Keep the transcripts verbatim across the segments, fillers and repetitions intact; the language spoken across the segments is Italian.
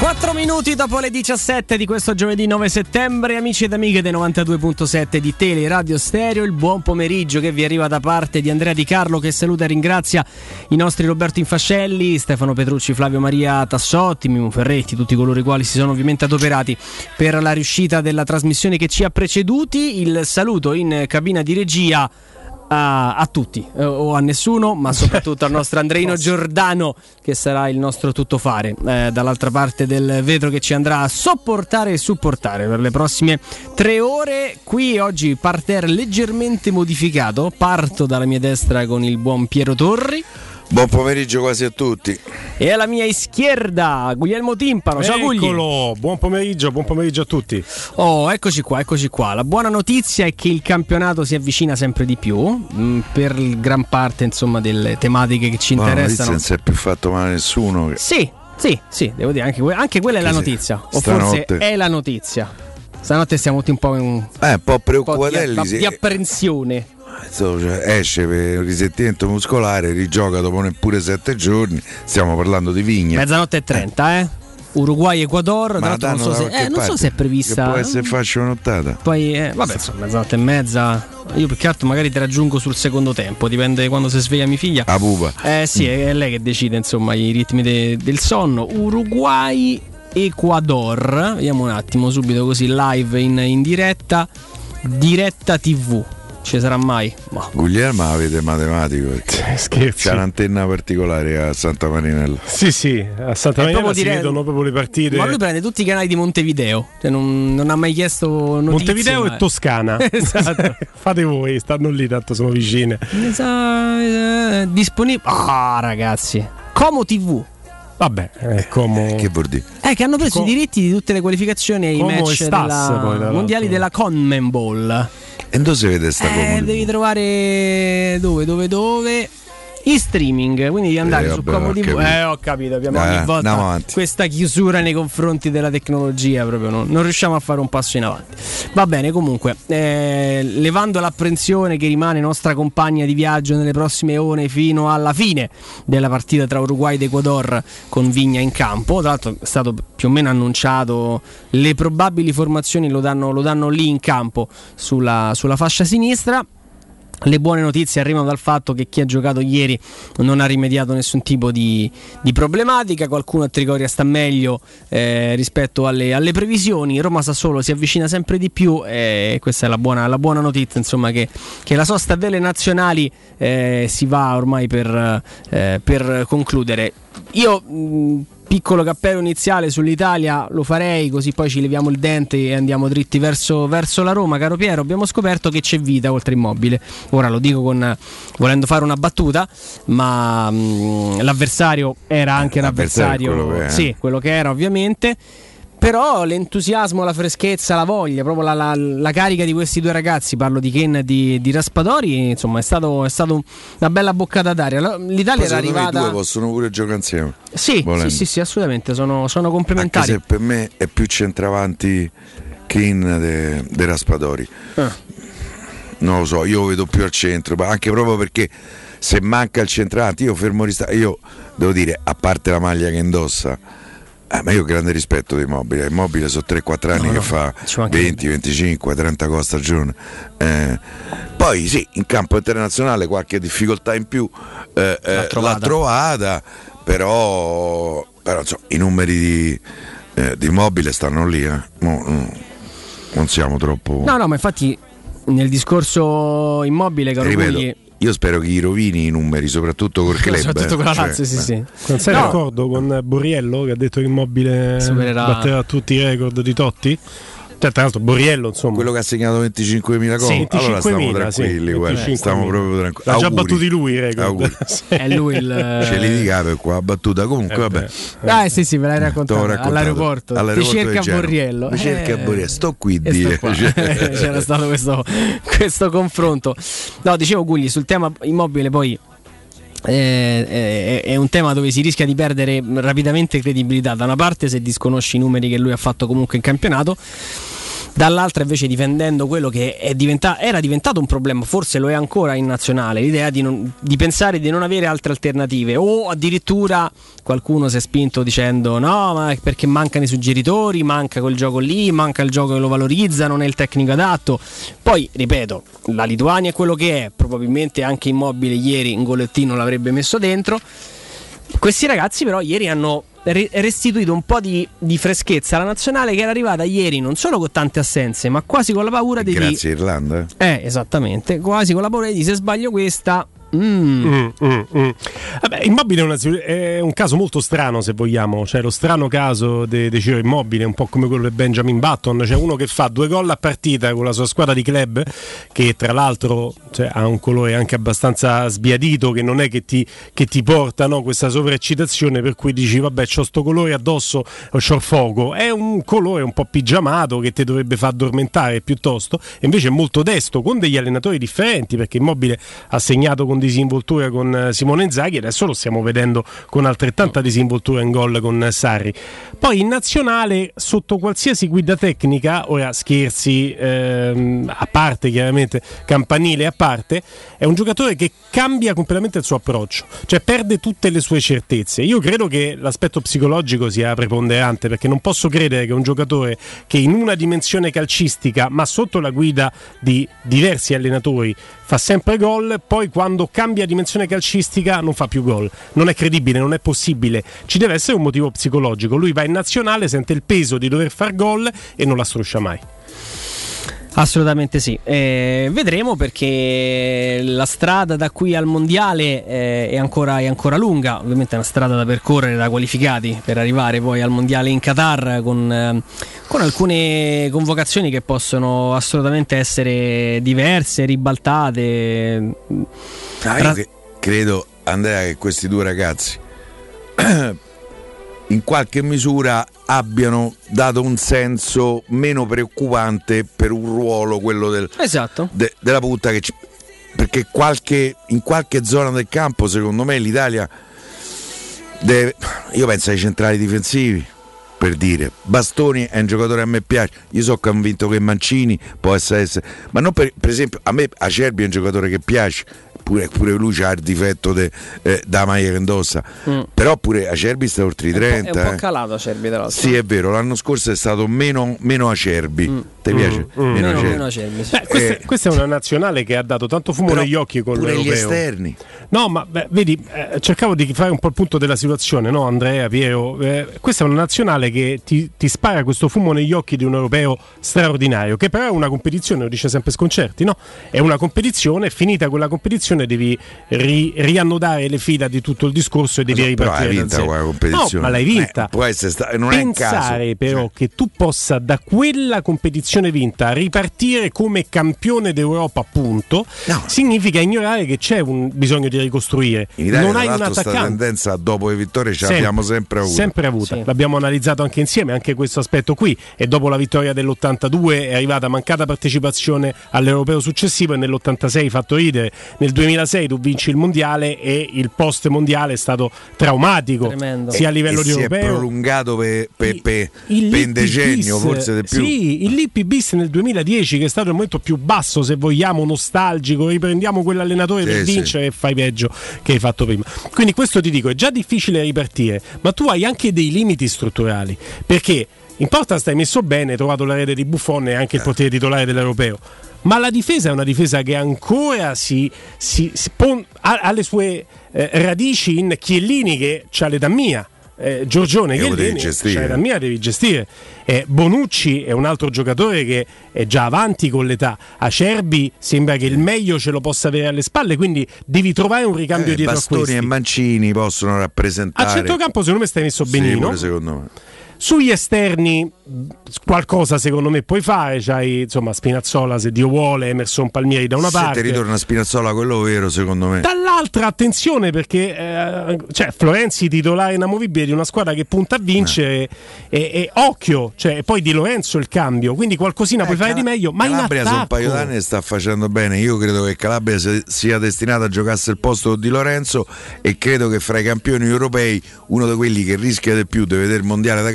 quattro minuti dopo le diciassette di questo giovedì nove settembre, amici ed amiche dei novantadue virgola sette di Tele Radio Stereo, il buon pomeriggio che vi arriva da parte di Andrea Di Carlo, che saluta e ringrazia i nostri Roberto Infascelli, Stefano Petrucci, Flavio Maria Tassotti, Mimo Ferretti, tutti coloro i quali si sono ovviamente adoperati per la riuscita della trasmissione che ci ha preceduti. Il saluto in cabina di regia A, a tutti eh, o a nessuno, ma soprattutto al nostro Andreino Giordano, che sarà il nostro tuttofare eh, dall'altra parte del vetro, che ci andrà a sopportare e supportare per le prossime tre ore. Qui oggi parterre leggermente modificato. Parto dalla mia destra con il buon Piero Torri. Buon pomeriggio quasi a tutti. E alla mia izquierda Guglielmo Timpano. Ciao Gugli. Eccolo, buon pomeriggio, buon pomeriggio a tutti. Oh, eccoci qua, eccoci qua. La buona notizia è che il campionato si avvicina sempre di più mh, per gran parte, insomma, delle tematiche che ci interessano. Non si è più fatto male nessuno. Sì, sì, sì, devo dire, anche, que- anche quella è la notizia. O stanotte. forse è la notizia. Stanotte siamo tutti un po' in eh, un po' un preoccupatelli, po' di, sì. di apprensione. Cioè, esce per un risentimento muscolare, rigioca dopo neppure sette giorni. Stiamo parlando di Vigna. Mezzanotte e trenta, eh? Uruguay-Ecuador. Ma tra l'altro non, so se, eh, non so se è prevista. Che può essere fascia nottata. Poi, eh, vabbè, insomma, mezzanotte e mezza. Io più che altro magari ti raggiungo sul secondo tempo, dipende di quando si sveglia mia figlia. A pupa. Eh sì, è lei che decide, insomma, i ritmi de- del sonno. Uruguay-Ecuador. Vediamo un attimo, subito così live in, in diretta. Diretta tivù. Ci sarà mai? Ma. Guglielmo avete matematico, scherzi. C'è un'antenna particolare a Santa Marinella. Sì, sì, a Santa Marinella si dire... vedono proprio le partite. Ma lui prende tutti i canali di Montevideo, cioè non, non ha mai chiesto notizie. Montevideo ma... e Toscana. Esatto. Fate voi, stanno lì, tanto sono vicine. Esatto, disponibile. Ah, ragazzi, Como tivù. Vabbè, è Como. Che vuol dire? Eh, che hanno preso Com... i diritti di tutte le qualificazioni ai Como match Stas, della... poi, mondiali della CONMEBOL. E dove si vede sta eh, devi trovare dove, dove, dove? In streaming, quindi devi andare eh, su vabbè, Como tivù. Eh, ho capito, abbiamo eh, ogni volta questa chiusura nei confronti della tecnologia, proprio non, non riusciamo a fare un passo in avanti. Va bene, comunque, eh, levando l'apprensione che rimane nostra compagna di viaggio nelle prossime ore fino alla fine della partita tra Uruguay ed Ecuador con Vigna in campo. Tra l'altro è stato più o meno annunciato, le probabili formazioni lo danno, lo danno lì in campo sulla, sulla fascia sinistra. Le buone notizie arrivano dal fatto che chi ha giocato ieri non ha rimediato nessun tipo di, di problematica. Qualcuno a Trigoria sta meglio eh, rispetto alle, alle previsioni. Roma Sassuolo si avvicina sempre di più e questa è la buona, la buona notizia, insomma, che, che la sosta delle nazionali eh, si va ormai per, eh, per concludere. Io mh, piccolo cappello iniziale sull'Italia lo farei, così poi ci leviamo il dente e andiamo dritti verso, verso la Roma. Caro Piero, abbiamo scoperto che c'è vita oltre Immobile. Ora lo dico con, volendo fare una battuta, ma mh, l'avversario era anche un avversario, quello che è. Sì, quello che era ovviamente. Però l'entusiasmo, la freschezza, la voglia, proprio la, la, la carica di questi due ragazzi, parlo di Ken e di, di Raspadori, insomma è stato, è stato una bella boccata d'aria. L'Italia poi era arrivata. I due possono pure giocare insieme. Sì, sì, sì, sì, assolutamente, sono, sono complementari. Anche se per me è più centravanti Ken de, de Raspadori. Ah. Non lo so, io lo vedo più al centro, anche proprio perché se manca il centravanti, io fermo rista- io devo dire, a parte la maglia che indossa. Eh, ma io ho grande rispetto di Immobile. Immobile sono tre quattro anni no, che no, fa venti, venticinque, trenta gol a stagione. Eh, poi sì, in campo internazionale qualche difficoltà in più eh, l'ha, trovata. l'ha trovata, però, però insomma, i numeri di, eh, di Immobile stanno lì. Eh. No, no, non siamo troppo. No, no, ma infatti nel discorso Immobile, caro Gugli, io spero che i rovini i numeri, soprattutto col club. Soprattutto con la Lazio, cioè, sì, sì. Non sei no. d'accordo con Borriello che ha detto che Immobile Supererà. batterà tutti i record di Totti? Cioè, tra l'altro Borriello, insomma, quello che ha segnato venticinquemila gol, sì, allora stiamo tranquilli, sì, guarda, stiamo proprio tranquilli. Ha già battuti lui i record. Sì. È lui il ce li dica per qua, battuta comunque, eh vabbè. Ah, sì, sì, ve l'hai raccontato, raccontato. All'aeroporto. All'aeroporto ti cerca Borriello. Mi cerca eh, Borriello, sto qui sto dire. C'era stato questo, questo confronto. No, dicevo Gugli, sul tema Immobile poi Eh, è, è un tema dove si rischia di perdere rapidamente credibilità. Da una parte, se disconosci i numeri che lui ha fatto comunque in campionato, dall'altra invece difendendo quello che è diventa- era diventato un problema, forse lo è ancora in nazionale, l'idea di, non, di pensare di non avere altre alternative, o addirittura qualcuno si è spinto dicendo no, ma perché mancano i suggeritori, manca quel gioco lì, manca il gioco che lo valorizza, non è il tecnico adatto. Poi ripeto, la Lituania è quello che è, probabilmente anche Immobile ieri in golettino l'avrebbe messo dentro. Questi ragazzi però ieri hanno restituito un po' di, di freschezza alla nazionale, che era arrivata ieri non solo con tante assenze, ma quasi con la paura di grazie Irlanda eh esattamente, quasi con la paura di se sbaglio questa Mm. Mm, mm, mm. Vabbè, Immobile è, una, è un caso molto strano, se vogliamo, cioè lo strano caso di de Ciro Immobile, un po' come quello di Benjamin Button, cioè uno che fa due gol a partita con la sua squadra di club, che tra l'altro cioè, ha un colore anche abbastanza sbiadito, che non è che ti, che ti porta, no, questa sovraeccitazione per cui dici vabbè c'ho sto colore addosso, c'ho il fuoco, è un colore un po' pigiamato che ti dovrebbe far addormentare piuttosto, e invece è molto desto, con degli allenatori differenti, perché Immobile ha segnato con disinvoltura con Simone Inzaghi, adesso lo stiamo vedendo con altrettanta disinvoltura in gol con Sarri. Poi in nazionale, sotto qualsiasi guida tecnica, ora scherzi ehm, a parte, chiaramente campanile a parte, è un giocatore che cambia completamente il suo approccio, cioè perde tutte le sue certezze. Io credo che l'aspetto psicologico sia preponderante, perché non posso credere che un giocatore che in una dimensione calcistica, ma sotto la guida di diversi allenatori, fa sempre gol, poi quando cambia dimensione calcistica non fa più gol. Non è credibile, non è possibile. Ci deve essere un motivo psicologico. Lui va in nazionale, sente il peso di dover far gol e non la struscia mai. Assolutamente sì, eh, vedremo, perché la strada da qui al mondiale eh, è, ancora, è ancora lunga, ovviamente è una strada da percorrere da qualificati per arrivare poi al mondiale in Qatar, con, eh, con alcune convocazioni che possono assolutamente essere diverse, ribaltate. Ah, io che credo, Andrea, che questi due ragazzi in qualche misura abbiano dato un senso meno preoccupante per un ruolo, quello del, esatto. de, della punta, che ci, perché qualche, in qualche zona del campo secondo me l'Italia deve, io penso ai centrali difensivi, per dire, Bastoni è un giocatore a me piace, io sono convinto che Mancini può essere, essere ma non per, per esempio a me Acerbi è un giocatore che piace, pure, pure lui c'ha il difetto de, eh, da maglia che indossa, mm. però pure Acerbi sta oltre i trenta, è un po', è un po' eh. calato Acerbi, tra l'altro. Sì, è vero, l'anno scorso è stato meno, meno Acerbi. Mm. Ti piace? Mm. Meno, meno, Acerbi. meno Acerbi, sì. Beh, questa, eh, questa è una nazionale che ha dato tanto fumo però negli occhi con pure l'europeo. gli esterni. No, ma beh, vedi, eh, cercavo di fare un po' il punto della situazione, no, Andrea, Piero? Eh, questa è una nazionale che ti, ti spara questo fumo negli occhi di un europeo straordinario, che però è una competizione, lo dice sempre Sconcerti, no? È una competizione, finita quella competizione devi ri, riannodare le fila di tutto il discorso e devi so, ripartire. Però hai vinta quella competizione. No, ma l'hai vinta. Eh, può essere sta- non Pensare è un caso. però cioè. che tu possa da quella competizione vinta ripartire come campione d'Europa, appunto, no. significa ignorare che c'è un bisogno di ricostruire. In Italia, non hai un attaccante. Questa tendenza dopo le vittorie ce l'abbiamo sempre avuta. Sempre avuta. Sì. L'abbiamo analizzato anche insieme, anche questo aspetto qui. E dopo la vittoria dell'ottantadue è arrivata mancata partecipazione all'europeo successivo, e nell'ottantasei fatto ridere. Nel duemilasei tu vinci il mondiale e il post mondiale è stato traumatico. Tremendo. Sia a livello e di si europeo. è prolungato per pe, pe, pe un decennio, forse di più. Sì, il Lippi bis nel duemiladieci, che è stato il momento più basso, se vogliamo, nostalgico, riprendiamo quell'allenatore sì, per vincere sì. e fai peggio che hai fatto prima. Quindi questo ti dico, è già difficile ripartire, ma tu hai anche dei limiti strutturali, perché in porta stai messo bene, hai trovato la rete di Buffon e anche il portiere titolare dell'europeo, ma la difesa è una difesa che ancora si, si, si pon, ha, ha le sue eh, radici in Chiellini, che c'ha l'età mia. Eh, Giorgione Chiellini, cioè la mia devi gestire. eh, Bonucci è un altro giocatore che è già avanti con l'età. Acerbi sembra che il meglio ce lo possa avere alle spalle, quindi devi trovare un ricambio eh, dietro Bastoni a questi. e Mancini possono rappresentare. A centrocampo secondo me stai messo benino. Sì, secondo me. Sugli esterni qualcosa secondo me puoi fare, c'hai insomma Spinazzola se Dio vuole, Emerson Palmieri da una se parte. Se ti ritorna Spinazzola, quello vero secondo me. Dall'altra attenzione, perché eh, cioè Florenzi titolare inamovibile di una squadra che punta a vincere, eh. e, e occhio, cioè poi Di Lorenzo il cambio, quindi qualcosina eh, puoi Cal- fare di meglio, ma Calabria in attacco. Calabria su un paio d'anni sta facendo bene. Io credo che Calabria sia destinata a giocarsi il posto di Lorenzo, e credo che fra i campioni europei uno di quelli che rischia di più di vedere il mondiale da casa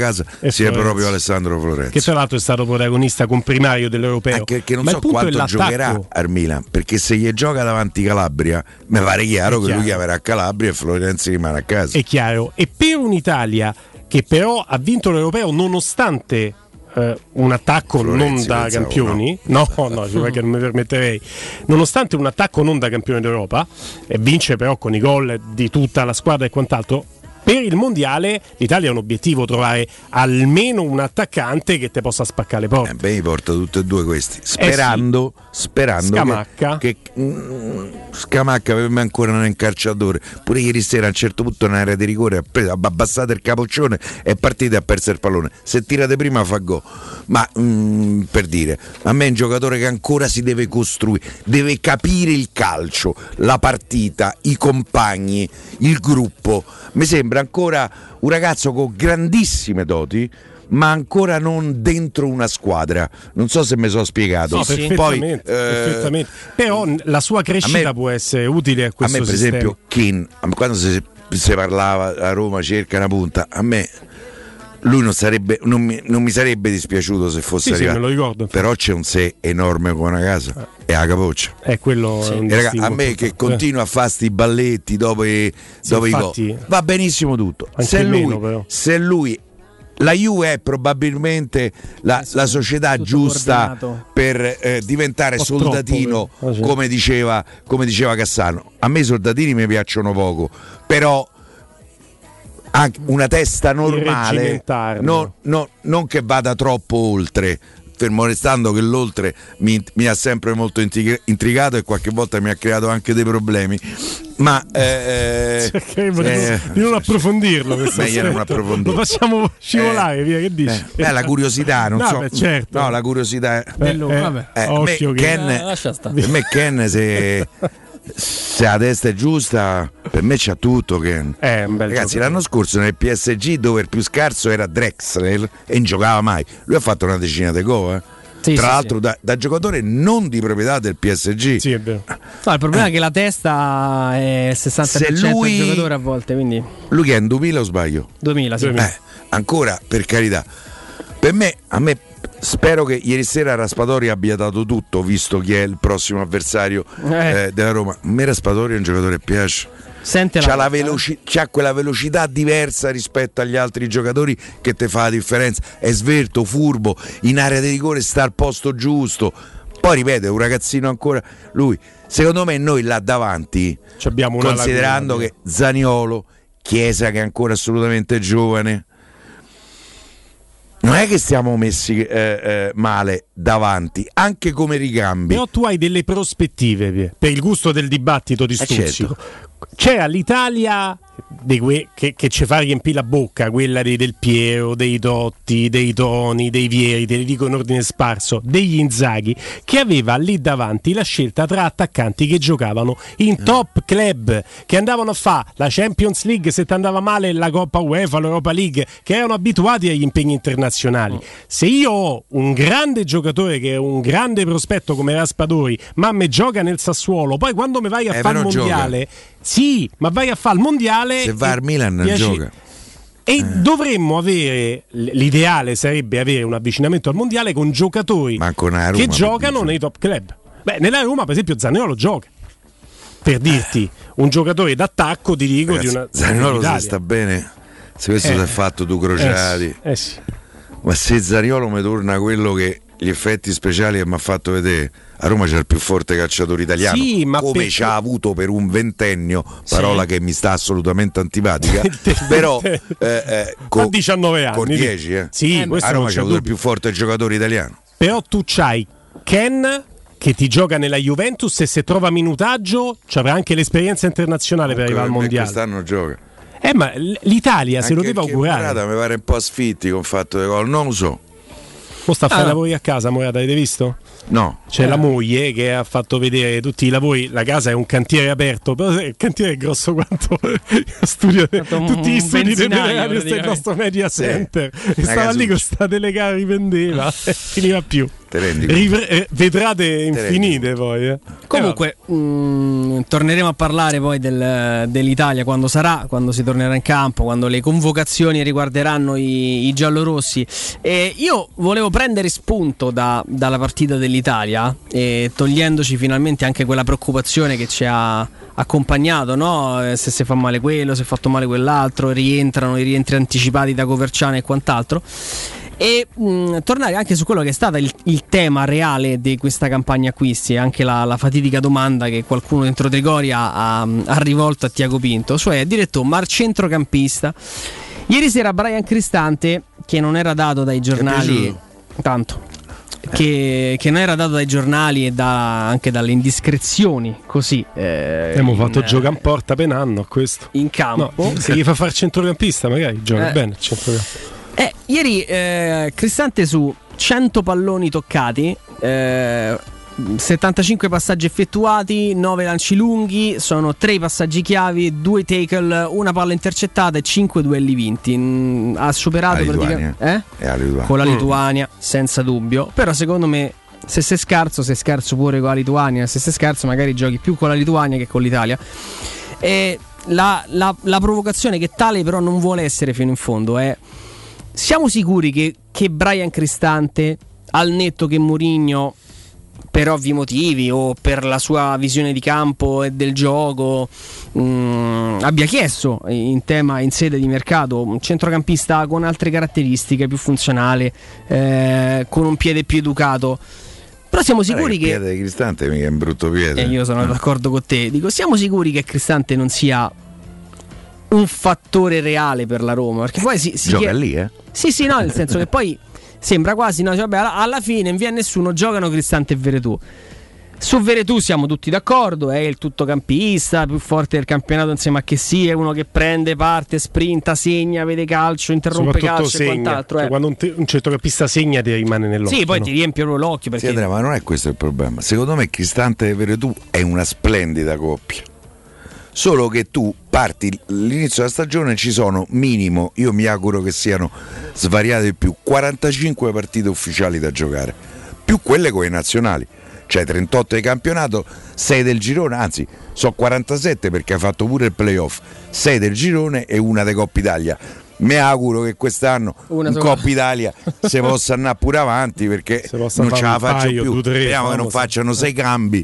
casa e sia Florenzi. proprio Alessandro Florenzi, che tra l'altro è stato protagonista comprimario dell'Europeo. Anche perché non Ma so il punto è quanto l'attacco. giocherà al Milan, perché se gli gioca davanti Calabria mi pare chiaro È che chiaro. lui chiamerà Calabria e Florenzi rimane a casa. È chiaro. E per un'Italia che però ha vinto l'Europeo nonostante eh, un attacco Florenzi, non da pensavo, campioni, no, no, no perché non mi permetterei, nonostante un attacco non da campione d'Europa, e vince però con i gol di tutta la squadra e quant'altro. Per il mondiale l'Italia ha un obiettivo, trovare almeno un attaccante che te possa spaccare le porte. Eh beh, mi porta tutti e due questi, sperando, Eh sperando Scamacca. che, che mm, Scamacca per me ancora non è un calciatore. Pure ieri sera a un certo punto in area di rigore ha, preso, ha abbassato il capoccione, è partito e ha perso il pallone. Se tirate prima fa gol. Ma mm, per dire, a me è un giocatore che ancora si deve costruire, deve capire il calcio, la partita, i compagni, il gruppo. Mi sembra ancora un ragazzo con grandissime doti, ma ancora non dentro una squadra. Non so se mi sono spiegato. No, Sì, sì. perfettamente, Poi, eh, perfettamente. Però la sua crescita me- può essere utile a A questo me, per sistema. esempio, Keane, quando si, si parlava a Roma cerca una punta, a me lui non, sarebbe, non, mi, non mi sarebbe dispiaciuto se fosse Sì, sì, arrivato. me lo ricordo. Però c'è un se enorme come una casa e la capoccia. È quello è un E raga, distinguo a me che importante. continua a fare sti balletti dopo i, Sì, dopo i infatti, gol, va benissimo tutto. anche Se meno, lui, però. se lui la Juve è probabilmente la, la società tutto giusta coordinato. per eh, diventare Un po' soldatino, troppo, però. Ah, sì. come diceva, come diceva Cassano. A me i soldatini mi piacciono poco, però anche una testa normale, Irreggimentarlo. non, no- non che vada troppo oltre. Fermo restando che l'oltre mi, mi ha sempre molto intriga- intrigato e qualche volta mi ha creato anche dei problemi. Ma eh, Cercheremo eh, di, non, di non approfondirlo. questo meglio non aspetto. approfondirlo. Lo facciamo scivolare, Eh, via, che dici? eh, eh, la curiosità, non No, so. beh, certo. No, la curiosità. Bello, vabbè. Eh, Occhio me, che- Ken, Eh, lascia stare. per me Ken se, se la testa è giusta, per me c'ha tutto Ken. È un bel Ragazzi, giocatore. l'anno scorso nel P S G dove il più scarso era Drexler e non giocava mai. Lui ha fatto una decina di gol, eh. Sì, Tra sì, l'altro sì. Da, da giocatore non di proprietà del P S G. Sì, è vero. No, il problema è che la testa è il sessanta per cento Se lui- del giocatore a volte, quindi Lui che è in duemila o sbaglio? duemila, sì. duemila. Eh, ancora, per carità. Per me, a me spero che ieri sera Raspadori abbia dato tutto, visto chi è il prossimo avversario Eh. eh, della Roma. A me Raspadori è un giocatore che piace. Sente C'ha, la la veloci- c'ha quella velocità diversa rispetto agli altri giocatori che te fa la differenza. È svelto, furbo, in area di rigore sta al posto giusto. Poi ripeto, è un ragazzino ancora. Lui, secondo me, noi là davanti, Ci abbiamo una considerando laguna, che Zaniolo, Chiesa che è ancora assolutamente giovane, non è che stiamo messi eh, eh, male davanti, anche come ricambi. Però tu hai delle prospettive, Pie, per il gusto del dibattito di Eh, Stuzzico. certo. C'era l'Italia di que- che, che ci fa riempire la bocca, quella dei Del Piero, dei Totti, dei Toni, dei Vieri, te li dico in ordine sparso, degli Inzaghi, che aveva lì davanti la scelta tra attaccanti che giocavano in top club, che andavano a fare la Champions League se ti andava male, la Coppa UEFA, l'Europa League, che erano abituati agli impegni internazionali. Se io ho un grande giocatore che è un grande prospetto come Raspadori, ma me gioca nel Sassuolo, poi quando mi vai a Eh, fare il però mondiale, sì, ma vai a fare il mondiale. Se va al Milan non piace- gioca. E dovremmo avere, l'ideale sarebbe avere un avvicinamento al mondiale con giocatori Manco una Roma, che per giocano dire. nei top club. Beh, nella Roma, per esempio, Zaniolo gioca. Per dirti, un giocatore d'attacco, ti dico, Ragazzi, di una. Zaniolo dell'Italia. se sta bene, se questo Eh. si è fatto tu Eh crociati. sì, eh sì. Ma se Zaniolo mi torna quello che gli effetti speciali che mi ha fatto vedere, a Roma c'è il più forte calciatore italiano, Sì, ma come perché- ci ha avuto per un ventennio, parola Sì. che mi sta assolutamente antipatica, però eh, eh, A diciannove anni. con dieci, eh. Sì, Eh, questo a non Roma c'è c'è avuto il dubbio. più forte giocatore italiano. Però tu c'hai Ken che ti gioca nella Juventus e se trova minutaggio ci avrà anche l'esperienza internazionale per arrivare al Per me mondiale. Quest'anno gioca. Eh, ma l- l'Italia se lo Anche deve perché augurare. Morata mi pare un po' asfittico in fatto di gol, non lo so. Mo sta a fare Ah, i lavori a casa, Morata, avete visto? No. C'è Eh. la moglie che ha fatto vedere tutti i lavori. La casa è un cantiere aperto, però il cantiere è grosso quanto studio, Fatto un- tutti gli un studi del benzinaio, radio, sta il praticamente. nostro media center. E Una stava lì casuccia. con sta telecamera, rivendeva e finiva più. Te rendi conto? Rive- eh, vetrate rendi infinite poi. Eh. Comunque, mh, torneremo a parlare poi del- dell'Italia quando sarà, quando si tornerà in campo, quando le convocazioni riguarderanno i, i giallorossi. E io volevo prendere spunto da- dalla partita dell'Italia, e togliendoci finalmente anche quella preoccupazione che ci ha accompagnato, no? Eh, se si fa male quello, se è fatto male quell'altro, rientrano i rientri anticipati da Coverciano e quant'altro. E mh, tornare anche su quello che è stato il, il tema reale di questa campagna acquisti, anche la, la fatidica domanda che qualcuno dentro Trigoria ha, ha rivolto a Tiago Pinto, cioè diretto mar centrocampista. Ieri sera Brian Cristante, che non era dato dai giornali, piaciuto? tanto che, che non era dato dai giornali e da, anche dalle indiscrezioni così eh, Abbiamo in- fatto giocare un porta per un anno a questo. in campo. No, se gli fa fare centrocampista magari gioca Eh. bene il centrocampista. Eh, ieri eh, Cristante su cento palloni toccati, eh, settantacinque passaggi effettuati, nove lanci lunghi, sono tre passaggi chiavi, due tackle, una palla intercettata e cinque duelli vinti. Mm, ha superato La praticamente Lituania. eh? E la Lituania. con la Lituania, senza dubbio. Però secondo me, se sei scarso, sei scarso pure con la Lituania. Se sei scarso, magari giochi più con la Lituania che con l'Italia. E la, la- la provocazione che tale però non vuole essere fino in fondo è: siamo sicuri che, che Brian Cristante, al netto che Mourinho, per ovvi motivi o per la sua visione di campo e del gioco, mh, abbia chiesto in tema, in sede di mercato, un centrocampista con altre caratteristiche, più funzionale, eh, con un piede più educato? Però siamo sicuri Guarda che, il piede di Cristante mica è un brutto piede. e io sono d'accordo con te, dico, siamo sicuri che Cristante non sia un fattore reale per la Roma? Perché poi si, si Gioca chiede- lì, eh? sì, sì, no, nel senso che poi sembra quasi, no, cioè, vabbè, alla, alla fine non viene nessuno, giocano Cristante e Veretù. Su Veretù siamo tutti d'accordo, è il tuttocampista, più forte del campionato insieme a che sia, è uno che prende, parte, sprinta, segna, vede calcio, interrompe Soprattutto calcio e segna. quant'altro. Cioè, eh. quando un, te- un centrocampista segna ti rimane nell'occhio. Sì, poi no? ti riempie proprio l'occhio Sì, perché Andrea, ma non è questo il problema. Secondo me Cristante e Veretù è una splendida coppia. Solo che tu parti all'inizio della stagione, ci sono minimo, io mi auguro che siano svariate di più, quarantacinque partite ufficiali da giocare, più quelle con i nazionali. Cioè trentotto di campionato, sei del girone, anzi sono quarantasette perché hai fatto pure il playoff, sei del girone e una di Coppa Italia. Mi auguro che quest'anno Una in sola. Coppa Italia si possa andare pure avanti perché Si possa non fare ce la un faccio paio, più. due, tre, Speriamo che non famosi. facciano sei cambi.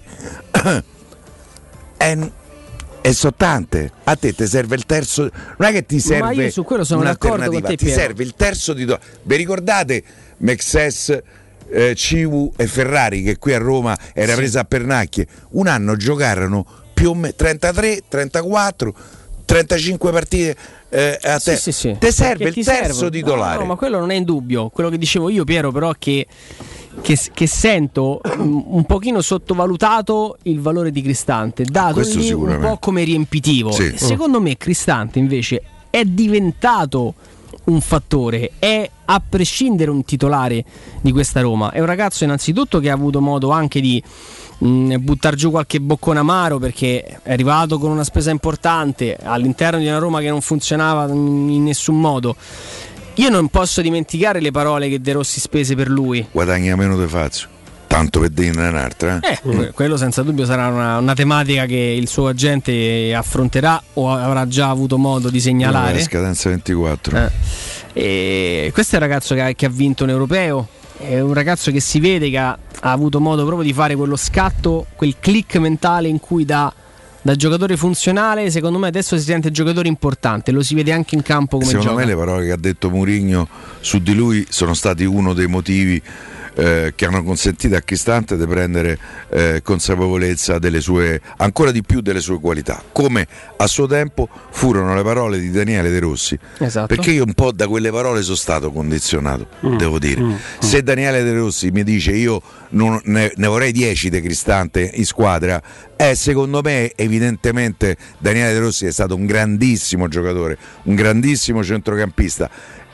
e, e so tante. A te ti serve il terzo. Non è che ti serve. io su quello sono d'accordo con un'alternativa, te, ti Piero. serve il terzo di do- Vi ricordate Mexes, eh, Civu e Ferrari che qui a Roma era Sì. presa a pernacchie? Un anno giocarono più o meno trentatré, trentaquattro, trentacinque partite eh, a te. Sì, sì, sì. Ti serve Perché il ti terzo servono. titolare. No, no, ma quello non è in dubbio. Quello che dicevo io, Piero, però che, che, che sento mm, un pochino sottovalutato il valore di Cristante, dato Questo lì un sicuramente. po' come riempitivo. Sì. E secondo me Cristante invece è diventato un fattore, è a prescindere un titolare di questa Roma. È un ragazzo innanzitutto che ha avuto modo anche di buttare giù qualche boccone amaro, perché è arrivato con una spesa importante all'interno di una Roma che non funzionava in nessun modo. Io non posso dimenticare le parole che De Rossi spese per lui. Guadagna meno di Fazio, tanto per dire un'altra. Eh? Eh, que- quello senza dubbio sarà una, una tematica che il suo agente affronterà o avrà già avuto modo di segnalare. La scadenza ventiquattro. Eh. E questo è un ragazzo che ha, che ha vinto un europeo, è un ragazzo che si vede che ha, ha avuto modo proprio di fare quello scatto, quel click mentale in cui da, da giocatore funzionale, secondo me adesso si sente giocatore importante, lo si vede anche in campo come Secondo gioca. me le parole che ha detto Mourinho su di lui sono stati uno dei motivi eh, che hanno consentito a Cristante di prendere eh, consapevolezza delle sue, ancora di più delle sue qualità, come a suo tempo furono le parole di Daniele De Rossi. Esatto. Perché io un po' da quelle parole sono stato condizionato, Mm, devo dire. mm, Se Daniele De Rossi mi dice io non ne, ne vorrei dieci di Cristante in squadra, eh, secondo me evidentemente Daniele De Rossi è stato un grandissimo giocatore, un grandissimo centrocampista,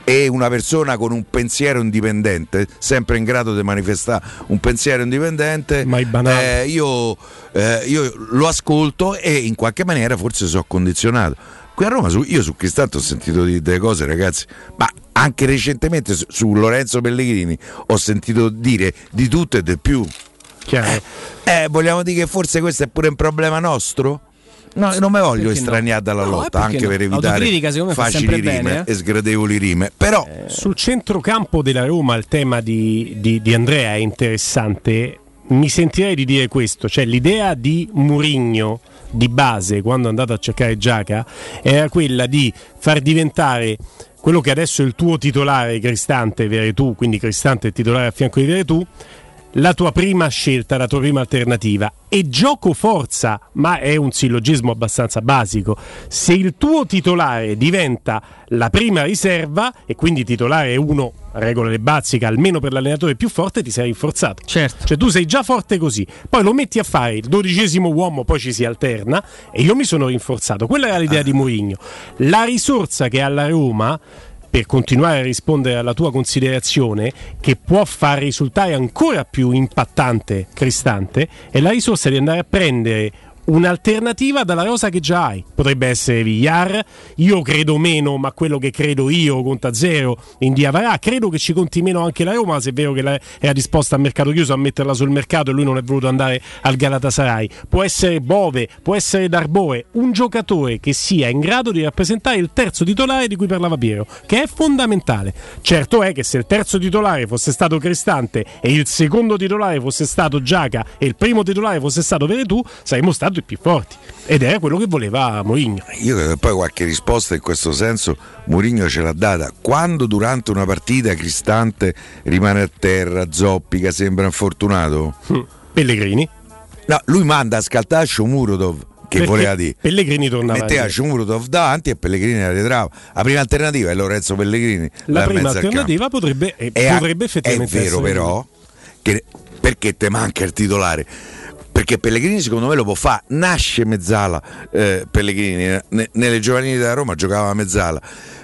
e una persona con un pensiero indipendente, sempre in grado di manifestare un pensiero indipendente, Ma è banale. eh, io, eh, io lo ascolto e in qualche maniera forse sono condizionato. Qui a Roma su, io su Cristante ho sentito dire delle cose, ragazzi, ma anche recentemente su, su Lorenzo Pellegrini ho sentito dire di tutto e di più. Chiaro. Eh, vogliamo dire che forse questo è pure un problema nostro? No, non mi voglio Perché estraniare no? dalla No, lotta, eh, anche perché per no? evitare L'autocritica, secondo me, fa facili sempre rime bene, eh. e sgradevoli rime. Però Eh, sul centrocampo della Roma il tema di, di, di Andrea è interessante. Mi sentirei di dire questo, cioè l'idea di Mourinho di base quando è andato a cercare Giaca era quella di far diventare quello che adesso è il tuo titolare Cristante, Veretù, quindi Cristante è titolare a fianco di Veretù, la tua prima scelta, la tua prima alternativa. E gioco forza, ma è un sillogismo abbastanza basico, se il tuo titolare diventa la prima riserva e quindi titolare è uno, regola le bazzica, almeno per l'allenatore più forte, ti sei rinforzato. Certo. Cioè tu sei già forte così, poi lo metti a fare il dodicesimo uomo, poi ci si alterna e io mi sono rinforzato. Quella era l'idea di Mourinho. La risorsa che ha la Roma, per continuare a rispondere alla tua considerazione, che può far risultare ancora più impattante Cristante, è la risorsa di andare a prendere un'alternativa dalla rosa che già hai. Potrebbe essere Villar, io credo meno, ma quello che credo io conta zero in Diavarà. Credo che ci conti meno anche la Roma, se è vero che la, era disposta a mercato chiuso a metterla sul mercato e lui non è voluto andare al Galatasaray. Può essere Bove, può essere Darboe, un giocatore che sia in grado di rappresentare il terzo titolare di cui parlava Piero, che è fondamentale. Certo è che se il terzo titolare fosse stato Cristante e il secondo titolare fosse stato Giaca e il primo titolare fosse stato Veretù, saremmo stati i più forti, ed era quello che voleva Mourinho. io credo che poi qualche risposta in questo senso Mourinho ce l'ha data. Quando durante una partita Cristante rimane a terra, zoppica, sembra infortunato, Hm. Pellegrini no, lui manda a scaltare Shomurodov, che Perché voleva dire Pellegrini tornava metteva indietro. Shomurodov davanti e Pellegrini la ritrava. La prima alternativa è Lorenzo Pellegrini, La là in prima mezzo al alternativa potrebbe, eh, È, potrebbe effettivamente è vero essere però che perché te manca il titolare, perché Pellegrini secondo me lo può fare. Nasce mezzala, eh, Pellegrini ne, nelle giovanili della Roma giocava a mezzala.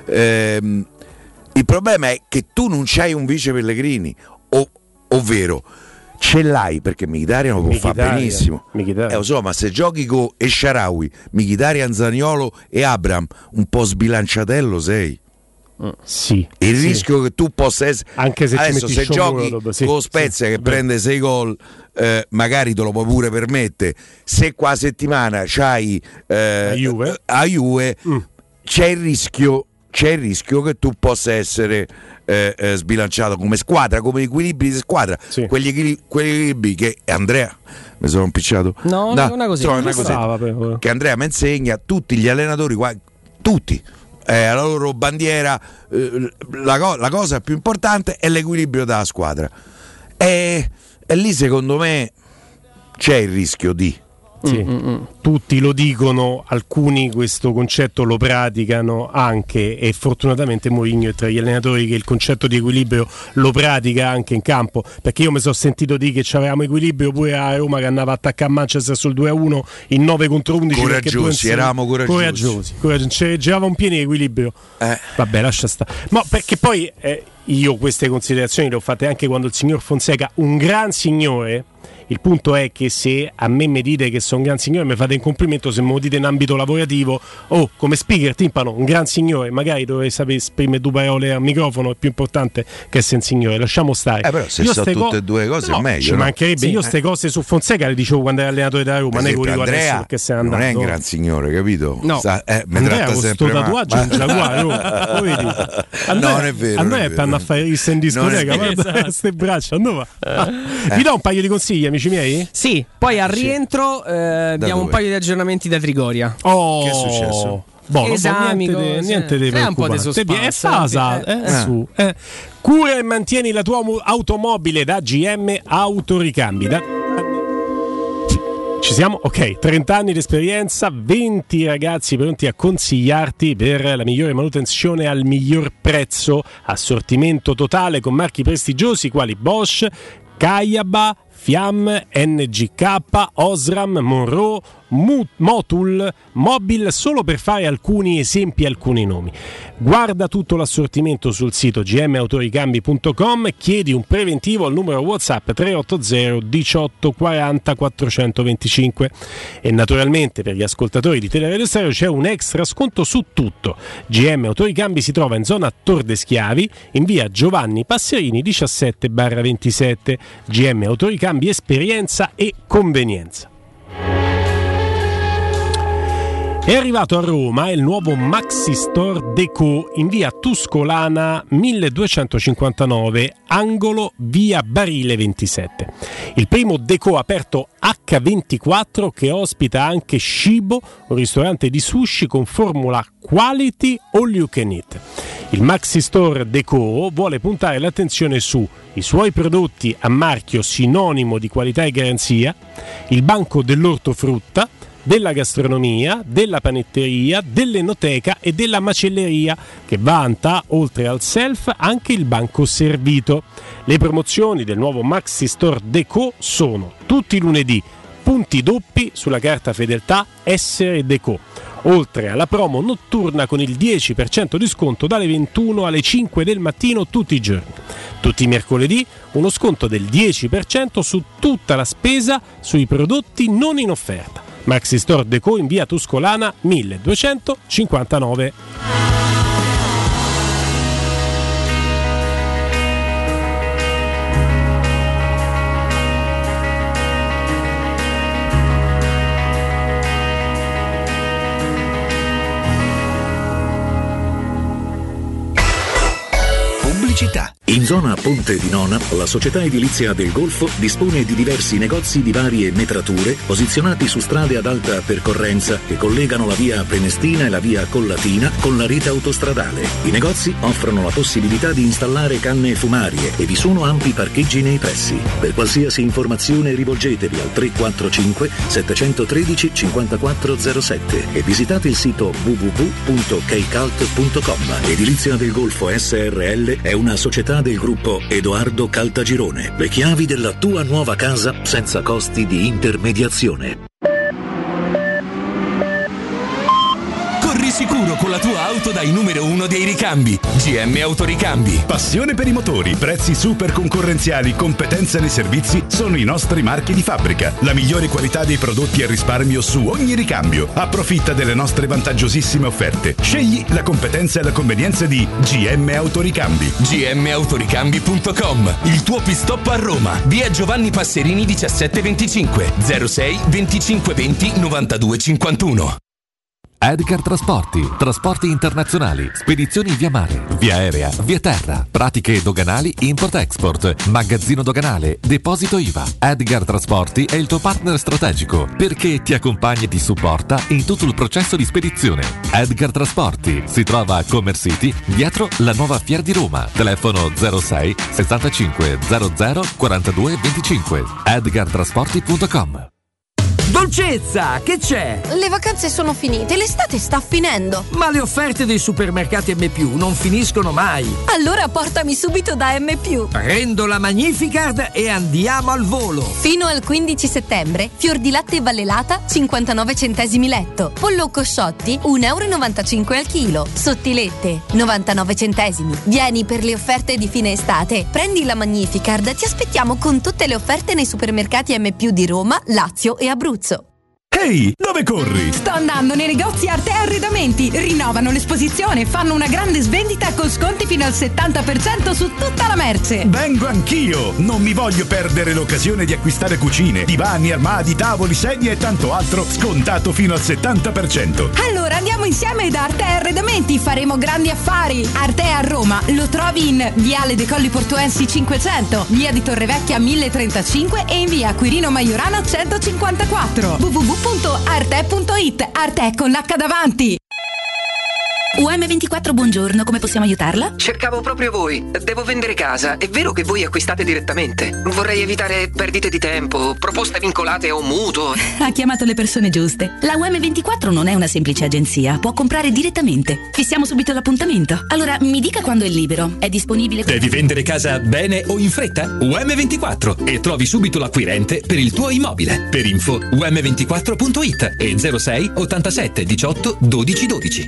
Ehm, il problema è che tu non c'hai un vice Pellegrini, o, ovvero ce l'hai perché Mkhitaryan lo può fare Mkhitaryan, benissimo. Mkhitaryan. Eh, lo so, ma se giochi con Esharawi, Mkhitaryan, Zaniolo e Abraham, un po' sbilanciatello sei. Sì, Il sì. rischio che tu possa essere, Anche se ci adesso metti se giochi Shomurodov, sì, con Spezia sì, che sì, prende sei gol, eh, magari te lo puoi pure permettere. Se qua settimana c'hai eh, A Juve. a Juve, Mm. c'è il rischio c'è il rischio che tu possa essere eh, eh, sbilanciato come squadra, come equilibri di squadra, Sì. quegli, equilibri, quegli equilibri che Andrea mi sono impicciato No, Da- una così. insomma, una Giusto. cosetta Brava, però. che Andrea mi insegna. Tutti gli allenatori qua, tutti eh, la loro bandiera, eh, la, co- la cosa più importante è l'equilibrio della squadra, e, e lì secondo me c'è il rischio di Sì. Tutti lo dicono, alcuni questo concetto lo praticano anche, e fortunatamente Mourinho è tra gli allenatori che il concetto di equilibrio lo pratica anche in campo, perché io mi sono sentito dire che avevamo equilibrio pure a Roma che andava a attaccare a Manchester sul due a uno in nove contro undici, perché due Coraggiosi, insieme- eravamo coraggiosi. coraggiosi, coraggiosi. C'è- C'eravamo un pieno di equilibrio. Eh. Vabbè, lascia stare. Ma perché poi eh, io queste considerazioni le ho fatte anche quando il signor Fonseca, un gran signore. Il punto è che se a me mi dite che sono un gran signore, mi fate un complimento. Se me lo dite in ambito lavorativo, oh, come speaker timpano, un gran signore, magari dovrei sapere esprimere due parole al microfono, è più importante che essere un signore. Lasciamo stare. Eh, però se Io so ste tutte e due cose no, è meglio, ci no? mancherebbe. Sì, Io eh. queste cose su Fonseca le dicevo quando era allenatore della Roma, Per non è che lo esempio, dico adesso Andrea perché se n'è non andato. è un gran signore, capito? No. Sa- eh, mi Andrea tratta con sto sempre tatuaggio è un male. giaguaro, oh, lo vedi? Andrea, No, non è vero, Andrea non è è per andare a vero. fare il in Non è discoteca, vero. guarda queste braccia, dove va? Vi do un paio di consigli, amici miei? Sì, poi al rientro eh, abbiamo un dove? paio di aggiornamenti da Trigoria. Oh, Che è successo? Boh, Esami, niente cose. di niente di Crea un po' di preoccupare. Te- È suspense, fasa, eh. eh, Ah. su. eh. Cura e mantieni la tua mu- automobile da G M Autoricambi. Da- Ci siamo? Ok, trenta anni di esperienza, venti ragazzi pronti a consigliarti per la migliore manutenzione al miglior prezzo, assortimento totale con marchi prestigiosi quali Bosch, Kayaba, Fiam, N G K, Osram, Monroe, Motul Mobil, solo per fare alcuni esempi, alcuni nomi. Guarda tutto l'assortimento sul sito g m autoricambi punto com, chiedi un preventivo al numero WhatsApp tre otto zero diciotto quaranta quattrocentoventicinque e naturalmente per gli ascoltatori di Teleradio Stereo c'è un extra sconto su tutto. G M Autoricambi si trova in zona Tor de Schiavi, in via Giovanni Passerini diciassette ventisette. G M Autoricambi, esperienza e convenienza. È arrivato a Roma il nuovo Maxi Store Deco in via Tuscolana milleduecentocinquantanove, angolo via Barile ventisette. Il primo Deco aperto acca ventiquattro che ospita anche Shibo, un ristorante di sushi con formula quality all you can eat. Il Maxi Store Deco vuole puntare l'attenzione su i suoi prodotti a marchio sinonimo di qualità e garanzia, il banco dell'ortofrutta, della gastronomia, della panetteria, dell'enoteca e della macelleria, che vanta, oltre al self, anche il banco servito. Le promozioni del nuovo Maxi Store Deco sono tutti i lunedì punti doppi sulla carta fedeltà Essere Deco, oltre alla promo notturna con il dieci per cento di sconto dalle ventuno alle cinque del mattino tutti i giorni. Tutti i mercoledì uno sconto del dieci per cento su tutta la spesa sui prodotti non in offerta. Maxi Store Deco in via Tuscolana milleduecentocinquantanove. Pubblicità. In zona Ponte di Nona, la società edilizia del Golfo dispone di diversi negozi di varie metrature posizionati su strade ad alta percorrenza che collegano la via Prenestina e la via Collatina con la rete autostradale. I negozi offrono la possibilità di installare canne fumarie e vi sono ampi parcheggi nei pressi. Per qualsiasi informazione rivolgetevi al tre quattro cinque sette uno tre cinque quattro zero sette e visitate il sito w w w punto keicalt punto com. Edilizia del Golfo S R L è una società del gruppo Edoardo Caltagirone. Le chiavi della tua nuova casa senza costi di intermediazione. Corri sicuro con la tua auto dai numero uno dei ricambi. G M Autoricambi. Passione per i motori, prezzi super concorrenziali, competenza nei servizi sono i nostri marchi di fabbrica. La migliore qualità dei prodotti e risparmio su ogni ricambio. Approfitta delle nostre vantaggiosissime offerte. Scegli la competenza e la convenienza di G M Autoricambi. G M Autoricambi punto com. Il tuo pit stop a Roma. Via Giovanni Passerini diciassette venticinque zero sei venticinque venti novantadue cinquantuno. Edgar Trasporti, trasporti internazionali, spedizioni via mare, via aerea, via terra, pratiche doganali import-export, magazzino doganale, deposito I V A. Edgar Trasporti è il tuo partner strategico perché ti accompagna e ti supporta in tutto il processo di spedizione. Edgar Trasporti si trova a Commerce City, dietro la nuova Fiera di Roma. Telefono zero sei sessantacinque zero zero quarantadue venticinque. edgar trasporti punto com. Dolcezza, che c'è? Le vacanze sono finite, l'estate sta finendo. Ma le offerte dei supermercati M più non finiscono mai. Allora portami subito da M più. Prendo la Magnificard e andiamo al volo. Fino al quindici settembre, fior di latte Vallelata cinquantanove centesimi letto. Pollo Cosciotti uno virgola novantacinque euro al chilo. Sottilette novantanove centesimi. Vieni per le offerte di fine estate. Prendi la Magnificard, ti aspettiamo con tutte le offerte nei supermercati M più di Roma, Lazio e Abruzzo. Ehi, dove corri? Sto andando nei negozi Arte Arredamenti. Rinnovano l'esposizione, fanno una grande svendita con sconti fino al settanta per cento su tutta la merce. Vengo anch'io! Non mi voglio perdere l'occasione di acquistare cucine, divani, armadi, tavoli, sedie e tanto altro scontato fino al settanta per cento. Allora andiamo insieme da Arte Arredamenti, faremo grandi affari. Arte a Roma lo trovi in Viale dei Colli Portuensi cinquecento, Via di Torrevecchia mille trentacinque e in Via Quirino Maiorana centocinquantaquattro. w w w punto arte punto it. Arte con l'H davanti. U M ventiquattro, buongiorno, come possiamo aiutarla? Cercavo proprio voi. Devo vendere casa. È vero che voi acquistate direttamente? Vorrei evitare perdite di tempo, proposte vincolate a un mutuo. Ha chiamato le persone giuste. La U M ventiquattro non è una semplice agenzia, può comprare direttamente. Fissiamo subito l'appuntamento. Allora, mi dica quando è libero. È disponibile... Devi vendere casa bene o in fretta? U M ventiquattro e trovi subito l'acquirente per il tuo immobile. Per info u m ventiquattro punto it e zero sei ottantasette diciotto dodici dodici.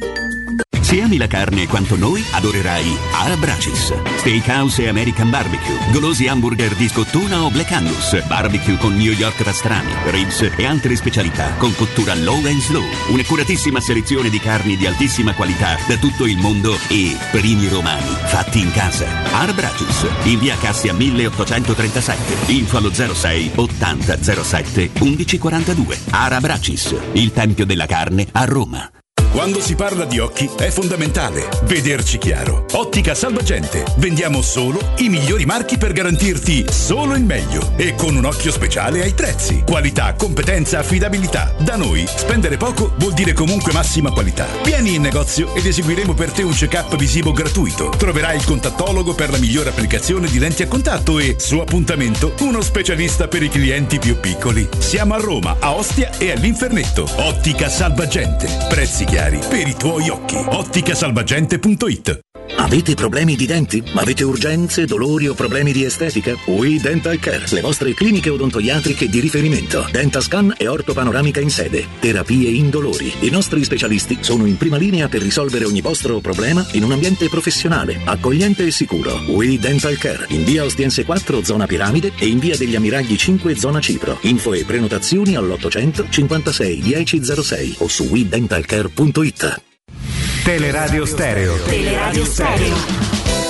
Se ami la carne quanto noi, adorerai Arab Racis. Steakhouse e American Barbecue, golosi hamburger di scottuna o Black Angus, barbecue con New York pastrami, ribs e altre specialità con cottura low and slow. Un'accuratissima selezione di carni di altissima qualità da tutto il mondo e primi romani fatti in casa. Arab Racis, in via Cassia milleottocentotrentasette, info allo zero sei ottanta zero sette undici quarantadue. Arab Racis, il tempio della carne a Roma. Quando si parla di occhi è fondamentale vederci chiaro. Ottica Salvagente. Vendiamo solo i migliori marchi per garantirti solo il meglio e con un occhio speciale ai prezzi. Qualità, competenza, affidabilità. Da noi spendere poco vuol dire comunque massima qualità. Vieni in negozio ed eseguiremo per te un check-up visivo gratuito. Troverai il contattologo per la migliore applicazione di lenti a contatto e, su appuntamento, uno specialista per i clienti più piccoli. Siamo a Roma, a Ostia e all'Infernetto. Ottica Salvagente. Prezzi chiari per i tuoi occhi. ottica salvagente punto it. Avete problemi di denti? Avete urgenze, dolori o problemi di estetica? We Dental Care, le vostre cliniche odontoiatriche di riferimento. Dentascan e ortopanoramica in sede. Terapie indolori. I nostri specialisti sono in prima linea per risolvere ogni vostro problema in un ambiente professionale, accogliente e sicuro. We Dental Care, in via Ostiense quattro, zona Piramide, e in via degli Ammiragli cinque, zona Cipro. Info e prenotazioni all'ottocento cinquantasei dieci zero sei o su we dental care punto it. Teleradio Stereo. Teleradio Stereo.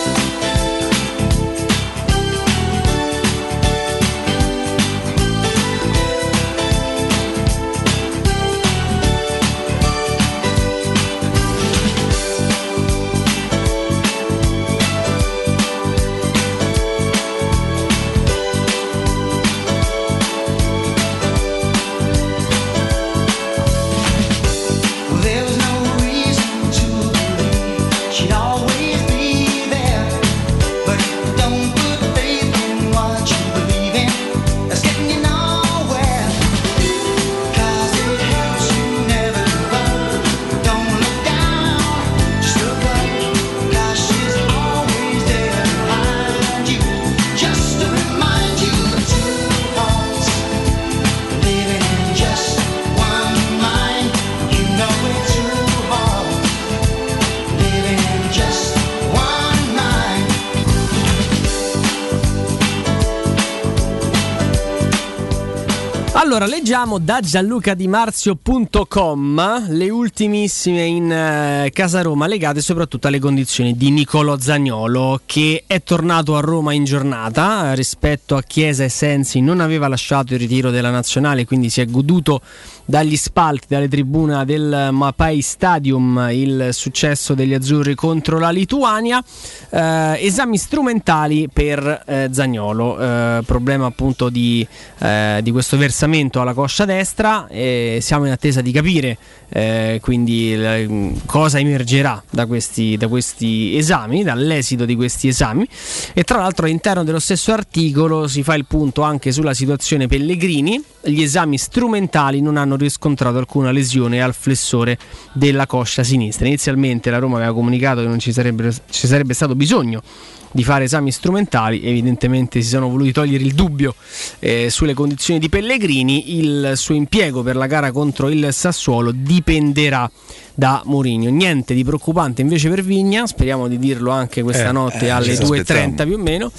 Allora, leggiamo da gianluca di marzio punto com le ultimissime in eh, Casa Roma, legate soprattutto alle condizioni di Nicolò Zaniolo, che è tornato a Roma in giornata. Rispetto a Chiesa e Sensi non aveva lasciato il ritiro della nazionale, quindi si è goduto dagli spalti, dalle tribune del Mapei Stadium il successo degli azzurri contro la Lituania. Eh, esami strumentali per eh, Zaniolo, eh, problema appunto di, eh, di questo versamento alla coscia destra, e siamo in attesa di capire eh, quindi l- cosa emergerà da questi, da questi esami, dall'esito di questi esami. E tra l'altro all'interno dello stesso articolo si fa il punto anche sulla situazione Pellegrini. Gli esami strumentali non hanno riscontrato alcuna lesione al flessore della coscia sinistra. Inizialmente la Roma aveva comunicato che non ci sarebbe, ci sarebbe stato bisogno di fare esami strumentali, evidentemente si sono voluti togliere il dubbio eh, sulle condizioni di Pellegrini. Il suo impiego per la gara contro il Sassuolo dipenderà da Mourinho. Niente di preoccupante invece per Vigna, speriamo di dirlo anche questa eh, notte eh, alle due e trenta più o meno,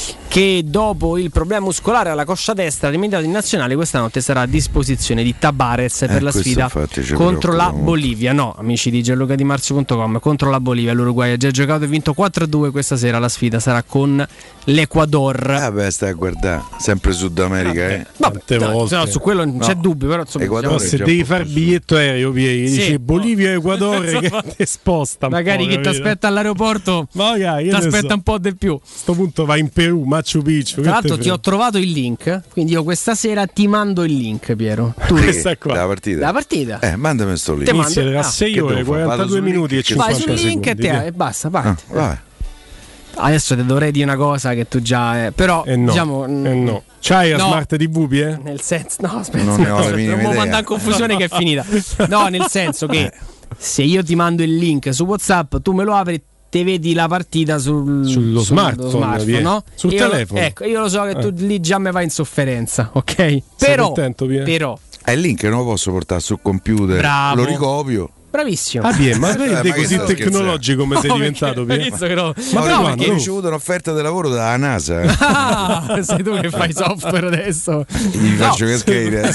che dopo il problema muscolare alla coscia destra rimediato in nazionale questa notte sarà a disposizione di Tabarez per eh, la sfida contro la Bolivia. No, amici di gianluca di marzio punto com, contro la Bolivia. L'Uruguay ha già giocato e vinto quattro a due, questa sera la sfida sarà con l'Ecuador. Ah beh, stai a guardare, sempre Sud America, eh. Tante no, volte. no, su quello non c'è No. dubbio, però insomma, Ecuador diciamo- Se già devi un po' fare più il biglietto aereo, Pieri, Sì. dici Bolivia e Ecuador che Insomma, ti sposta un magari po', chi ti capito? aspetta all'aeroporto Magari, ti che ne aspetta so. un po' di più. A sto punto vai in Perù, Machu Picchu. Tra l'altro ti ho trovato il link, quindi io questa sera ti mando il link, Piero. Tu Sì, questa qua. la partita. la partita. Eh, mandami sto lì. Te mando- Inizia da ah, sei che ore, devo fare? Vado quarantadue sul minuti e link che Vai cinquanta sul link e, secondi. te, che- e basta, vai. Ah, vabbè. Adesso ti dovrei dire una cosa che tu già. Eh, però, Eh no, diciamo. mm, eh no. C'hai la no. Smart T V, Pie? Nel senso, no, aspetta, Non ne ho la aspetta, minima non mi idea. manda in confusione che è finita. No, nel senso che se io ti mando il link su WhatsApp, tu me lo apri, te vedi la partita sul, Sullo sul- smartphone, via. no? Sul Io- telefono. Ecco, io lo so che tu Eh. lì già mi vai in sofferenza, ok? Però, contento, Pie? però, Eh, il link non lo posso portare sul computer, Bravo. lo ricopio. bravissimo. Ah, Pie, ma Eh, vedi ma che così sto tecnologico come sei No, diventato, perché- Pie? visto che no- Ma Ma da no, quando? perché ho ricevuto un'offerta di lavoro dalla NASA. eh. Ah, sei tu che fai software adesso. Gli faccio che skate.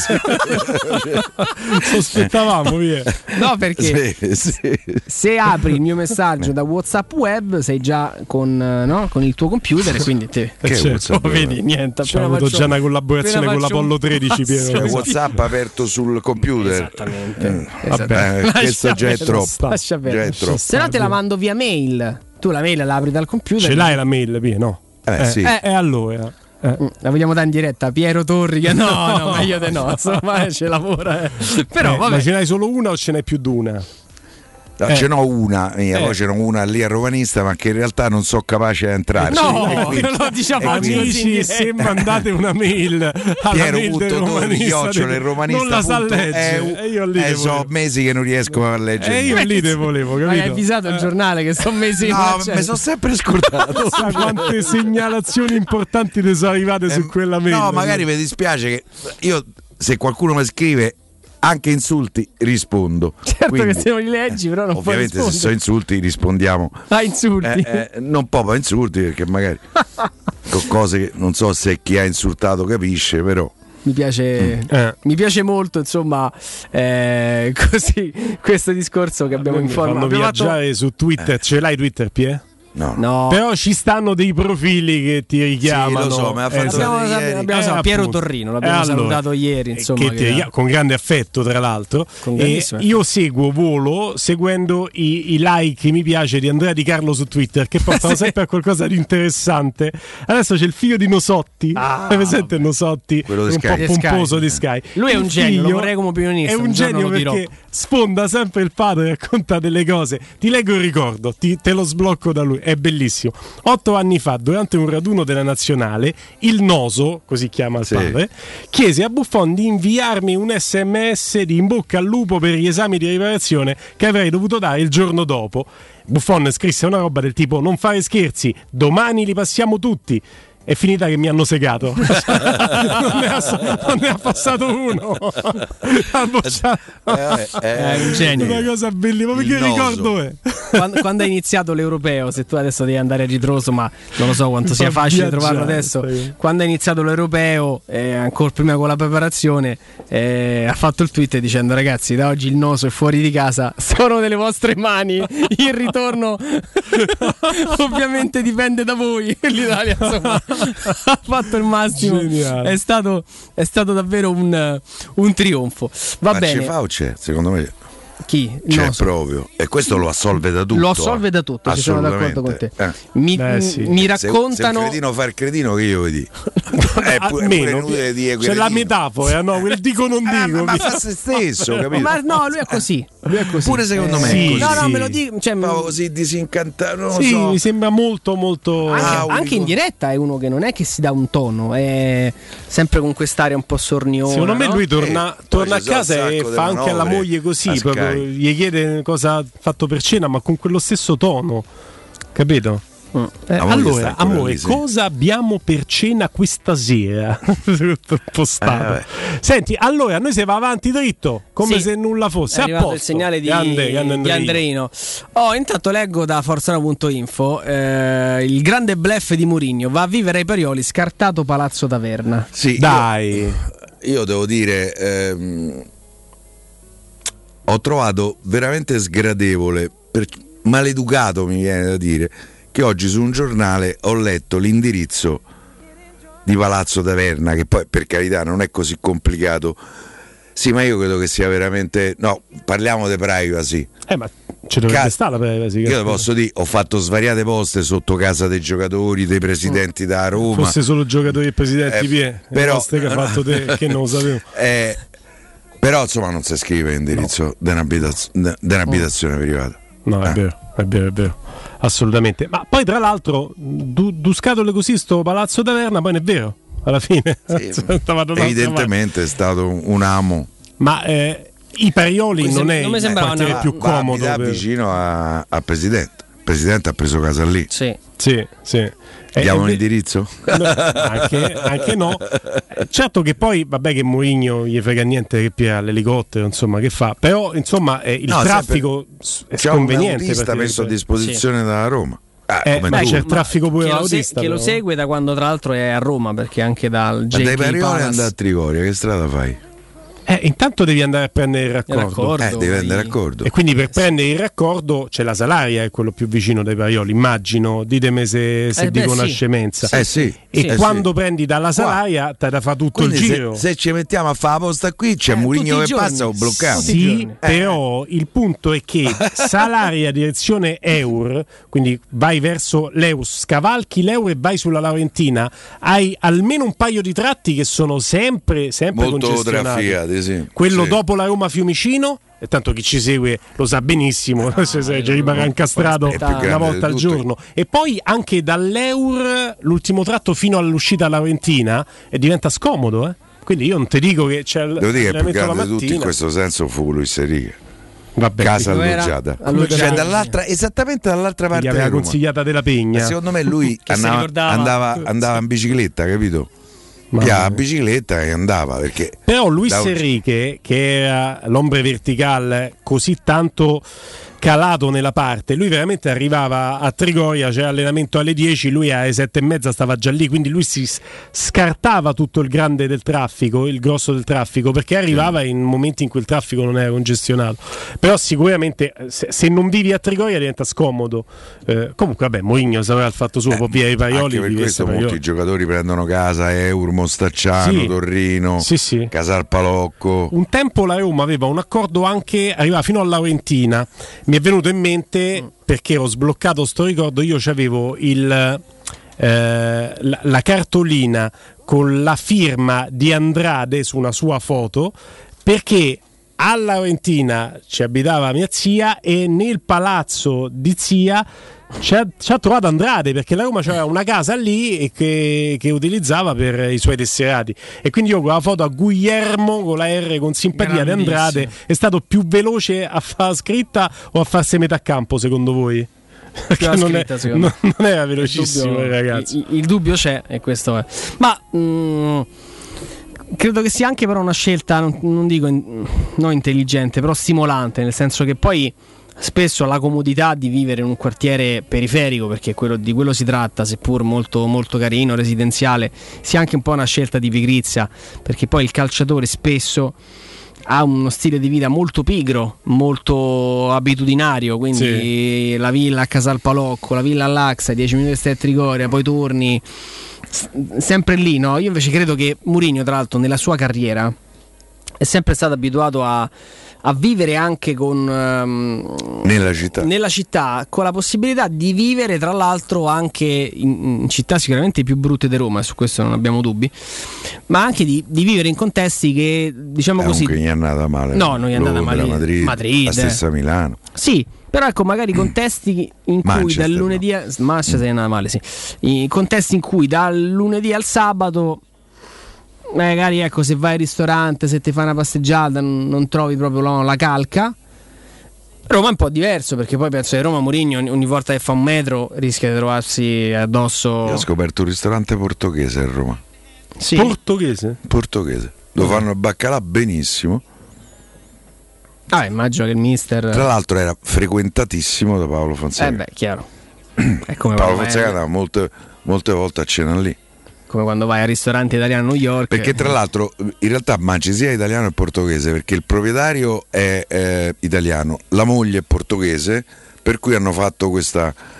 Sospettavamo, Pie. No, perché Sì, sì. se apri il mio messaggio da WhatsApp web sei già con, eh, no? con il tuo computer e quindi te. Che certo. WhatsApp? Oh, vedi, niente. C'è appena avuto faccio- già una collaborazione appena con faccio l'Apollo un tredici, passo Piero. È WhatsApp aperto sul computer. Esattamente. Eh, Esattamente. eh, questo già è Lascia troppo. sta. Lascia Già perdere. è troppo. Se no te la mando via mail. Tu la mail la apri dal computer. Ce l'hai la mail, Pie? No. Eh, sì. Eh, E allora? Eh. Mm, La vogliamo dare in diretta? Piero Torri che no, no, ma io te no, insomma, ce lavora. eh. Però Eh, vabbè. ma ce n'hai solo una o ce n'è più di una? No, Eh. ce n'ho una mia, Eh. poi ce n'ho una lì a Romanista, ma che in realtà non so capace di entrare. No, E quindi- non lo diciamo e oggi quindi- così in Amici, diretta. se mandate una mail alla Piero mail del punto Torri, romanista, chiocciola, il romanista non la sa punto leggere. E E io lì eh, te so volevo. mesi che non riesco a leggere. E io lì te volevo, Ma hai capito? avvisato il giornale che sono mesi in No, marcia. mi sono sempre scordato. Sa quante segnalazioni importanti ti sono arrivate su quella mail. No, magari mi dispiace che io, se qualcuno mi scrive anche insulti, rispondo. Certo Quindi, che se non li leggi, però non puoi ovviamente se rispondere. sono insulti rispondiamo. Ah, insulti. Eh, eh, non proprio insulti, perché magari con cose che non so se chi ha insultato capisce, però Mi piace, Eh. mi piace molto, insomma, eh, così questo discorso che abbiamo Mi informato. fanno Abbiamo fatto- viaggiare su Twitter. Ce l'hai Twitter, Pie? no. No, Però ci stanno dei profili che ti richiamano. Sì, lo so, me l'ha fatto Esatto. abbiamo, ieri. abbiamo, abbiamo Eh, salutato Piero appunto. Torrino, l'abbiamo Eh, allora, salutato ieri, insomma. che ti che- richiama- con grande affetto, tra l'altro. Con E grandissimo io seguo Volo seguendo i, i like, i mi piace di Andrea Di Carlo su Twitter, che portano Sì. sempre a qualcosa di interessante. Adesso c'è il figlio di Nosotti. Ah, Hai presente Nosotti? Quello di un Sky. po' pomposo Sky. di Sky. Lui è Il un genio, lo figlio vorrei come opinionista, È un un giorno genio lo dirò. perché sfonda sempre il padre, racconta delle cose. Ti leggo il ricordo, ti- te lo sblocco da lui. È bellissimo. Otto anni fa, durante un raduno della nazionale, il Noso, così chiama il Sì. padre, chiese a Buffon di inviarmi un sms di in bocca al lupo per gli esami di riparazione che avrei dovuto dare il giorno dopo. Buffon scrisse una roba del tipo: non fare scherzi, domani li passiamo tutti. È finita che mi hanno segato. non, ne ha, non ne ha passato uno. Ha bocciato. Eh, eh, È un genio. Una cosa bellissima, ma Il che Noso. ricordo è? quando, quando è iniziato l'europeo, se tu adesso devi andare a ritroso, ma non lo so quanto sia Fa facile viaggiare, trovarlo adesso. sai. Quando è iniziato l'europeo, eh, ancora prima con la preparazione, eh, ha fatto il tweet dicendo: ragazzi, da oggi il Noso è fuori di casa, sono nelle vostre mani. Il ritorno ovviamente dipende da voi. L'Italia insomma ha fatto il massimo. Geniale. È stato, è stato davvero un, un trionfo. Va ma bene. ci fa o c'è? Secondo me Chi? Il c'è Noso. proprio. E questo lo assolve da tutto. Lo assolve da tutto, ci sono d'accordo con te. Mi, Beh, sì. mi Se, se il raccontano. credino fa il credino, che io vedi. È pu- è pure Almeno inutile dire c'è la cretino. metafora, no? Quel dico non Ah, dico. ma, ma fa se stesso, capito? Ma no, lui è così. Lui è così. Pure secondo me Sì, è così. No, no, sì. me lo dico. Cioè, Proprio così disincantato, non lo Sì, so. mi sembra molto molto anche, Ah, anche in diretta è uno che non è che si dà un tono, è sempre con quest'aria un po' sorniona. Secondo me no? lui torna, Eh, torna a poi ci sono casa un e sacco di fa anche alla manovre moglie così, a Sky. proprio, gli chiede cosa ha fatto per cena, ma con quello stesso tono, capito? Mm. Eh, La moglie sta allora, ancora amore, lì, sì. cosa abbiamo per cena questa sera? Tutto postato. Eh, vabbè. Senti, allora noi si va avanti dritto, come Sì. se nulla fosse. È a arrivato posto. il segnale di, Grande, grande di Andreino. Andreino. Oh, intanto leggo da forzano punto info eh, il grande bluff di Mourinho va a vivere ai Parioli, scartato Palazzo Taverna. Sì, Dai. Io, io devo dire, ehm, ho trovato veramente sgradevole, per- maleducato mi viene da dire, che che oggi su un giornale ho letto l'indirizzo di Palazzo Taverna, che poi per carità non è così complicato. Sì, ma io credo che sia veramente... No, parliamo di privacy. Eh, ma ci dovrebbe Ca- stare la privacy. Io te posso dire, ho fatto svariate poste sotto casa dei giocatori, dei presidenti da Roma. Fosse solo giocatori e presidenti, eh, Pie, però, poste che ha fatto te, che non lo sapevo. Eh, però insomma non si scrive indirizzo no. di un'abitaz- un'abitazione oh. privata. No, è eh. vero, è vero, è vero. Assolutamente. Ma poi tra l'altro, du- due scatole così sto Palazzo Taverna, poi non è vero. Alla fine sì, evidentemente è stato un amo, ma eh, i Parioli Questo non è non mi il quartiere una... più va, comodo va per... vicino a, a Presidente. Il Presidente ha preso casa lì. Sì, sì, sì. Diamo eh, un indirizzo? No, anche, anche no. Certo che poi vabbè che Mourinho gli frega niente che pia l'elicottero, insomma, che fa, però insomma eh, il no, traffico è c'è sconveniente. C'è un autista messo a disposizione sì. dalla Roma. Ah, eh, beh, c'è il traffico pure che, lo, se, che lo segue da quando tra l'altro è a Roma, perché anche dal J K dai Parioli andare a Trigoria, che strada fai? Eh, intanto devi andare a prendere il raccordo, il raccordo eh, devi andare raccordo. E quindi per prendere il raccordo c'è la Salaria, è quello più vicino dai Parioli, immagino, ditemi se, se eh dico beh, una sì. scemenza. Eh sì. E eh quando sì. prendi dalla Salaria te da fa tutto quindi il giro. Se, se ci mettiamo a fare la posta qui c'è eh, Mourinho che giorni. passa o blocchiamo. Sì, eh. però il punto è che Salaria direzione Eur, quindi vai verso l'Eus, scavalchi l'Eur e vai sulla Laurentina, hai almeno un paio di tratti che sono sempre, sempre molto congestionati. trafficati, sì. Quello sì. dopo la Roma Fiumicino, e tanto chi ci segue lo sa benissimo, ah, se, se rimane incastrato una volta al giorno. E poi anche dall'Eur l'ultimo tratto fino all'uscita Laurentina e diventa scomodo, eh? Quindi io non ti dico che c'è il devo dire che il più grande di mattina. tutti in questo senso fu Luis Enrique. Vabbè, casa alloggiata, cioè dall'altra, esattamente dall'altra parte gli aveva di Roma. Consigliata della Pegna. Ma secondo me lui andava, andava, andava in bicicletta, capito? Piava a bicicletta e andava perché però Luis da... Enrique, che era l'ombre verticale così tanto calato nella parte, lui veramente arrivava a Trigoria, c'era allenamento alle dieci, lui alle sette e mezza stava già lì, quindi lui si scartava tutto il grande del traffico, il grosso del traffico, perché arrivava in momenti in cui il traffico non era congestionato. Però sicuramente se, se non vivi a Trigoria diventa scomodo. Eh, comunque vabbè, Mourinho sapeva il fatto suo, eh, può via i Parioli. Anche per questo molti Parioli. Giocatori prendono casa, Eur, Mostacciano, sì, Torrino, sì, sì. Casalpalocco. Un tempo la Roma aveva un accordo anche, arrivava fino a Laurentina. Mi è venuto in mente, perché ho sbloccato sto ricordo, io c'avevo il, eh, la, la cartolina con la firma di Andrade su una sua foto, perché a Laurentina ci abitava mia zia e nel palazzo di zia ci ha, ci ha trovato Andrade, perché la Roma c'aveva una casa lì e che, che utilizzava per i suoi tesserati, e quindi io con la foto a Guglielmo con la R con simpatia di Andrade è stato più veloce a far scritta o a farsi metà campo secondo voi? Perché non, scritta, è, non, non era velocissimo il, ragazzi il, il dubbio c'è e questo è, ma mh, credo che sia anche però una scelta non, non dico in, non intelligente, però stimolante, nel senso che poi spesso la comodità di vivere in un quartiere periferico, perché quello, di quello si tratta, seppur molto, molto carino, residenziale, sia anche un po' una scelta di pigrizia, perché poi il calciatore spesso ha uno stile di vita molto pigro, molto abitudinario, quindi sì. La villa a Casalpalocco, la villa all'Axa, dieci minuti stai a Trigoria, poi torni sempre lì, no? Io invece credo che Mourinho, tra l'altro, nella sua carriera è sempre stato abituato a a vivere anche con um, nella città nella città, con la possibilità di vivere tra l'altro anche in, in città sicuramente più brutte di Roma, su questo non abbiamo dubbi, ma anche di, di vivere in contesti che, diciamo eh, così, non gli è andata male, no, non gli è andata male Madrid, Madrid, la stessa Milano, sì, però ecco, magari contesti in cui Manchester, dal lunedì a Manchester è andata male, sì, i contesti in cui dal lunedì al sabato magari, ecco, se vai al ristorante, se ti fai una passeggiata non, non trovi proprio la, la calca. Roma è un po' diverso, perché poi penso che Roma Mourinho ogni, ogni volta che fa un metro rischia di trovarsi addosso. Io ho scoperto un ristorante portoghese a Roma. Sì. Portoghese? Portoghese, dove fanno il baccalà benissimo. Ah, immagino che il mister, tra l'altro, era frequentatissimo da Paolo Fonseca. Eh beh, chiaro. È come Paolo Fonseca andava molte, molte volte a cena lì, come quando vai al ristorante italiano a New York. Perché tra l'altro in realtà mangi sia italiano che portoghese, perché il proprietario è eh, italiano, la moglie è portoghese, per cui hanno fatto questa uh,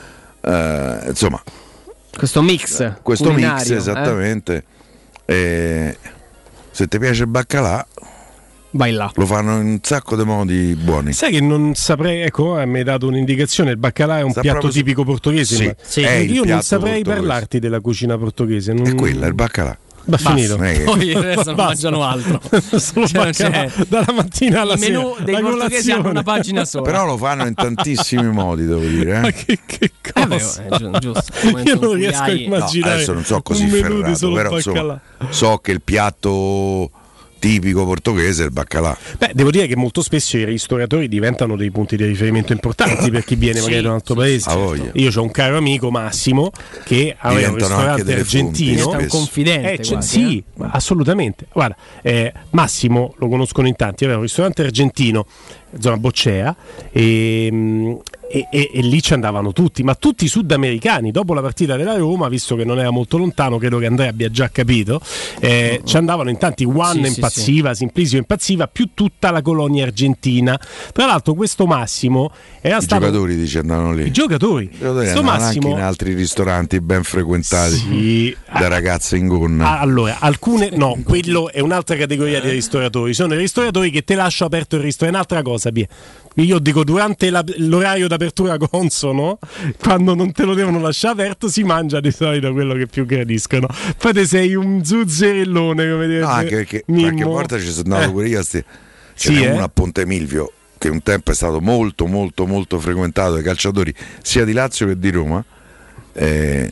eh, insomma, questo mix, questo culinario, mix esattamente. Eh? E se ti piace il baccalà, vai là. Lo fanno in un sacco di modi buoni. Sai che non saprei, ecco, mi hai dato un'indicazione, il baccalà è un Sa piatto proprio- tipico portoghese, Sì, ma sì, è il io non piatto saprei portoghese. parlarti della cucina portoghese. Non... È quella, il baccalà. Va finito. Non è che- Poi il resto non Basta. mangiano altro. Solo Cioè, non baccalà, c'è- dalla mattina alla I sera. menù dei la portoghesi colazione. hanno una pagina sola. Però lo fanno in tantissimi modi, devo dire. Eh? Ma che, che Eh beh, cosa? è giu- giusto. Nel momento Io in non cui riesco a hai- No, immaginare adesso non so così un menù di ferrato, solo però baccalà. insomma, so che il piatto tipico portoghese è il baccalà. Beh, devo dire che molto spesso i ristoratori diventano dei punti di riferimento importanti per chi viene Sì, magari da un altro sì, paese. ha voglia. Io ho un caro amico, Massimo, che aveva un Diventano anche ristorante delle fonti, argentino. Diventa un spesso. confidente Eh, c'è- quasi, sì, eh. assolutamente. Guarda, eh, Massimo lo conoscono in tanti, aveva un ristorante argentino, zona Boccea, e, mm, e, e- e lì ci andavano tutti, ma tutti sudamericani. Dopo la partita della Roma, visto che non era molto lontano, credo che Andrea abbia già capito, eh, ci andavano in tanti. Juan Sì, sì, impazziva, Simplicio impazziva, più tutta la colonia argentina. Tra l'altro questo Massimo era I stato... giocatori dice andavano lì. I giocatori. I giocatori Questo andavano Massimo... anche in altri ristoranti ben frequentati Sì. da ragazze in gonna. Ah, allora, alcune no, quello è un'altra categoria di ristoratori. Sono i ristoratori che te lascio aperto il ristorante. È un'altra cosa, Pia. Io dico durante la- l'orario d'apertura consono, quando non te lo devono lasciare aperto, si mangia di solito quello che più gradiscono. Poi te sei un zuzzerellone, come dire. No, anche perché qualche volta ci sono andato Eh. pure io a sti... Ce Sì, n'è eh? uno a Ponte Milvio che un tempo è stato molto molto molto frequentato dai calciatori sia di Lazio che di Roma. Eh,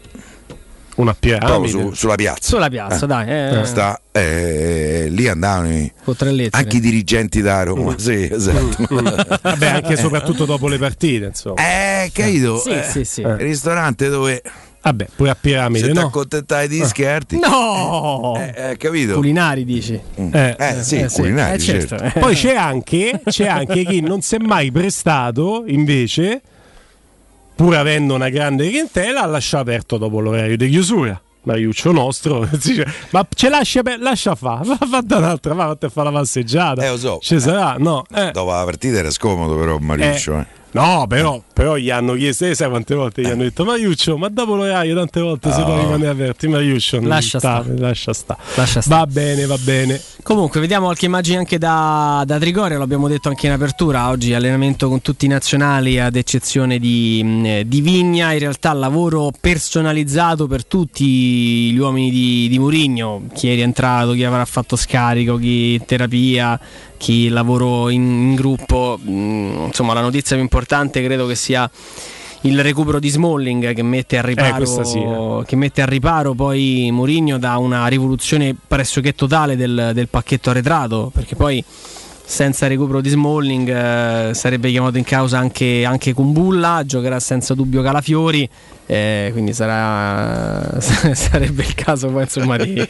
Una proprio piramide. su- sulla piazza. Sulla piazza, Eh. dai. Eh, Sta, eh, lì andavano i- Con tre lettere. anche i dirigenti da Roma. Sì, esatto. Vabbè, anche e soprattutto dopo le partite, insomma. Eh, capito? Sì, Eh, sì, sì. il ristorante dove Vabbè, pure a piramide, se ti no? accontentai di scherzi. No! Eh, eh, capito? Culinari dici. Eh. Eh, sì, Eh, sì. culinari, Eh, certo. certo. Poi c'è anche, c'è anche chi non si è mai prestato, invece, pur avendo una grande clientela, a lasciare aperto dopo l'orario di chiusura. Mariuccio nostro dice, ma ce lascia, lascia fare, va fatta un'altra, va a fare la passeggiata. Eh, lo so. Ci sarà, no? Eh. Dopo la partita era scomodo però Mariuccio. Eh. No, però, però gli hanno chiesto, eh, sai quante volte gli hanno detto Mariuccio, ma dopo l'orario tante volte si può rimanere aperti. Mariuccio non Lascia sta, stare. lascia sta. Lascia sta. Va bene, va bene. Comunque, vediamo qualche immagine anche da, da Trigoria. L'abbiamo detto anche in apertura. Oggi allenamento con tutti i nazionali, ad eccezione di, mh, di Vigna. In realtà, lavoro personalizzato per tutti gli uomini di, di Mourinho. Chi è rientrato, chi avrà fatto scarico, chi in terapia, chi lavoro in, in gruppo. Mh, insomma, la notizia più importante credo che sia il recupero di Smalling, che mette a riparo, Eh, questa sì, eh. che mette a riparo poi Mourinho da una rivoluzione pressoché totale del, del pacchetto arretrato, perché poi senza recupero di Smalling eh, sarebbe chiamato in causa anche, anche Kumbulla, giocherà senza dubbio Calafiori, eh, quindi sarà sarebbe il caso poi insomma di,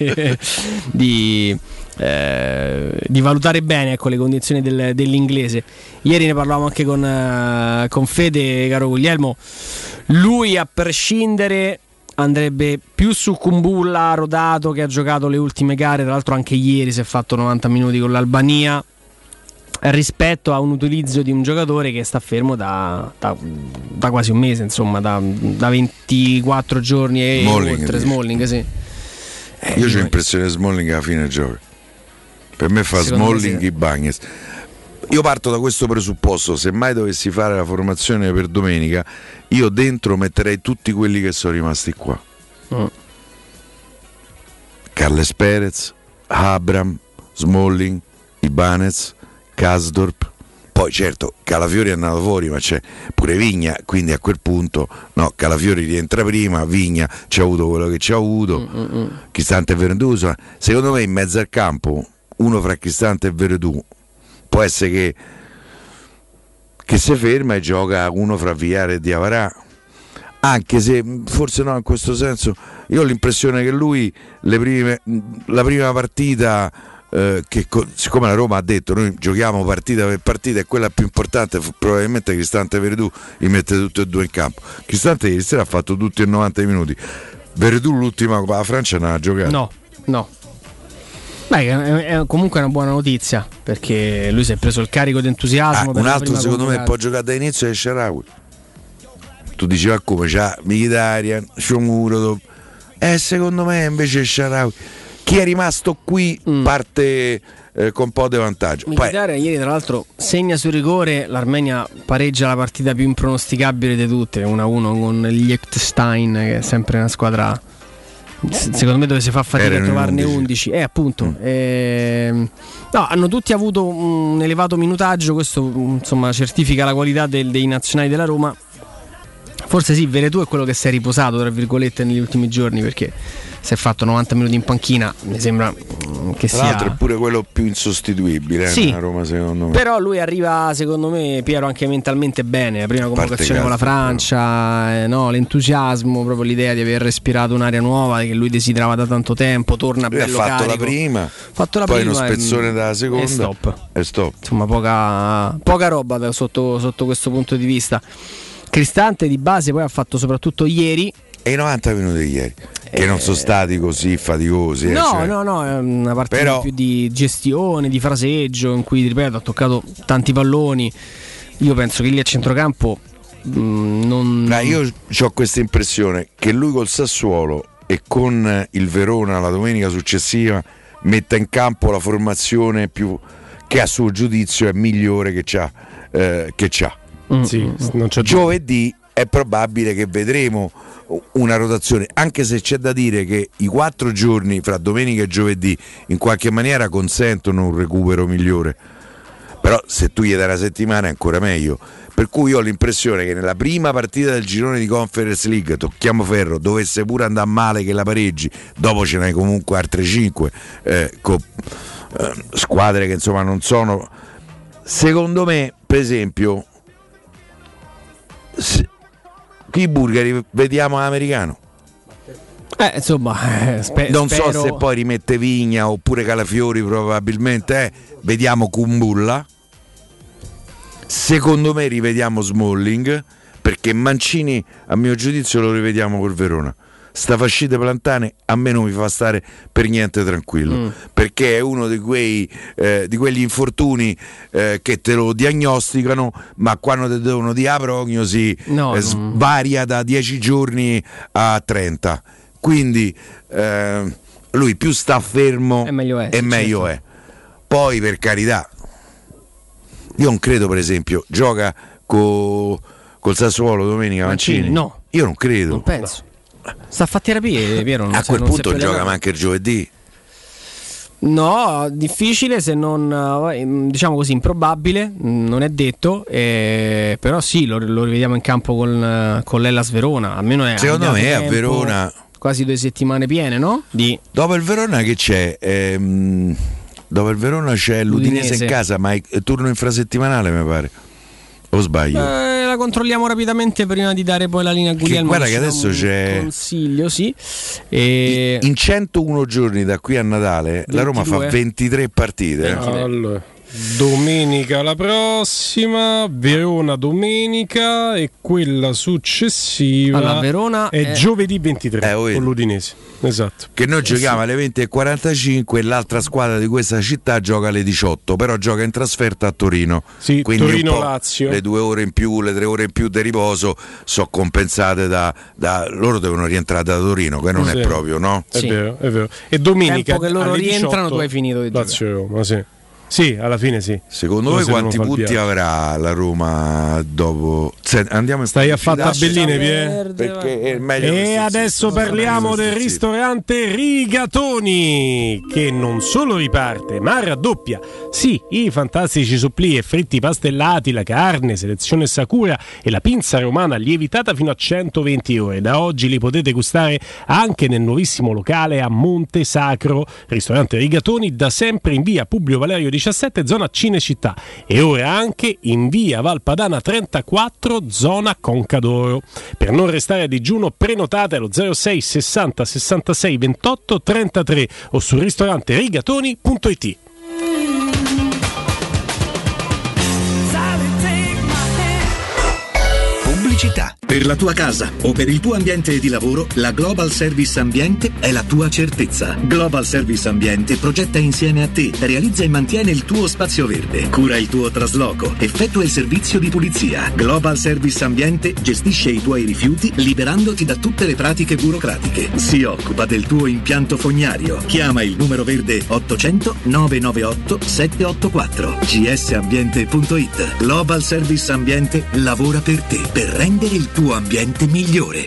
di, eh, di valutare bene, ecco, le condizioni del, dell'inglese. Ieri ne parlavamo anche con, eh, con Fede, caro Guglielmo. Lui, a prescindere, andrebbe più su Kumbulla, rodato, che ha giocato le ultime gare, tra l'altro anche ieri si è fatto novanta minuti con l'Albania, rispetto a un utilizzo di un giocatore che sta fermo da, da, da quasi un mese, insomma, da, da ventiquattro giorni e Smalling, oltre. dici. Smalling, sì. Eh, Io ho l'impressione che Smalling alla fine gioca. Per me fa Secondo me Smalling sì. i Bagnes. Io parto da questo presupposto: se mai dovessi fare la formazione per domenica, io dentro metterei tutti quelli che sono rimasti qua. Mm. Carles Perez, Abram, Smalling, Ibanez, Kasdorp. Poi certo Calafiori è andato fuori, ma c'è pure Vigna, quindi a quel punto no, Calafiori rientra prima, Vigna ci ha avuto quello che ci ha avuto, Mm-mm. Cristante e Veretù. Secondo me in mezzo al campo uno fra Cristante e Veretù può essere che che si ferma e gioca uno fra Villar e Diavarà, anche se forse no, in questo senso io ho l'impressione che lui le prime, la prima partita eh, che co- siccome la Roma ha detto noi giochiamo partita per partita e quella più importante fu probabilmente Cristante e Veretù, li mette tutti e due in campo. Cristante ieri sera ha fatto tutti i novanta minuti, Veretù l'ultima Coppa la Francia non ha giocato. No, no. Beh, è, è comunque una buona notizia, perché lui si è preso il carico di entusiasmo. Ah, per un la altro prima secondo me convocata. può giocare da inizio è Shaarawy. tu dici ma come c'ha Mkhitaryan, Shomurodov, eh secondo me invece Shaarawy, chi è rimasto qui mm. parte eh, con un po' di vantaggio. Mkhitaryan ieri tra l'altro segna sul rigore, l'Armenia pareggia la partita più impronosticabile di tutte, uno a uno con il Liechtenstein, che è sempre una squadra secondo me dove si fa fatica a trovarne undici. Eh appunto mm. eh, no, hanno tutti avuto un elevato minutaggio, questo insomma certifica la qualità del, dei nazionali della Roma. Forse sì, Veretù è quello che si è riposato tra virgolette negli ultimi giorni, perché si è fatto novanta minuti in panchina, mi sembra che tra sia. l'altro è pure quello più insostituibile sì, a Roma secondo me. Però lui arriva secondo me, Piero, anche mentalmente bene, la prima convocazione con la Francia, eh, no, l'entusiasmo, proprio l'idea di aver respirato un'aria nuova che lui desiderava da tanto tempo, torna lui bello ha fatto carico. la prima, fatto la poi prima uno spezzone e, dalla seconda e stop. E stop. Insomma poca, poca roba da, sotto, sotto questo punto di vista. Cristante di base poi ha fatto soprattutto ieri. E i novanta minuti di ieri, che eh, non sono stati così faticosi. No, eh, cioè. no, no, è una partita Però, più di gestione, di fraseggio, in cui, ripeto, ha toccato tanti palloni. Io penso che lì a centrocampo mh, non... No, io ho questa impressione che lui col Sassuolo e con il Verona la domenica successiva metta in campo la formazione più che a suo giudizio è migliore che c'ha, eh, che c'ha. Mm. Sì, non c'è giovedì è probabile che vedremo una rotazione, anche se c'è da dire che i quattro giorni fra domenica e giovedì in qualche maniera consentono un recupero migliore, però se tu gli dai una settimana è ancora meglio, per cui io ho l'impressione che nella prima partita del girone di Conference League, tocchiamo ferro, dovesse pure andare male che la pareggi, dopo ce n'hai comunque altre cinque eh, con eh, squadre che insomma non sono, secondo me per esempio se, qui i bulgari vediamo l'americano. Eh, insomma, eh, spe- non spero... so se poi rimette Vigna oppure Calafiori, probabilmente eh. Vediamo Kumbulla. Secondo me rivediamo Smalling, perché Mancini a mio giudizio lo rivediamo col Verona. Sta fascite Plantane a me non mi fa stare per niente tranquillo, mm. perché è uno di quei eh, di quegli infortuni eh, che te lo diagnosticano, ma quando te devono dire la prognosi no, eh, no. varia da dieci giorni a trenta. Quindi eh, lui più sta fermo e meglio è. E meglio certo. è. Poi per carità, io non credo per esempio gioca co, col Sassuolo domenica Mancini. Mancini no, io non credo. Non penso. Sta a fatti terapie, Piero. A quel punto gioca ma anche il giovedì. No, difficile, se non diciamo così improbabile, non è detto, eh, però sì, lo, lo rivediamo in campo con, con l'Hellas Verona, almeno è secondo me a Verona quasi due settimane piene, no? Di... Dopo il Verona che c'è? Ehm, dopo il Verona c'è l'Udinese, l'Udinese in casa, ma è turno infrasettimanale mi pare. O sbaglio? Eh, la controlliamo rapidamente prima di dare poi la linea a Guglielmo. Guarda che adesso c'è consiglio, sì. E... in centouno giorni da qui a Natale ventidue. La Roma fa ventitré partite. ventitré. Allora, domenica la prossima, Verona domenica e quella successiva allora, Verona è, è giovedì ventitré eh, con l'Udinese. Esatto. Che noi giochiamo sì. alle venti e quarantacinque e l'altra squadra di questa città gioca alle diciotto, però gioca in trasferta a Torino. Sì, quindi Torino-Lazio. Le due ore in più, le tre ore in più di riposo sono compensate da, da loro devono rientrare da Torino, che non sì. è proprio, no? È sì. vero, è vero. E domenica tempo che loro rientrano diciotto, tu hai finito di Lazio-Roma, sì. Sì, alla fine sì. Secondo voi quanti punti avrà la Roma dopo? Se andiamo in Stai a fare tabelline, Pier? Perché è meglio. E adesso zitto. parliamo del ristorante Rigatoni, che non solo riparte, ma raddoppia. Sì, i fantastici supplì e fritti pastellati, la carne, selezione Sakura e la pinza romana lievitata fino a centoventi ore. Da oggi li potete gustare anche nel nuovissimo locale a Monte Sacro. Ristorante Rigatoni, da sempre in via Publio Valerio diciassette, zona Cinecittà, e ora anche in via Valpadana trentaquattro, zona Concadoro. Per non restare a digiuno prenotate allo zero sei sessanta sessantasei ventotto trentatré o su ristorante rigatoni punto it. Pubblicità. Per la tua casa o per il tuo ambiente di lavoro, la Global Service Ambiente è la tua certezza. Global Service Ambiente progetta insieme a te, realizza e mantiene il tuo spazio verde, cura il tuo trasloco, effettua il servizio di pulizia. Global Service Ambiente gestisce i tuoi rifiuti liberandoti da tutte le pratiche burocratiche. Si occupa del tuo impianto fognario. Chiama il numero verde ottocento nove nove otto sette otto quattro. g s ambiente punto i t. Global Service Ambiente lavora per te, per rendere il tuo ambiente migliore.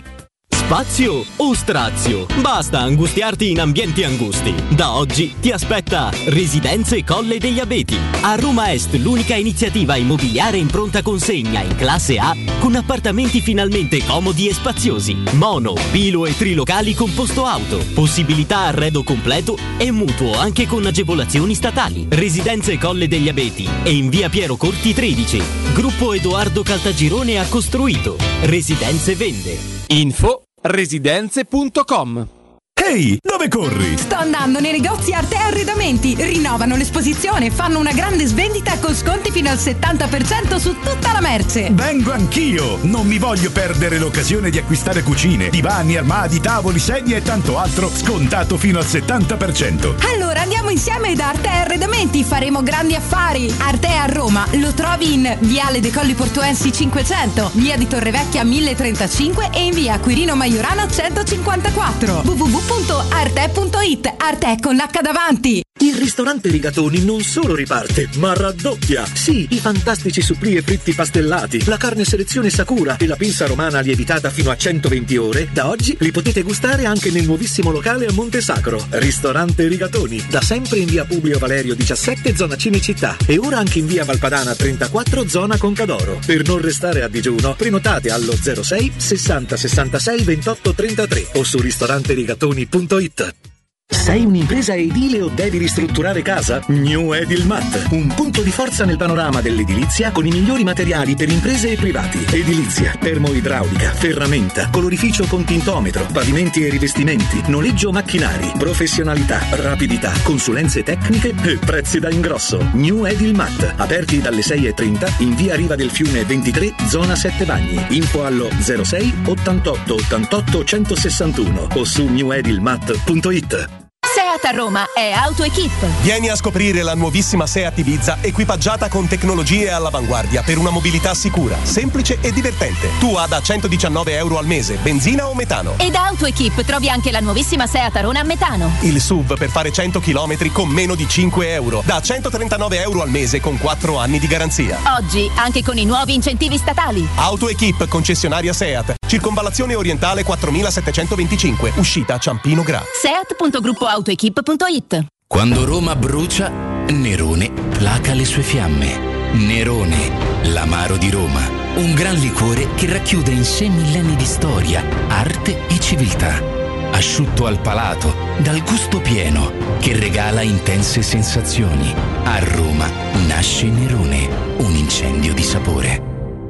Spazio o strazio? Basta angustiarti in ambienti angusti. Da oggi ti aspetta Residenze Colle degli Abeti. A Roma Est l'unica iniziativa immobiliare in pronta consegna in classe A con appartamenti finalmente comodi e spaziosi. Mono, bilo e trilocali con posto auto. Possibilità arredo completo e mutuo anche con agevolazioni statali. Residenze Colle degli Abeti e in via Piero Corti tredici. Gruppo Edoardo Caltagirone ha costruito. Residenze vende. Info residenze punto com. Ehi, dove corri? Sto andando nei negozi Arte Arredamenti. Rinnovano l'esposizione, fanno una grande svendita con sconti fino al settanta per cento su tutta la merce. Vengo anch'io! Non mi voglio perdere l'occasione di acquistare cucine, divani, armadi, tavoli, sedie e tanto altro scontato fino al settanta per cento. Allora andiamo insieme da Arte Arredamenti, faremo grandi affari. Arte a Roma lo trovi in Viale dei Colli Portuensi cinquecento, Via di Torrevecchia mille trentacinque e in Via Quirino Maiorano centocinquantaquattro. w w w punto arte punto i t. Arte con l'H davanti. Il ristorante Rigatoni non solo riparte, ma raddoppia. Sì, i fantastici supplì e fritti pastellati, la carne selezione Sakura e la pinza romana lievitata fino a centoventi ore, da oggi li potete gustare anche nel nuovissimo locale a Monte Sacro. Ristorante Rigatoni, da sempre in via Publio Valerio diciassette, zona Cinecittà, e ora anche in via Valpadana trentaquattro, zona Concadoro. Per non restare a digiuno, prenotate allo zero sei sessanta sessantasei ventotto trentatré o su ristorante rigatoni punto i t. Sei un'impresa edile o devi ristrutturare casa? New Edilmat, un punto di forza nel panorama dell'edilizia con i migliori materiali per imprese e privati. Edilizia, termoidraulica, ferramenta, colorificio con tintometro, pavimenti e rivestimenti, noleggio macchinari, professionalità, rapidità, consulenze tecniche e prezzi da ingrosso. New Edilmat, aperti dalle sei e trenta in via Riva del Fiume ventitré, zona Sette Bagni. Info allo zero sei ottantotto ottantotto centosessantuno o su new edilmat punto i t. Seat a Roma è AutoEquip. Vieni a scoprire la nuovissima Seat Ibiza equipaggiata con tecnologie all'avanguardia per una mobilità sicura, semplice e divertente. Tua da centodiciannove euro al mese, benzina o metano. E da AutoEquip trovi anche la nuovissima Seat Arona a metano. Il S U V per fare cento chilometri con meno di cinque euro, da centotrentanove euro al mese con quattro anni di garanzia. Oggi anche con i nuovi incentivi statali. AutoEquip, concessionaria Seat, Circonvallazione Orientale quattromilasettecentoventicinque, uscita Ciampino Gra. Seat punto gruppo autoequip punto i t. Quando Roma brucia, Nerone placa le sue fiamme. Nerone, l'amaro di Roma. Un gran liquore che racchiude in sé millenni di storia, arte e civiltà. Asciutto al palato, dal gusto pieno, che regala intense sensazioni. A Roma nasce Nerone, un incendio di sapore.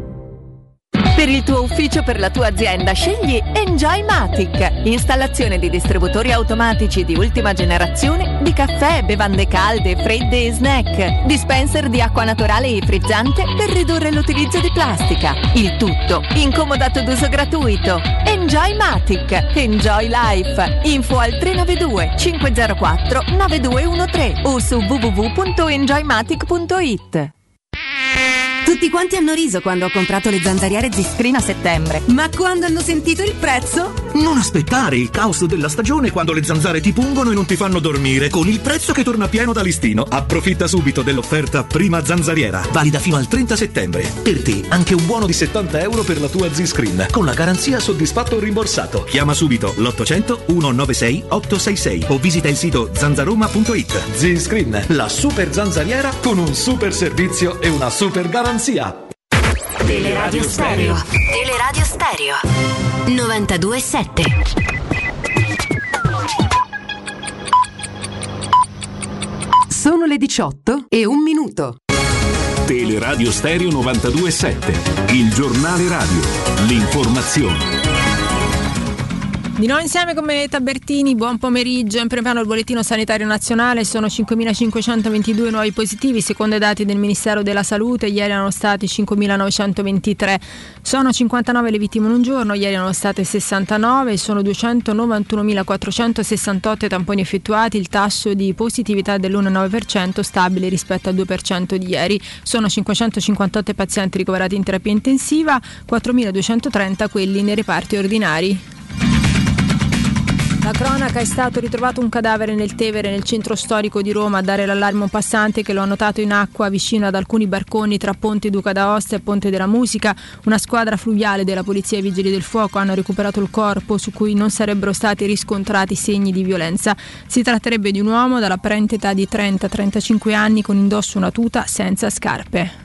Per il tuo ufficio, per la tua azienda, scegli Enjoymatic. Installazione di distributori automatici di ultima generazione di caffè, bevande calde, fredde e snack. Dispenser di acqua naturale e frizzante per ridurre l'utilizzo di plastica. Il tutto incomodato d'uso gratuito. Enjoymatic. Enjoy Life. Info al tre nove due cinque zero quattro nove due uno tre o su w w w punto enjoymatic punto i t. Tutti quanti hanno riso quando ho comprato le zanzariere Z-Screen a settembre. Ma quando hanno sentito il prezzo? Non aspettare il caos della stagione quando le zanzare ti pungono e non ti fanno dormire, con il prezzo che torna pieno da listino. Approfitta subito dell'offerta Prima Zanzariera, valida fino al trenta settembre. Per te anche un buono di settanta euro per la tua Z-Screen, con la garanzia soddisfatto o rimborsato. Chiama subito l'ottocento centonovantasei ottocentosessantasei o visita il sito zanzaroma punto i t. Z-Screen, la super zanzariera con un super servizio e una super garanzia. Teleradio Stereo. Teleradio Stereo novantadue sette. Sono le diciotto e un minuto. Teleradio Stereo novantadue sette, il giornale radio, l'informazione. Di nuovo insieme con Benedetta Bertini, buon pomeriggio. In primo piano il bollettino sanitario nazionale, sono cinquemilacinquecentoventidue nuovi positivi, secondo i dati del Ministero della Salute, ieri erano stati cinquemilanovecentoventitré. Sono cinquantanove le vittime in un giorno, ieri erano state sessantanove, sono duecentonovantunomilaquattrocentosessantotto i tamponi effettuati, il tasso di positività dell'uno virgola nove per cento stabile rispetto al due per cento di ieri. Sono cinquecentocinquantotto pazienti ricoverati in terapia intensiva, quattromiladuecentotrenta quelli nei reparti ordinari. La cronaca: è stato ritrovato un cadavere nel Tevere, nel centro storico di Roma. A dare l'allarme un passante che lo ha notato in acqua vicino ad alcuni barconi tra Ponte Duca d'Aosta e Ponte della Musica. Una squadra fluviale della Polizia e i Vigili del Fuoco hanno recuperato il corpo, su cui non sarebbero stati riscontrati segni di violenza. Si tratterebbe di un uomo dall'apparente età di trenta trentacinque anni, con indosso una tuta senza scarpe.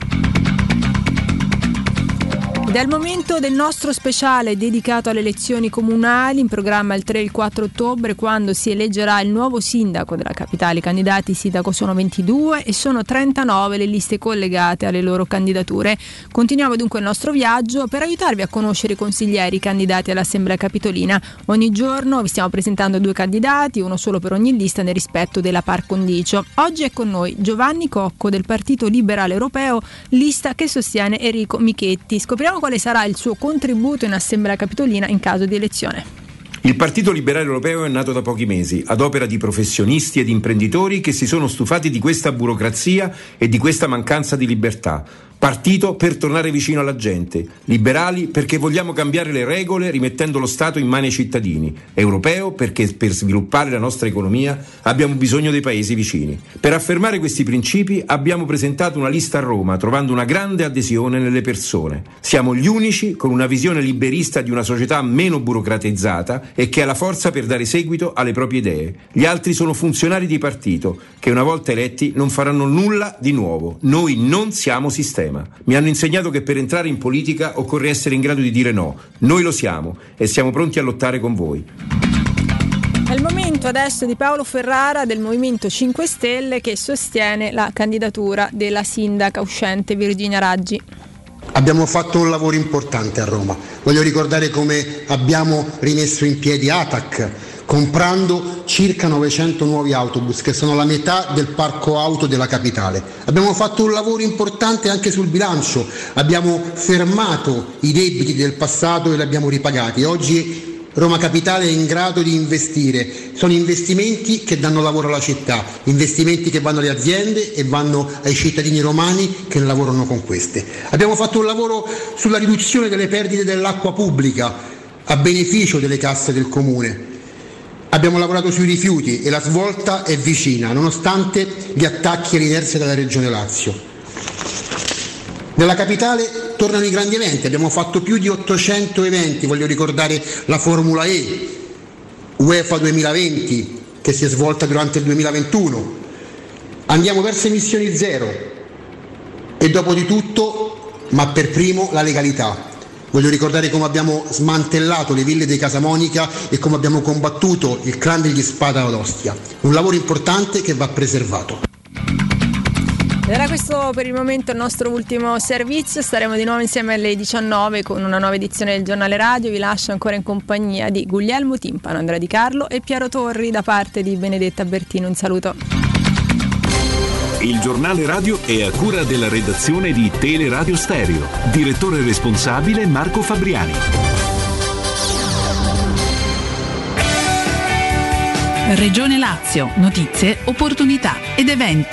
Ed è il momento del nostro speciale dedicato alle elezioni comunali, in programma il tre e il quattro ottobre, quando si eleggerà il nuovo sindaco della capitale. I candidati sindaco sono ventidue e sono trentanove le liste collegate alle loro candidature. Continuiamo dunque il nostro viaggio per aiutarvi a conoscere i consiglieri candidati all'Assemblea Capitolina. Ogni giorno vi stiamo presentando due candidati, uno solo per ogni lista, nel rispetto della par condicio. Oggi è con noi Giovanni Cocco del Partito Liberale Europeo, lista che sostiene Enrico Michetti. Scopriamo quale sarà il suo contributo in Assemblea Capitolina in caso di elezione. Il Partito Liberale Europeo è nato da pochi mesi, ad opera di professionisti ed imprenditori che si sono stufati di questa burocrazia e di questa mancanza di libertà. Partito per tornare vicino alla gente, liberali perché vogliamo cambiare le regole rimettendo lo Stato in mani ai cittadini, europeo perché per sviluppare la nostra economia abbiamo bisogno dei paesi vicini. Per affermare questi principi abbiamo presentato una lista a Roma, trovando una grande adesione nelle persone. Siamo gli unici con una visione liberista di una società meno burocratizzata e che ha la forza per dare seguito alle proprie idee. Gli altri sono funzionari di partito che una volta eletti non faranno nulla di nuovo. Noi non siamo sistema. Mi hanno insegnato che per entrare in politica occorre essere in grado di dire no. Noi lo siamo e siamo pronti a lottare con voi. È il momento adesso di Paolo Ferrara del Movimento cinque Stelle, che sostiene la candidatura della sindaca uscente Virginia Raggi. Abbiamo fatto un lavoro importante a Roma. Voglio ricordare come abbiamo rimesso in piedi A T A C, comprando circa novecento nuovi autobus, che sono la metà del parco auto della capitale. Abbiamo fatto un lavoro importante anche sul bilancio, abbiamo fermato i debiti del passato e li abbiamo ripagati. Oggi Roma Capitale è in grado di investire, sono investimenti che danno lavoro alla città, investimenti che vanno alle aziende e vanno ai cittadini romani che lavorano con queste. Abbiamo fatto un lavoro sulla riduzione delle perdite dell'acqua pubblica a beneficio delle casse del Comune. Abbiamo lavorato sui rifiuti e la svolta è vicina, nonostante gli attacchi all'inerzia della Regione Lazio. Nella capitale tornano i grandi eventi, abbiamo fatto più di ottocento eventi, voglio ricordare la Formula E, UEFA duemilaventi che si è svolta durante il duemilaventuno. Andiamo verso emissioni zero e dopo di tutto, ma per primo, la legalità. Voglio ricordare come abbiamo smantellato le ville di Casamonica e come abbiamo combattuto il clan degli Spada ad Ostia. Un lavoro importante che va preservato. Ed era questo per il momento il nostro ultimo servizio. Staremo di nuovo insieme alle diciannove con una nuova edizione del Giornale Radio. Vi lascio ancora in compagnia di Guglielmo Timpano, Andrea Di Carlo e Piero Torri da parte di Benedetta Bertino. Un saluto. Il Giornale Radio è a cura della redazione di Teleradio Stereo. Direttore responsabile Marco Fabriani. Regione Lazio, notizie, opportunità ed eventi.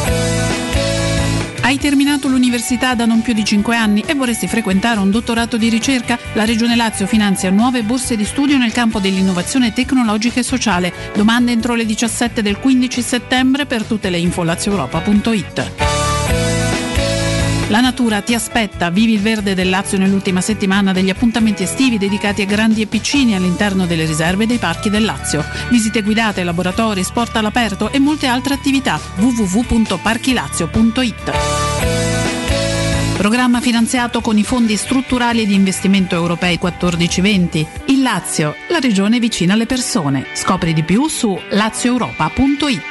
Hai terminato l'università da non più di cinque anni e vorresti frequentare un dottorato di ricerca? La Regione Lazio finanzia nuove borse di studio nel campo dell'innovazione tecnologica e sociale. Domande entro le diciassette del quindici settembre. Per tutte le info lazio europa punto it. La natura ti aspetta, vivi il verde del Lazio nell'ultima settimana degli appuntamenti estivi dedicati a grandi e piccini all'interno delle riserve dei parchi del Lazio. Visite guidate, laboratori, sport all'aperto e molte altre attività. w w w punto parchilazio punto it. Programma finanziato con i fondi strutturali e di investimento europei quattordici venti. Il Lazio, la regione vicina alle persone. Scopri di più su lazio europa punto it.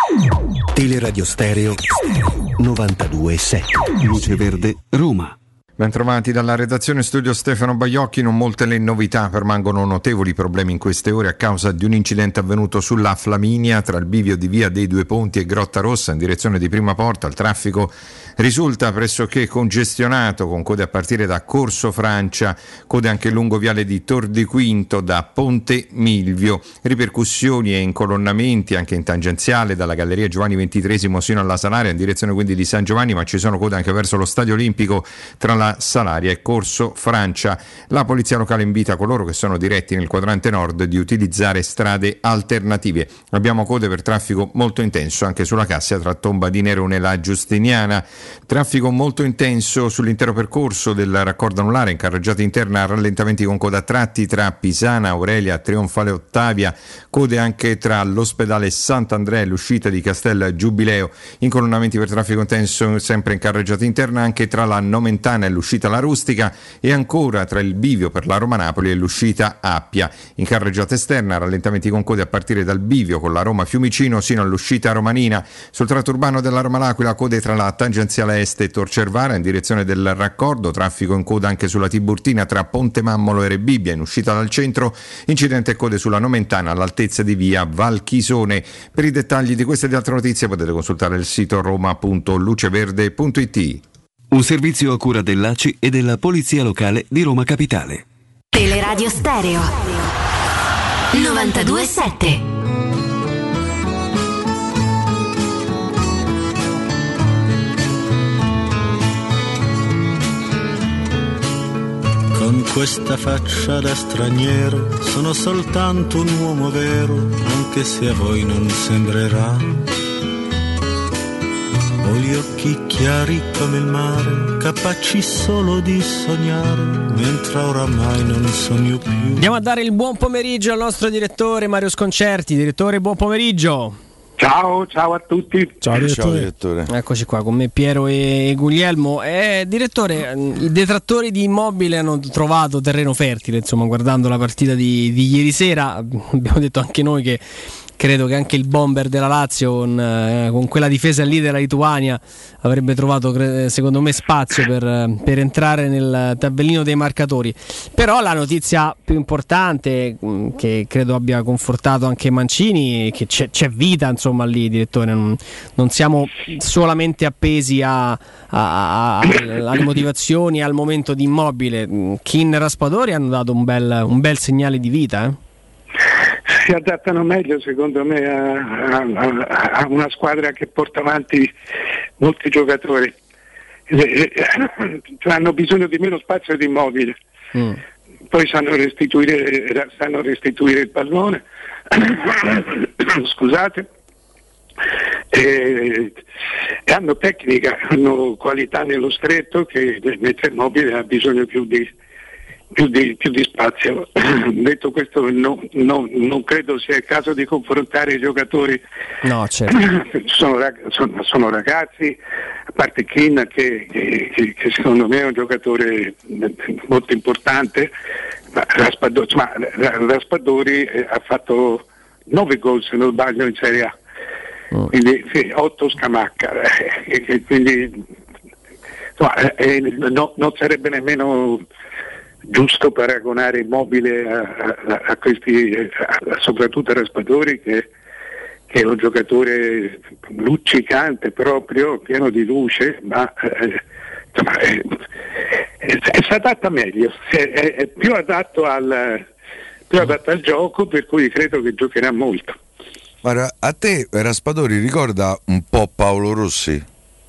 Teleradio Stereo novantadue sette. Luce Verde, Roma. Bentrovati dalla redazione studio Stefano Baiocchi. Non molte le novità, permangono notevoli problemi in queste ore a causa di un incidente avvenuto sulla Flaminia tra il bivio di Via dei Due Ponti e Grotta Rossa in direzione di Prima Porta. Il traffico risulta pressoché congestionato con code a partire da Corso Francia, code anche lungo viale di Tor di Quinto da Ponte Milvio, ripercussioni e incolonnamenti anche in tangenziale dalla Galleria Giovanni ventitreesimo sino alla Salaria in direzione quindi di San Giovanni, ma ci sono code anche verso lo Stadio Olimpico tra la Salaria e Corso Francia. La polizia locale invita coloro che sono diretti nel quadrante nord di utilizzare strade alternative. Abbiamo code per traffico molto intenso anche sulla Cassia tra Tomba di Nerone e la Giustiniana. Traffico molto intenso sull'intero percorso del raccordo anulare in carreggiata interna, rallentamenti con coda a tratti tra Pisana, Aurelia, Trionfale Ottavia, code anche tra l'ospedale Sant'Andrea e l'uscita di Castel Giubileo, incolonnamenti per traffico intenso sempre in carreggiata interna anche tra la Nomentana e l'uscita La Rustica e ancora tra il bivio per la Roma Napoli e l'uscita Appia. In carreggiata esterna rallentamenti con code a partire dal bivio con la Roma Fiumicino sino all'uscita romanina. Sul tratto urbano della Roma L'Aquila code tra la tangenziale est e Tor Cervara in direzione del raccordo, traffico in coda anche sulla Tiburtina tra Ponte Mammolo e Rebibbia in uscita dal centro, incidente e code sulla Nomentana all'altezza di via Valchisone. Per i dettagli di queste e di altre notizie potete consultare il sito roma punto luceverde punto it. Un servizio a cura dell'A C I e della Polizia Locale di Roma Capitale. Teleradio Stereo novantadue sette. Con questa faccia da straniero sono soltanto un uomo vero, anche se a voi non sembrerà. Ho gli occhi chiari come il mare, capaci solo di sognare, mentre oramai non sogno più. Andiamo a dare il buon pomeriggio al nostro direttore Mario Sconcerti. Direttore, buon pomeriggio. Ciao, ciao a tutti. Ciao direttore. Ciao, direttore. Eccoci qua con me Piero e Guglielmo. Eh, direttore, i detrattori di Immobile hanno trovato terreno fertile, insomma, guardando la partita di, di ieri sera. Abbiamo detto anche noi che credo che anche il bomber della Lazio con, eh, con quella difesa lì della Lituania avrebbe trovato cre- secondo me spazio per, per entrare nel tabellino dei marcatori. Però la notizia più importante mh, che credo abbia confortato anche Mancini è che c'è, c'è vita insomma lì, direttore, non, non siamo solamente appesi a, a, a, a, alle motivazioni, al momento di Immobile. Kin e Raspadori hanno dato un bel, un bel segnale di vita, eh? Si adattano meglio secondo me a, a, a una squadra che porta avanti molti giocatori, eh, eh, hanno bisogno di meno spazio di Immobile, mm. poi sanno restituire, sanno restituire il pallone scusate e, e hanno tecnica, hanno qualità nello stretto che mentre Immobile ha bisogno più di Più di, più di spazio. Detto questo, no, no, non credo sia il caso di confrontare i giocatori. No, certo. sono, sono, sono ragazzi, a parte Kin che, che, che secondo me è un giocatore molto importante, ma Raspadori, ma Raspadori ha fatto nove gol se non sbaglio in Serie A, oh. quindi sì, otto Scamacca, eh, quindi insomma, eh, no, non sarebbe nemmeno giusto paragonare Immobile a, a, a questi, a, soprattutto a Raspadori che, che è un giocatore luccicante proprio, pieno di luce, ma eh, insomma, è, è, è, si adatta meglio, è, è, è più adatto al più adatto al gioco, per cui credo che giocherà molto. Guarda, a te Raspadori ricorda un po' Paolo Rossi?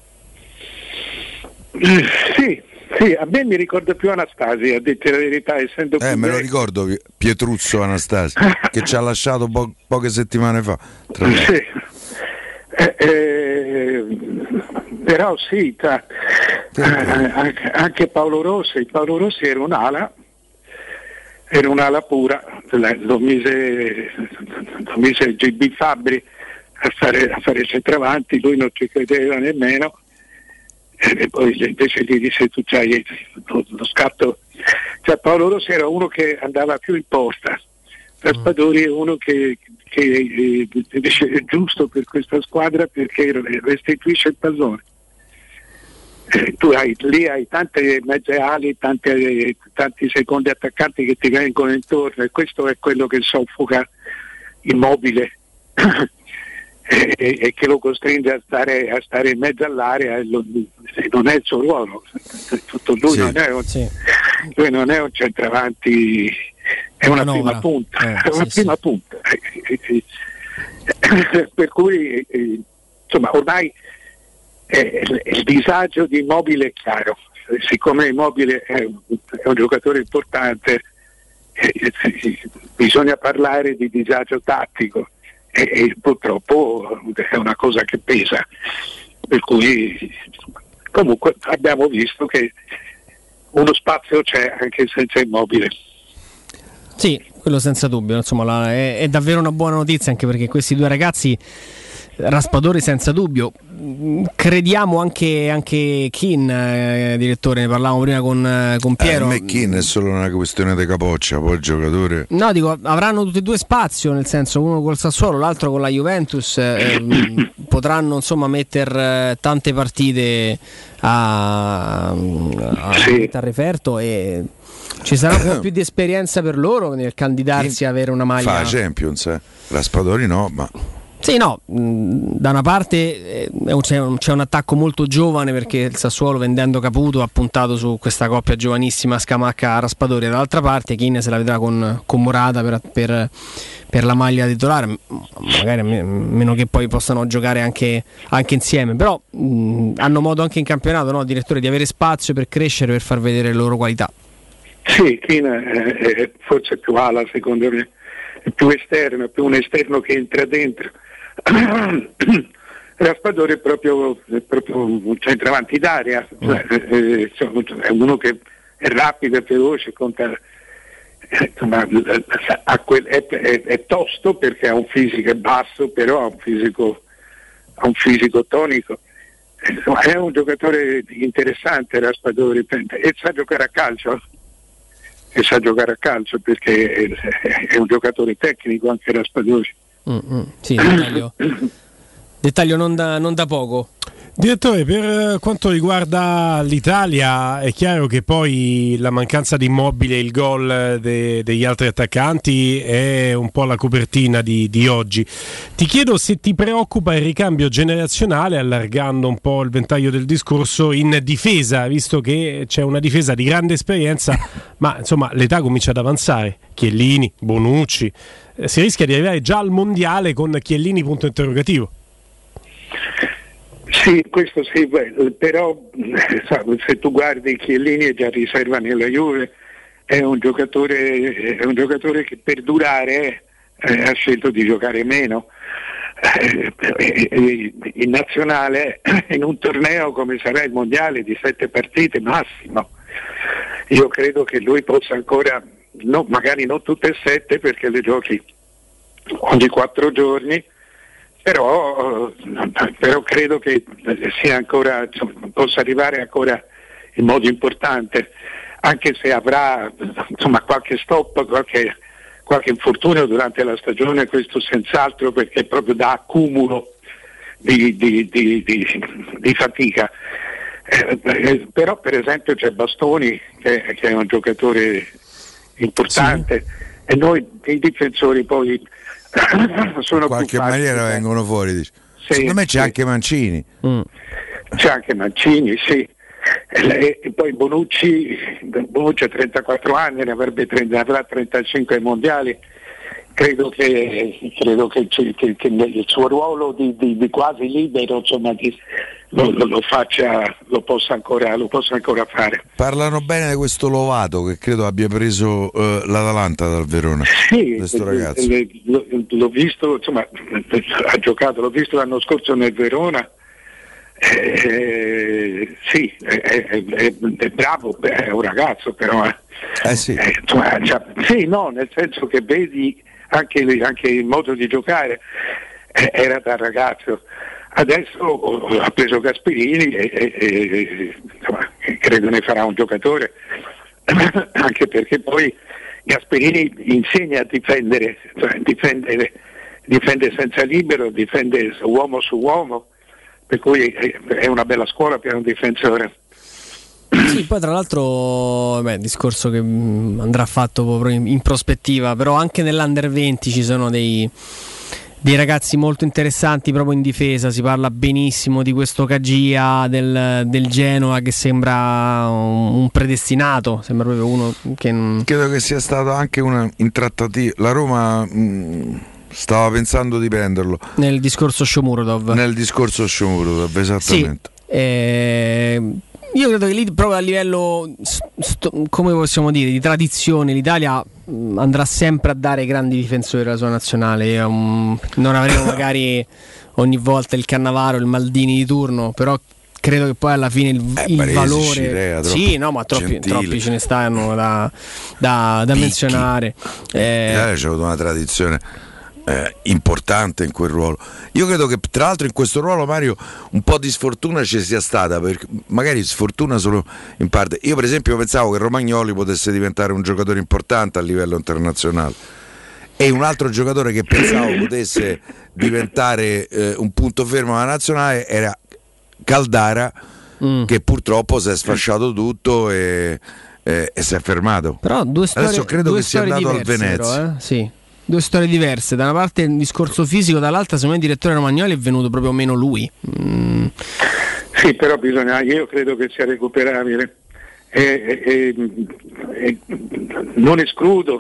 Mm, sì. Sì, a me mi ricorda più Anastasi, a dirti la verità, essendo Eh, me lo ricordo Pietruzzo Anastasi, che ci ha lasciato po- poche settimane fa. Tra sì. eh, eh, però sì, tra, eh, anche, anche Paolo Rossi, Paolo Rossi era un'ala, era un'ala pura, lo mise, lo mise G B Fabbri a fare, a fare centravanti, lui non ci credeva nemmeno. E poi invece gli disse tu c'hai lo, lo scatto, cioè Paolo Rossi era uno che andava più in posta, Raspadori è uno che, che invece è giusto per questa squadra perché restituisce il pallone. eh, tu hai, lì hai tante mezze ali, tante, tanti secondi attaccanti che ti vengono intorno, e questo è quello che soffoca Immobile e, e che lo costringe a stare, a stare in mezzo all'area, e lo, non è il suo ruolo. Tutto lui, sì, non è un, sì. lui non è un centravanti, è una prima ora. punta, eh, è una sì, prima sì. punta. Per cui insomma ormai eh, il disagio di Immobile è chiaro. Siccome Immobile è un, è un giocatore importante, eh, bisogna parlare di disagio tattico. E, e purtroppo è una cosa che pesa, per cui comunque abbiamo visto che uno spazio c'è anche senza Immobile. Sì, quello senza dubbio, insomma la, è, è davvero una buona notizia, anche perché questi due ragazzi, Raspadori senza dubbio, crediamo anche, anche Keane, eh, direttore, ne parlavamo prima con, con Piero. Eh, Keane è solo una questione di capoccia, poi il giocatore. No, dico, avranno tutti e due spazio, nel senso, uno col Sassuolo, l'altro con la Juventus, eh, potranno insomma mettere tante partite a, a, sì. a referto, e ci sarà un po' più di esperienza per loro nel candidarsi a avere una maglia. Fa Champions, eh. Raspadori no, ma sì, no, da una parte eh, c'è, un, c'è un attacco molto giovane, perché il Sassuolo, vendendo Caputo, ha puntato su questa coppia giovanissima Scamacca-Raspadori, dall'altra parte Keane se la vedrà con, con Morata per, per, per la maglia titolare, magari a meno che poi possano giocare anche, anche insieme, però mh, hanno modo anche in campionato, no, direttore, di avere spazio per crescere, per far vedere le loro qualità. Sì, Keane è, è forse più ala, secondo me, è più esterno, è più un esterno che entra dentro. Raspadori è proprio, è proprio un centravanti d'aria, cioè, eh, è uno che è rapido e veloce, conta, eh, insomma, ha quel, è, è, è tosto perché ha un fisico basso, però ha un fisico, ha un fisico tonico. Insomma, è un giocatore interessante Raspadori, e sa giocare a calcio. E sa giocare a calcio perché è, è un giocatore tecnico anche Raspadori. Mm-hmm. Sì, dettaglio, dettaglio non, da, non da poco. Direttore, per quanto riguarda l'Italia, è chiaro che poi la mancanza di Immobile e il gol de, degli altri attaccanti è un po' la copertina di, di oggi. Ti chiedo se ti preoccupa il ricambio generazionale, allargando un po' il ventaglio del discorso, in difesa, visto che c'è una difesa di grande esperienza, ma insomma l'età comincia ad avanzare. Chiellini, Bonucci, eh, si rischia di arrivare già al mondiale con Chiellini punto interrogativo. Sì, questo sì, però se tu guardi Chiellini è già riserva nella Juve, è un giocatore, è un giocatore che per durare eh, ha scelto di giocare meno. Eh, in nazionale, in un torneo come sarà il mondiale di sette partite massimo, io credo che lui possa ancora, no, magari non tutte e sette perché le giochi ogni quattro giorni, Però, però credo che sia ancora, insomma, possa arrivare ancora in modo importante, anche se avrà insomma qualche stop, qualche, qualche infortunio durante la stagione, questo senz'altro, perché è proprio da accumulo di, di, di, di, di fatica. Eh, però per esempio c'è Bastoni che, che è un giocatore importante, sì. E noi i difensori poi sono in qualche maniera eh. vengono fuori, dice. Sì, secondo me c'è sì. anche Mancini, mm. c'è anche Mancini, sì, e, e poi Bonucci Bonucci ha trentaquattro anni, ne avrebbe trenta, avrà trentacinque ai mondiali. Credo che, credo che, che, che il suo ruolo di, di, di quasi libero, insomma, di, lo, lo, lo faccia, lo possa ancora, lo possa ancora fare. Parlano bene di questo Lovato che credo abbia preso uh, l'Atalanta dal Verona. Sì, questo ragazzo. Le, lo, l'ho visto, insomma, ha giocato, l'ho visto l'anno scorso nel Verona. Eh, sì, è, è, è, è bravo, è un ragazzo, però eh sì. Eh, insomma, cioè, sì, no, nel senso che vedi anche, anche il modo di giocare eh, era da ragazzo. Adesso ha preso Gasperini e, e, e insomma, credo ne farà un giocatore, anche perché poi Gasperini insegna a difendere, cioè difendere, difende senza libero, difende uomo su uomo, per cui è una bella scuola per un difensore. Sì, poi tra l'altro, beh, discorso che mh, andrà fatto proprio in, in prospettiva, però anche nell'Under venti ci sono dei, dei ragazzi molto interessanti proprio in difesa. Si parla benissimo di questo Cagia del, del Genoa, che sembra un, un predestinato, sembra proprio uno che non... Credo che sia stato anche una in trattativa. La Roma mh, stava pensando di prenderlo nel discorso Shomurodov. Nel discorso Shomurodov, esattamente. Sì, eh, io credo che lì proprio a livello sto, come possiamo dire, di tradizione, l'Italia mh, andrà sempre a dare grandi difensori alla sua nazionale. Um, non avremo magari ogni volta il Cannavaro, il Maldini di turno, però credo che poi alla fine il, eh, il Paresi, valore Cirea, sì, no, ma troppi, troppi ce ne stanno da, da, da menzionare. Eh, L'Italia c'ha avuto una tradizione Eh, importante in quel ruolo. Io credo che tra l'altro in questo ruolo, Mario, un po' di sfortuna ci sia stata, perché magari sfortuna solo in parte. Io per esempio pensavo che Romagnoli potesse diventare un giocatore importante a livello internazionale, e un altro giocatore che pensavo potesse diventare eh, un punto fermo alla nazionale era Caldara, mm. che purtroppo si è sfasciato tutto e, e, e si è fermato. Però due storie, adesso credo due che sia andato al Venezia però, eh? Sì. Due storie diverse, da una parte il discorso fisico, dall'altra secondo me il direttore Romagnoli è venuto proprio meno lui. Mm. Sì, però bisogna, io credo che sia recuperabile e, e, e non escludo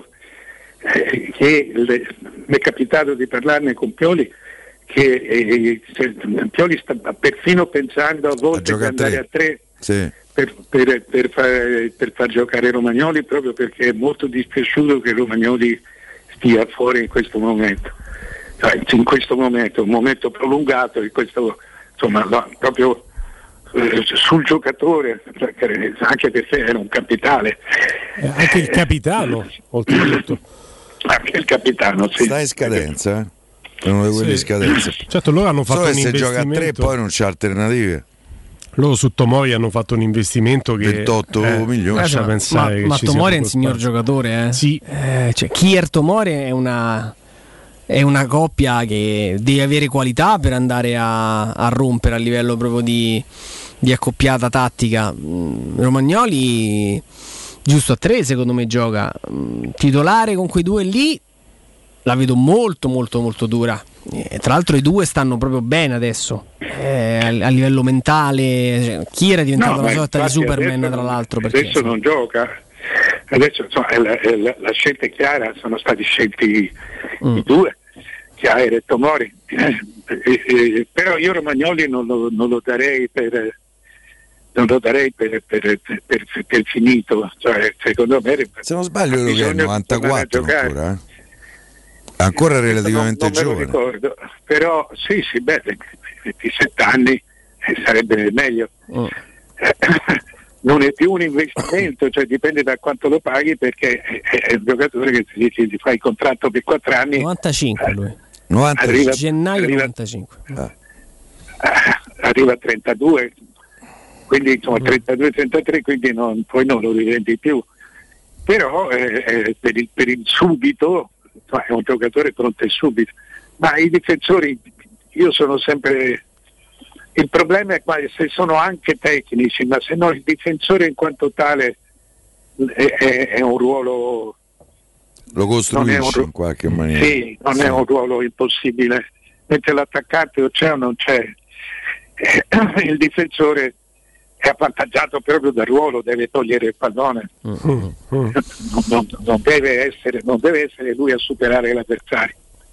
eh, che le, mi è capitato di parlarne con Pioli, che eh, Pioli sta perfino pensando a volte di andare a tre, sì. per, per, per, far, per far giocare Romagnoli, proprio perché è molto dispiaciuto che Romagnoli stia fuori in questo momento, cioè, in questo momento, un momento prolungato, in questo, insomma, no, proprio eh, sul giocatore, anche perché era un capitale. Eh, anche il capitano, oltretutto. Anche il capitano, sì. Sta in scadenza, eh? È uno di quelli in sì. scadenza. Certo, loro hanno fatto Solo un che se investimento. gioca a tre poi non c'è alternative. Loro su Tomori hanno fatto un investimento che ventotto eh, milioni. Lascia ma pensare ma, che ma ci Tomori sia è un signor spazio. giocatore, eh? Sì. Eh, cioè, Kier Tomori è una è una coppia che deve avere qualità per andare a, a rompere a livello proprio di, di accoppiata tattica. Mm, Romagnoli giusto a tre secondo me gioca. Mm, titolare con quei due lì la vedo molto molto molto dura. E tra l'altro i due stanno proprio bene adesso, eh, a, a livello mentale. Cioè, Kier è diventato no, una sorta di Superman, tra l'altro, perché adesso non gioca, adesso insomma, è la, è la, la scelta è chiara, sono stati scelti mm. i due, Chiaer e Tomori, eh, eh, eh, però io Romagnoli non lo, non lo darei per non lo darei per, per, per, per, per finito, cioè, secondo me, se non sbaglio lui è novantaquattro ancora, eh? Ancora relativamente non, non giovane. Me lo ricordo, però sì, sì, beh, ventisette anni eh, sarebbe meglio. Mm. Eh, non è più un investimento, cioè dipende da quanto lo paghi, perché è, è un giocatore che ti, ti, ti fa il contratto per quattro anni. novantacinque eh, lui. novantacinque. Arriva, gennaio arriva, novantacinque. Eh, arriva a trentadue, quindi insomma trentadue trentatré, quindi non, poi non lo rivendi più. Però eh, eh, per, il, per il subito è un giocatore pronto e subito, ma i difensori, io sono sempre, il problema è se sono anche tecnici, ma se no il difensore in quanto tale è, è, è un ruolo, lo costruisce un, in qualche maniera, sì, non sì. È un ruolo impossibile, mentre l'attaccante o c'è o non c'è, eh, il difensore è avvantaggiato proprio dal ruolo, deve togliere il pallone, mm. non, non, non, deve essere, non deve essere lui a superare l'avversario.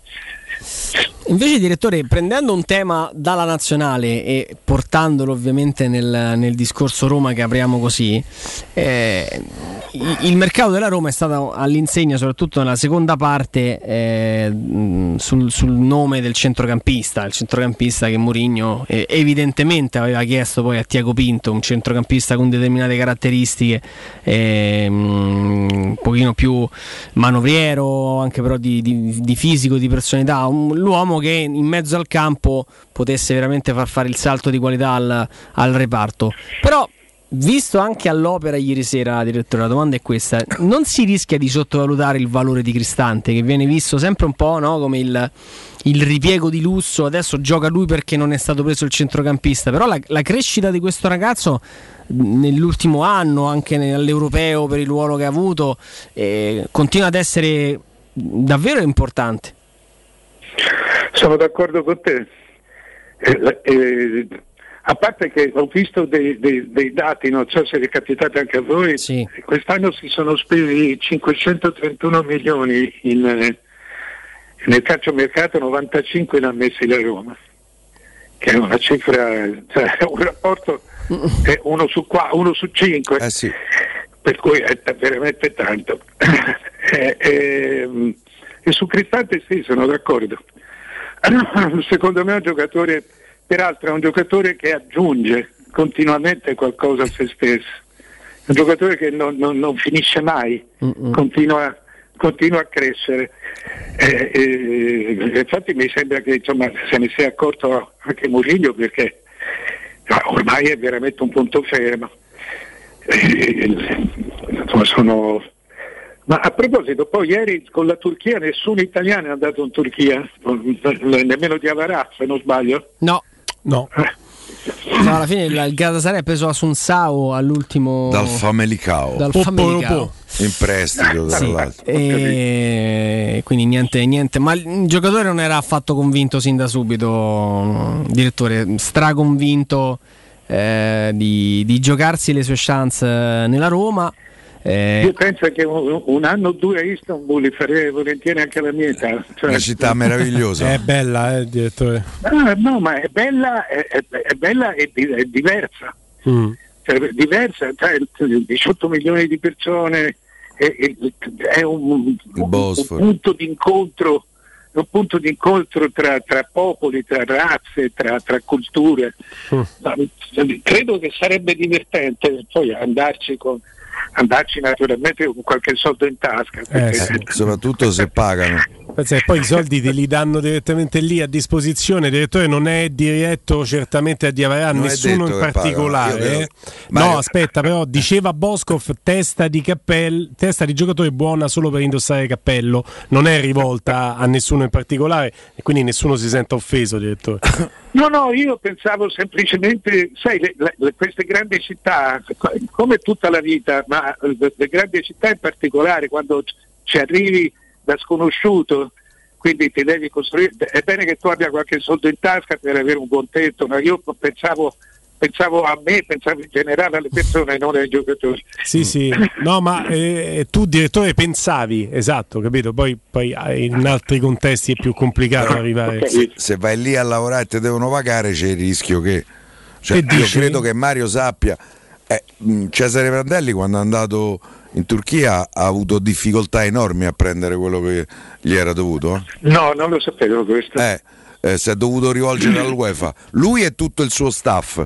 Invece, direttore, prendendo un tema dalla nazionale e portandolo ovviamente nel, nel discorso Roma che apriamo così, eh, il mercato della Roma è stato all'insegna soprattutto nella seconda parte eh, sul, sul nome del centrocampista, il centrocampista che Mourinho eh, evidentemente aveva chiesto poi a Tiago Pinto, un centrocampista con determinate caratteristiche, eh, un pochino più manovriero, anche però di, di, di fisico, di personalità, un, l'uomo che in mezzo al campo potesse veramente far fare il salto di qualità al, al reparto. Però visto anche all'opera ieri sera, direttore, la domanda è questa: non si rischia di sottovalutare il valore di Cristante, che viene visto sempre un po', no, come il, il ripiego di lusso? Adesso gioca lui perché non è stato preso il centrocampista, però la, la crescita di questo ragazzo nell'ultimo anno, anche all'europeo per il ruolo che ha avuto, eh, continua ad essere davvero importante. Sono d'accordo con te, eh, eh, a parte che ho visto dei, dei, dei dati, non so se è capitato anche a voi, sì. Quest'anno si sono spesi cinquecentotrentuno milioni in, nel calciomercato, novantacinque l'ha messi la Roma, che è una cifra, cioè un rapporto è uno su qua, uno su cinque, eh sì. Per cui è veramente tanto. e, e, e su Cristante sì, sono d'accordo. Secondo me è un giocatore, peraltro è un giocatore che aggiunge continuamente qualcosa a se stesso, è un giocatore che non, non, non finisce mai, continua, continua a crescere. E, e, infatti mi sembra che, insomma, se ne sia accorto anche Mourinho, perché ormai è veramente un punto fermo. E, insomma, sono... Ma a proposito, poi ieri con la Turchia nessun italiano è andato in Turchia, nemmeno di Avarà, se non sbaglio. No, no. No, alla fine il Galatasaray ha preso Asunsao all'ultimo dal Famalicão, dal Famalicão in prestito, tra sì. l'altro. E quindi niente, niente. Ma il giocatore non era affatto convinto sin da subito, direttore, straconvinto eh, di, di giocarsi le sue chance nella Roma. Eh, Io penso che un, un anno o due a Istanbul li farei volentieri anche alla mia età. Cioè, una città meravigliosa. È bella, eh, direttore. No, no, ma è bella, è, è, è bella e è diversa. Mm. Cioè, è diversa, cioè, diciotto milioni di persone, è, è, è un, un, un punto d'incontro, un punto d'incontro tra, tra popoli, tra razze, tra, tra culture. Mm. Credo che sarebbe divertente poi andarci con andarci naturalmente con qualche soldo in tasca, eh, sì. Soprattutto se pagano. Pensa, poi i soldi te li danno direttamente lì a disposizione, direttore, non è diretto certamente a Diavarà, nessuno in particolare. Eh. No, aspetta, però diceva Boscov, testa di cappello, testa di giocatore buona solo per indossare cappello, non è rivolta a nessuno in particolare e quindi nessuno si sente offeso, direttore. No, no, io pensavo semplicemente, sai, le, le, queste grandi città, come tutta la vita, ma le, le grandi città in particolare, quando ci arrivi da sconosciuto, quindi ti devi costruire, è bene che tu abbia qualche soldo in tasca per avere un buon tetto, ma io pensavo pensavo a me, pensavo in generale alle persone, non ai giocatori. Sì, sì, no, ma eh, tu direttore pensavi, esatto, capito? Poi, poi in altri contesti è più complicato arrivare. Okay. Se, se vai lì a lavorare e ti devono pagare, c'è il rischio che, cioè, io dici? credo che Mario sappia, eh, Cesare Prandelli quando è andato in Turchia ha avuto difficoltà enormi a prendere quello che gli era dovuto? No, non lo sapevo questo. Eh, eh, si è dovuto rivolgere all'UEFA. Lui e tutto il suo staff.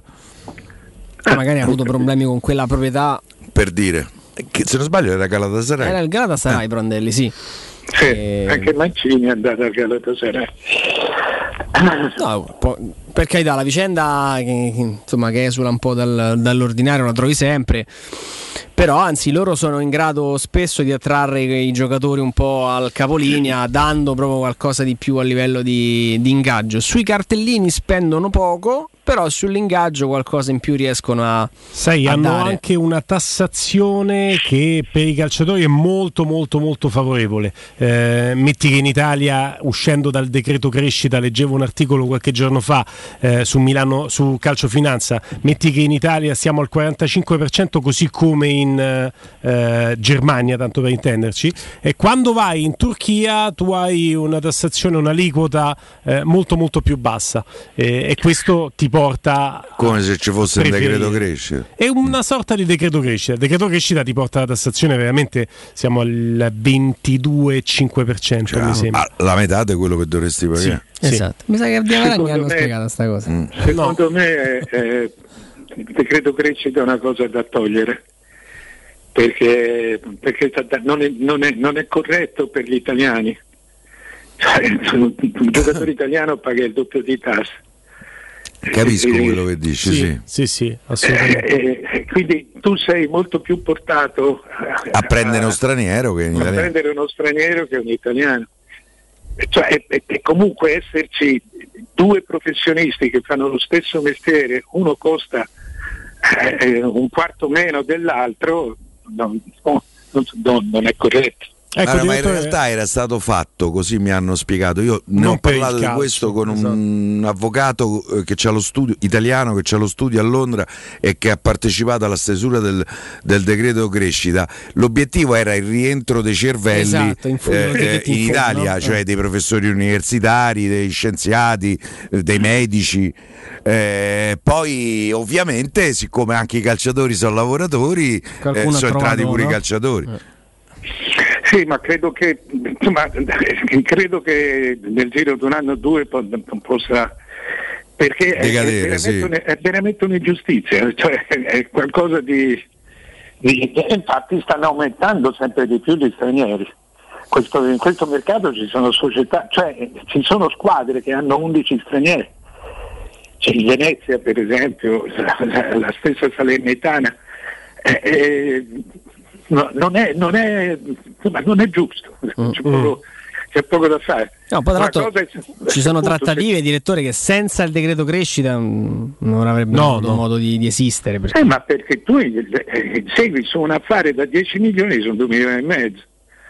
Ah, magari ha avuto problemi con quella proprietà. Per dire, che, se non sbaglio era Galatasaray. Era il Galatasaray, eh. Prandelli, sì. Sì, e... anche Mancini è andato al Galatasaray. No, po- per carità, la vicenda che, insomma, che esula un po' dal, dall'ordinario la trovi sempre. Però anzi loro sono in grado spesso di attrarre i giocatori un po' al capolinea, dando proprio qualcosa di più a livello di, di ingaggio. Sui cartellini spendono poco, però sull'ingaggio qualcosa in più riescono a sai a hanno dare. Anche una tassazione che per i calciatori è molto molto molto favorevole. Eh, metti che in Italia, uscendo dal decreto crescita, leggevo un articolo qualche giorno fa eh, su Milano, su Calcio Finanza, metti che in Italia siamo al quarantacinque per cento, così come in eh, Germania, tanto per intenderci, e quando vai in Turchia tu hai una tassazione, un'aliquota eh, molto molto più bassa, eh, e questo ti porta come se ci fosse un decreto crescita. È una sorta di decreto crescita. Il decreto crescita ti porta la tassazione, veramente siamo al ventidue virgola cinque per cento, cioè, mi sembra. La metà di quello che dovresti pagare. Sì, esatto. Mi sa che a Diavarà mi hanno me, spiegato questa cosa. Mm. Secondo no. me è, è, il decreto crescita è una cosa da togliere. Perché, perché non, è, non, è, non è corretto per gli italiani. Cioè, un giocatore italiano paga il doppio di tasse. Capisco eh, quello che dici, sì. Sì, sì, sì, assolutamente. Eh, eh, quindi tu sei molto più portato a, a prendere uno straniero che un a italiano. prendere uno straniero che un italiano. Cioè, e, e comunque esserci due professionisti che fanno lo stesso mestiere, uno costa eh, un quarto meno dell'altro, non, non, non è corretto. Ecco, allora, ma in realtà era stato fatto, così mi hanno spiegato. Io ne ho parlato di questo con un esatto. avvocato che c'ha lo studio italiano, che c'ha lo studio a Londra e che ha partecipato alla stesura del, del decreto crescita. L'obiettivo era il rientro dei cervelli esatto, in, eh, in Italia, no? Cioè dei professori universitari, dei scienziati, dei medici. Eh, poi ovviamente, siccome anche i calciatori sono lavoratori, eh, sono entrati pure no? i calciatori. Eh. Sì, ma credo che insomma, credo che nel giro di un anno o due possa, perché è, Decadere, è, veramente sì. un, è veramente un'ingiustizia, cioè è qualcosa di, di infatti stanno aumentando sempre di più gli stranieri. Questo, in questo mercato ci sono società, cioè ci sono squadre che hanno undici stranieri. C'è il Venezia per esempio, la, la stessa Salernitana. Eh, eh, No, non è, non è, insomma, non è giusto, mm, c'è, poco, c'è poco da fare. No, poi tra l'altro è, ci sono appunto, trattative, se... direttore, che senza il decreto crescita mh, non avrebbero no, no. modo di, di esistere. Perché... Eh, ma perché tu eh, segui su un affare da dieci milioni, sono due milioni e mezzo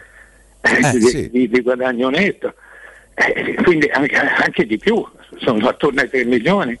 eh, eh, di, sì. di, di guadagno netto, eh, quindi anche, anche di più, sono attorno ai tre milioni.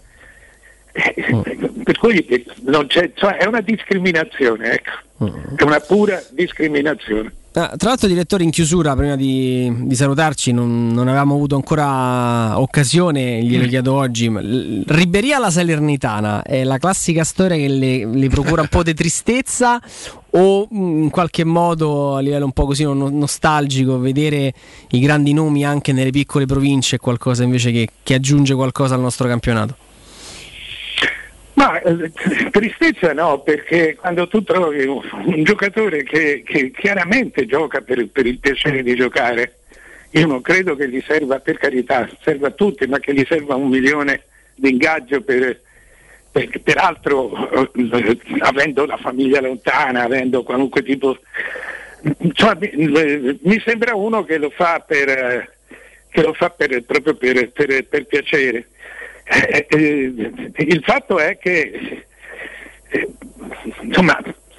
Oh. Per cui non c'è, cioè è una discriminazione, ecco. Oh. È una pura discriminazione. Ah, tra l'altro, direttore, in chiusura, prima di, di salutarci, non, non avevamo avuto ancora occasione, glielo chiedo oggi. Ribéry alla Salernitana è la classica storia che le, le procura un po' di tristezza, o in qualche modo a livello un po' così nostalgico vedere i grandi nomi anche nelle piccole province è qualcosa invece che, che aggiunge qualcosa al nostro campionato? Ma eh, tristezza no, perché quando tu trovi un, un giocatore che, che chiaramente gioca per, per il piacere di giocare, io non credo che gli serva, per carità, serva a tutti, ma che gli serva un milione di ingaggio per, per, peraltro eh, avendo la famiglia lontana, avendo qualunque tipo, cioè, mi, mi sembra uno che lo fa per, che lo fa per, proprio per, per, per piacere. Eh, eh, il fatto è che eh, insomma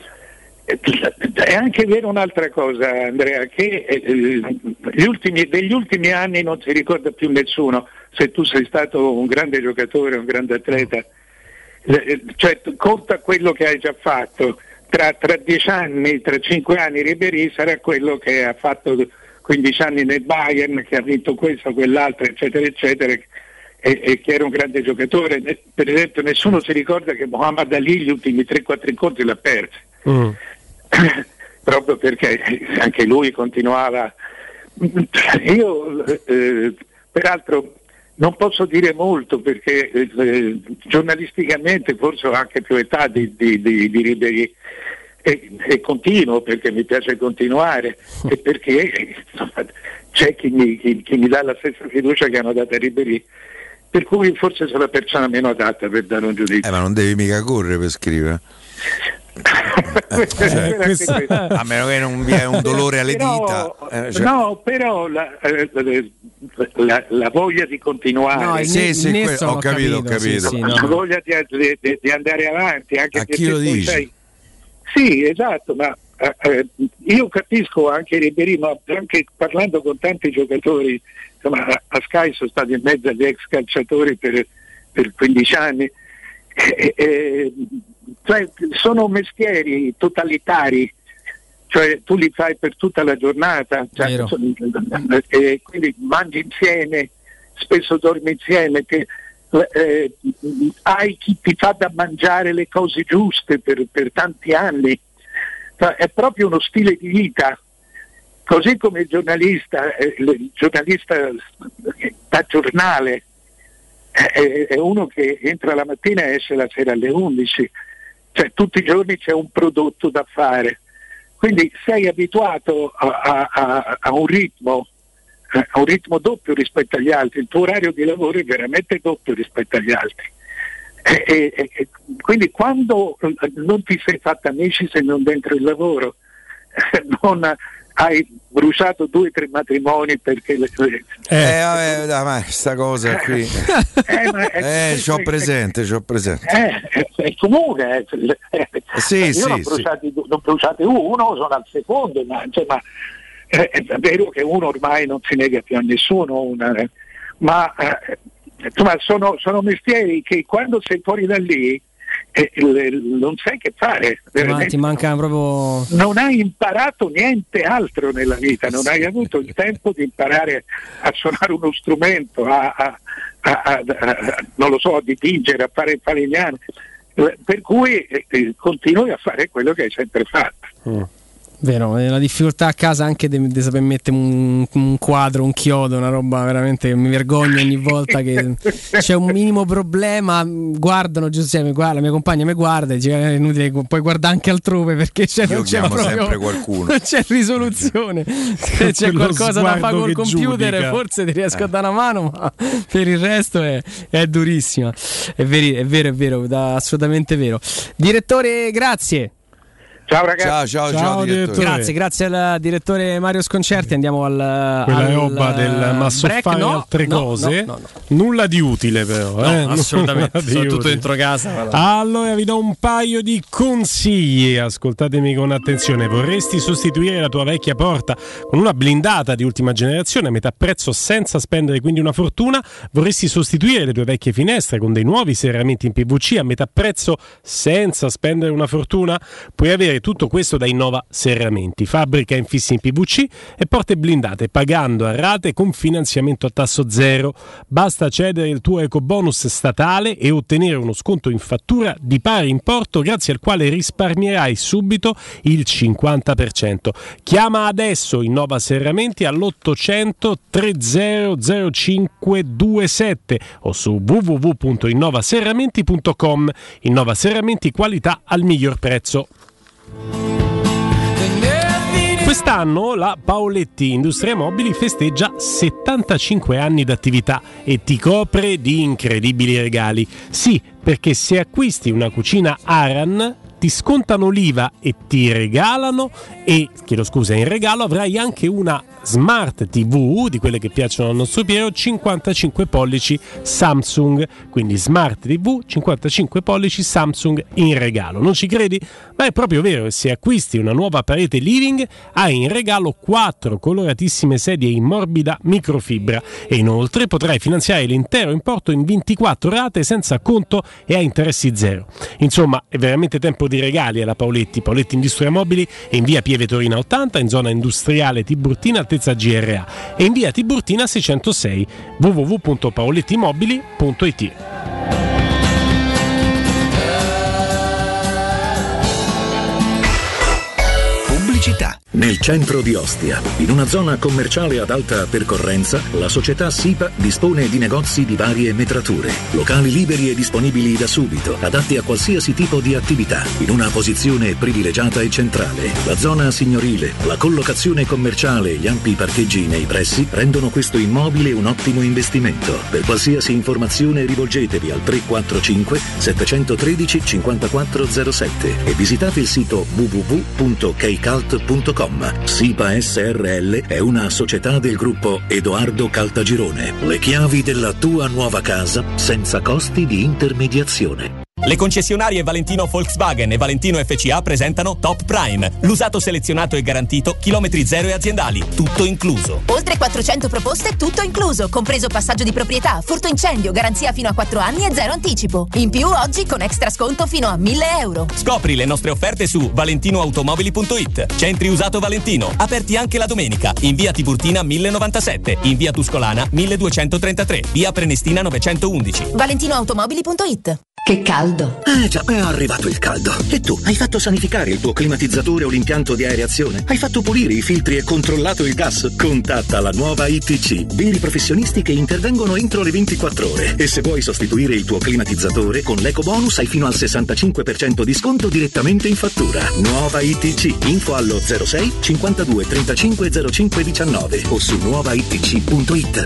è anche vero un'altra cosa, Andrea, che eh, gli ultimi, degli ultimi anni non si ricorda più nessuno se tu sei stato un grande giocatore, un grande atleta, eh, cioè conta quello che hai già fatto. Tra, tra dieci anni, tra cinque anni Ribéry sarà quello che ha fatto quindici anni nel Bayern, che ha vinto questo, quell'altro, eccetera eccetera, e, e che era un grande giocatore. Per esempio nessuno si ricorda che Muhammad Ali gli ultimi tre quattro incontri l'ha persi, mm. proprio perché anche lui continuava. Io eh, peraltro non posso dire molto perché eh, giornalisticamente forse ho anche più età di, di, di, di Ribéry e, e continuo perché mi piace continuare e perché insomma, c'è chi mi, chi, chi mi dà la stessa fiducia che hanno dato a Ribéry, per cui forse sono la persona meno adatta per dare un giudizio. Eh, ma non devi mica correre per scrivere. eh, cioè, questo, a meno che non vi è un dolore alle però, dita. Eh, cioè. No, però la, la, la voglia di continuare. No, sì, sì, que- ho capito, ho capito. Sì, sì, no. La voglia di, di, di andare avanti. Anche a chi lo dici? Sei... Sì, esatto, ma eh, io capisco anche Ribéry, ma anche parlando con tanti giocatori, insomma, a Sky sono stati in mezzo agli ex calciatori per, per quindici anni. E, e, cioè, sono mestieri totalitari, cioè tu li fai per tutta la giornata, cioè, e quindi mangi insieme, spesso dormi insieme, che, eh, hai chi ti fa da mangiare le cose giuste per, per tanti anni, cioè, è proprio uno stile di vita. Così come il giornalista, eh, il giornalista da giornale è, è uno che entra la mattina e esce la sera alle undici, cioè tutti i giorni c'è un prodotto da fare, quindi sei abituato a, a, a un ritmo a un ritmo doppio rispetto agli altri, il tuo orario di lavoro è veramente doppio rispetto agli altri E, e, e, quindi quando non ti sei fatto amici se non dentro il lavoro, non hai bruciato due o tre matrimoni perché le, le... eh vabbè dai, ma sta cosa qui eh, ma è, eh c'ho presente c'ho presente eh, è, è comune eh. sì, io sì, non bruciate sì. non bruciate uno, sono al secondo, ma insomma eh, è vero che uno ormai non si nega più a nessuno una, eh, ma eh, insomma sono, sono mestieri che quando sei fuori da lì eh, le, non sai che fare, ma ti manca proprio, non hai imparato niente altro nella vita, non hai avuto il tempo di imparare a suonare uno strumento, a, a, a, a, a non lo so, a dipingere, a fare il falegname, per cui eh, continui a fare quello che hai sempre fatto. Mm. Vero, la difficoltà a casa anche di saper mettere un, un quadro, un chiodo, una roba veramente che mi vergogno ogni volta che c'è un minimo problema, guardano Giuseppe, guarda, la mia compagna mi guarda e dice è inutile, puoi guardare anche altrove perché c'è, non c'è proprio, sempre qualcuno, non c'è risoluzione, se c'è qualcosa da fare col computer giudica. Forse ti riesco a dare una mano, ma per il resto è, è durissima, è, veri, è vero, è vero, da, assolutamente vero. Direttore, grazie. Ciao ragazzi. Ciao, ciao, ciao, ciao direttore. Grazie, grazie al direttore Mario Sconcerti. Andiamo al quella al, roba del ma so break. fare no, altre no, cose. No, no, no. Nulla di utile però, no, eh? assolutamente, soprattutto dentro casa. Voilà. Allora vi do un paio di consigli, ascoltatemi con attenzione. Vorresti sostituire la tua vecchia porta con una blindata di ultima generazione a metà prezzo senza spendere quindi una fortuna? Vorresti sostituire le tue vecchie finestre con dei nuovi serramenti in P V C a metà prezzo senza spendere una fortuna? Puoi avere tutto questo da Innova Serramenti, fabbrica infissi in P V C e porte blindate pagando a rate con finanziamento a tasso zero. Basta cedere il tuo ecobonus statale e ottenere uno sconto in fattura di pari importo grazie al quale risparmierai subito il cinquanta per cento. Chiama adesso Innova Serramenti all'ottocento trenta zero cinque due sette o su w w w punto innova serramenti punto com. Innova Serramenti, qualità al miglior prezzo. Quest'anno la Paoletti Industria Mobili festeggia settantacinque anni d'attività e ti copre di incredibili regali. Sì, perché se acquisti una cucina Aran ti scontano l'I V A e ti regalano, e chiedo scusa, in regalo avrai anche una Smart T V, di quelle che piacciono al nostro Piero, cinquantacinque pollici Samsung. Quindi Smart T V cinquantacinque pollici Samsung in regalo. Non ci credi? Ma è proprio vero, e se acquisti una nuova parete living hai in regalo quattro coloratissime sedie in morbida microfibra e inoltre potrai finanziare l'intero importo in ventiquattro rate senza conto e a interessi zero. Insomma, è veramente tempo di regali alla Paoletti. Paoletti Industria Mobili è in via Pieve Torina ottanta, in zona industriale Tiburtina, altezza G R A, e in via Tiburtina seicentosei. w w w punto paolettimobili punto i t. Pubblicità. Nel centro di Ostia, in una zona commerciale ad alta percorrenza, la società SIPA dispone di negozi di varie metrature, locali liberi e disponibili da subito, adatti a qualsiasi tipo di attività, in una posizione privilegiata e centrale. La zona signorile, la collocazione commerciale e gli ampi parcheggi nei pressi rendono questo immobile un ottimo investimento. Per qualsiasi informazione rivolgetevi al tre quattro cinque sette uno tre cinque zero sette e visitate il sito w w w punto keycult punto com. SIPA S R L è una società del gruppo Edoardo Caltagirone. Le chiavi della tua nuova casa senza costi di intermediazione. Le concessionarie Valentino Volkswagen e Valentino F C A presentano Top Prime, l'usato selezionato e garantito, chilometri zero e aziendali, tutto incluso. Oltre quattrocento proposte, tutto incluso, compreso passaggio di proprietà, furto incendio, garanzia fino a quattro anni e zero anticipo. In più oggi con extra sconto fino a mille euro. Scopri le nostre offerte su valentino automobili punto it. Centri usato Valentino, aperti anche la domenica, in via Tiburtina mille novantasette, in via Tuscolana milleduecentotrentatré, via Prenestina novecentoundici. valentino automobili punto it. Che caldo! Eh già, è arrivato il caldo. E tu, hai fatto sanificare il tuo climatizzatore o l'impianto di areazione? Hai fatto pulire i filtri e controllato il gas? Contatta la nuova I T C, veri professionisti che intervengono entro le ventiquattro ore. E se vuoi sostituire il tuo climatizzatore, con l'ecobonus hai fino al sessantacinque per cento di sconto direttamente in fattura. Nuova I T C, info allo zero sei cinquantadue trentacinque zero cinque diciannove o su nuova I T C punto it.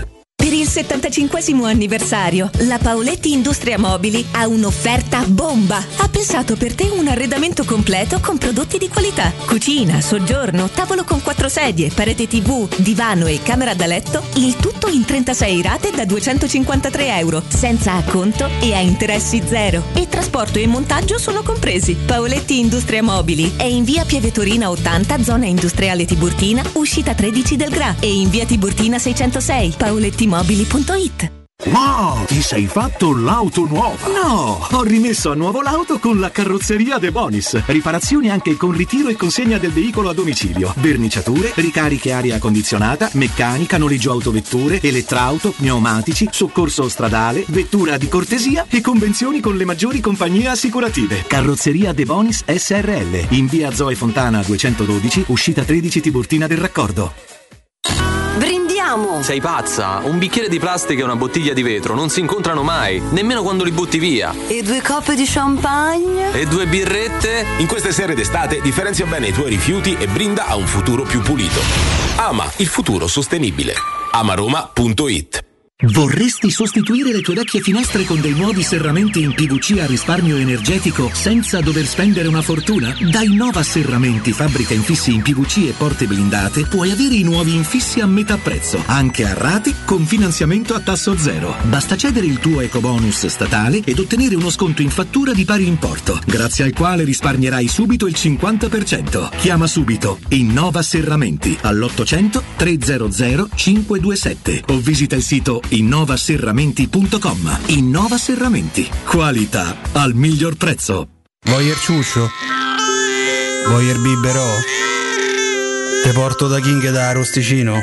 Per il settantacinquesimo anniversario, la Paoletti Industria Mobili ha un'offerta bomba. Ha pensato per te un arredamento completo con prodotti di qualità. Cucina, soggiorno, tavolo con quattro sedie, parete tivù, divano e camera da letto, il tutto in trentasei rate da duecentocinquantatré euro, senza acconto e a interessi zero. E trasporto e montaggio sono compresi. Paoletti Industria Mobili è in via Piavetorina ottanta, zona industriale Tiburtina, uscita tredici del Gra, e in via Tiburtina seicentosei, paolettimobili punto it. Wow, ti sei fatto l'auto nuova? No, ho rimesso a nuovo l'auto con la carrozzeria De Bonis. Riparazioni anche con ritiro e consegna del veicolo a domicilio. Verniciature, ricariche aria condizionata, meccanica, noleggio autovetture, elettrauto, pneumatici, soccorso stradale, vettura di cortesia e convenzioni con le maggiori compagnie assicurative. Carrozzeria De Bonis S R L, in via Zoe Fontana duecentododici, uscita tredici Tiburtina del Raccordo. Brindiamo! Sei pazza? Un bicchiere di plastica e una bottiglia di vetro non si incontrano mai, nemmeno quando li butti via. E due coppe di champagne? E due birrette? In queste sere d'estate differenzia bene i tuoi rifiuti e brinda a un futuro più pulito. Ama il futuro sostenibile. amaroma punto it. Vorresti sostituire le tue vecchie finestre con dei nuovi serramenti in P V C a risparmio energetico senza dover spendere una fortuna? Da Innova Serramenti, fabbrica infissi in P V C e porte blindate, puoi avere i nuovi infissi a metà prezzo, anche a rate con finanziamento a tasso zero. Basta cedere il tuo ecobonus statale ed ottenere uno sconto in fattura di pari importo, grazie al quale risparmierai subito il cinquanta per cento. Chiama subito Innova Serramenti all'ottocento trecento cinquecentoventisette o visita il sito innova serramenti punto com. Innova Serramenti, qualità al miglior prezzo. Vuoi il ciuscio? Vuoi il biberò? Te porto da King da Arosticino.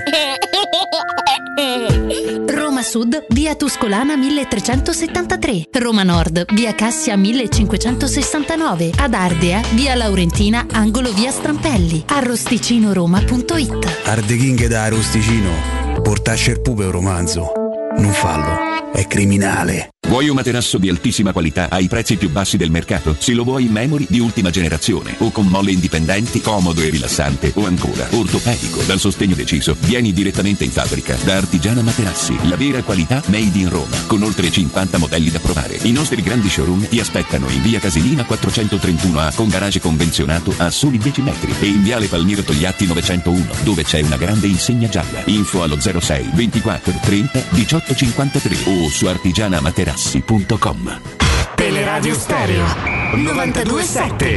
Roma Sud, via Tuscolana milletrecentosettantatré. Roma Nord, via Cassia millecinquecentosessantanove. Ad Ardea, via Laurentina, angolo via Strampelli. arrosticinoroma punto it. Arde King da Arosticino. Portasce il pupe un romanzo. Non fallo, è criminale. Vuoi un materasso di altissima qualità ai prezzi più bassi del mercato? Se lo vuoi in memory di ultima generazione o con molle indipendenti, comodo e rilassante, o ancora ortopedico dal sostegno deciso, vieni direttamente in fabbrica da Artigiana Materassi, la vera qualità made in Roma, con oltre cinquanta modelli da provare. I nostri grandi showroom ti aspettano in via Casilina quattrocentotrentuno A con garage convenzionato a soli dieci metri e in viale Palmiro Togliatti novecentouno, dove c'è una grande insegna gialla. Info allo zero sei ventiquattro trenta diciotto cinquantatré o su artigiana materassi punto com. Teleradio Stereo novantadue sette.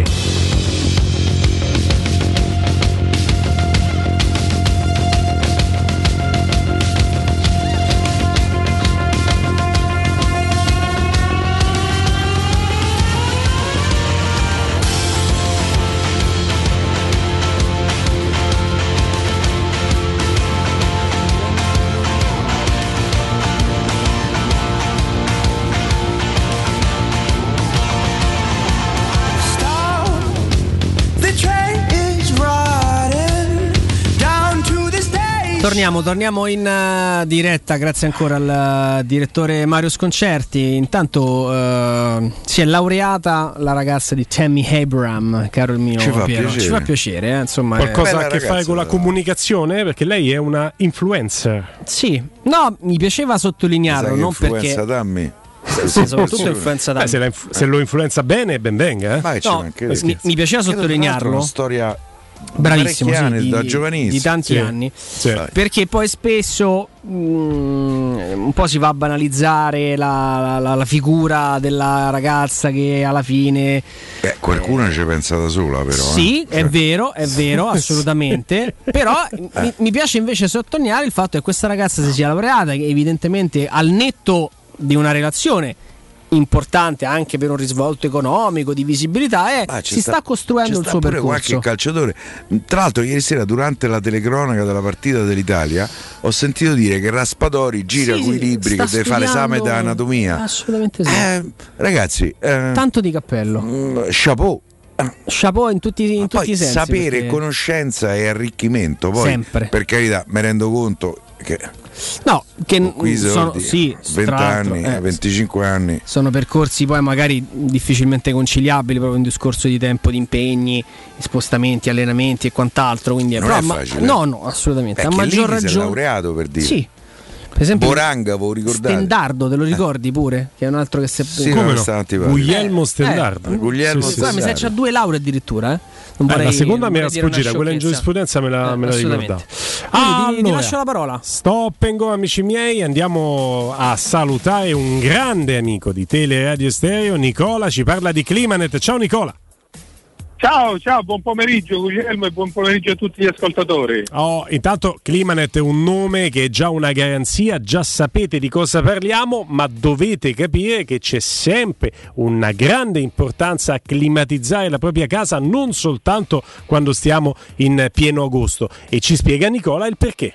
Torniamo, torniamo in uh, diretta, grazie ancora al uh, direttore Mario Sconcerti. Intanto uh, si è laureata la ragazza di Tammy Abraham, caro il mio Ci fa Piero. piacere. Ci fa piacere, eh? Insomma, qualcosa è... a che fare con la comunicazione, perché lei è una influencer. Sì, no, mi piaceva sottolinearlo, Sai non che influenza perché Dammi? Sì, sì, soprattutto influenza Dammi. Beh, se, la inf- se lo influenza bene, ben venga. Eh? Ma no, mi, mi piaceva sottolinearlo. Una storia bravissimo, sì, anni, di, da giovanissimo, di tanti sì. anni, sì. Perché poi spesso mh, un po' si va a banalizzare la, la, la figura della ragazza che alla fine Beh, qualcuno eh, ci pensa da sola, però sì, eh. è cioè. vero, è vero, assolutamente. Però eh. mi, mi piace invece sottolineare il fatto che questa ragazza si sia laureata, che evidentemente al netto di una relazione importante anche per un risvolto economico, di visibilità, eh, si sta, sta costruendo il suo pure percorso. Qualche calciatore, tra l'altro ieri sera durante la telecronaca della partita dell'Italia ho sentito dire che Raspadori gira sì, quei libri, che deve fare esame da anatomia. Assolutamente sì. Eh, ragazzi, eh, tanto di cappello. Mh, chapeau. Chapeau in tutti, in tutti i sensi. Sapere, perché... conoscenza e arricchimento. Poi, sempre. Per carità, mi rendo conto che no, che qui sono sì, venti anni, eh, venticinque anni. Sono percorsi poi magari difficilmente conciliabili, proprio un discorso di tempo, di impegni, spostamenti, allenamenti e quant'altro. Quindi non però, è ma, facile. No, no, assolutamente. Perché a maggior lì ragione. Si è laureato, per dire. Sì. Per esempio, Boranga, voi ricordate? Stendardo, te lo ricordi pure? Che è un altro che si è Sì, Come no? no? Guglielmo Eh, Stendardo. eh, Guglielmo sì, sì, Stendardo. mi sa che c'ha due lauree addirittura, eh. Non Eh, vorrei, la seconda non mi era vorrei dire una sfuggita, quella in sciocchezza. giurisprudenza me la, Eh, me la assolutamente. ricordavo. Quindi ti- ti Allora, lascio la parola. Stop and go, amici miei, andiamo a salutare un grande amico di Teleradio Stereo, Nicola, ci parla di Climanet. Ciao Nicola. Ciao, ciao, buon pomeriggio Guglielmo e buon pomeriggio a tutti gli ascoltatori. Oh, intanto Climanet è un nome che è già una garanzia, già sapete di cosa parliamo, ma dovete capire che c'è sempre una grande importanza a climatizzare la propria casa, non soltanto quando stiamo in pieno agosto. E ci spiega Nicola il perché.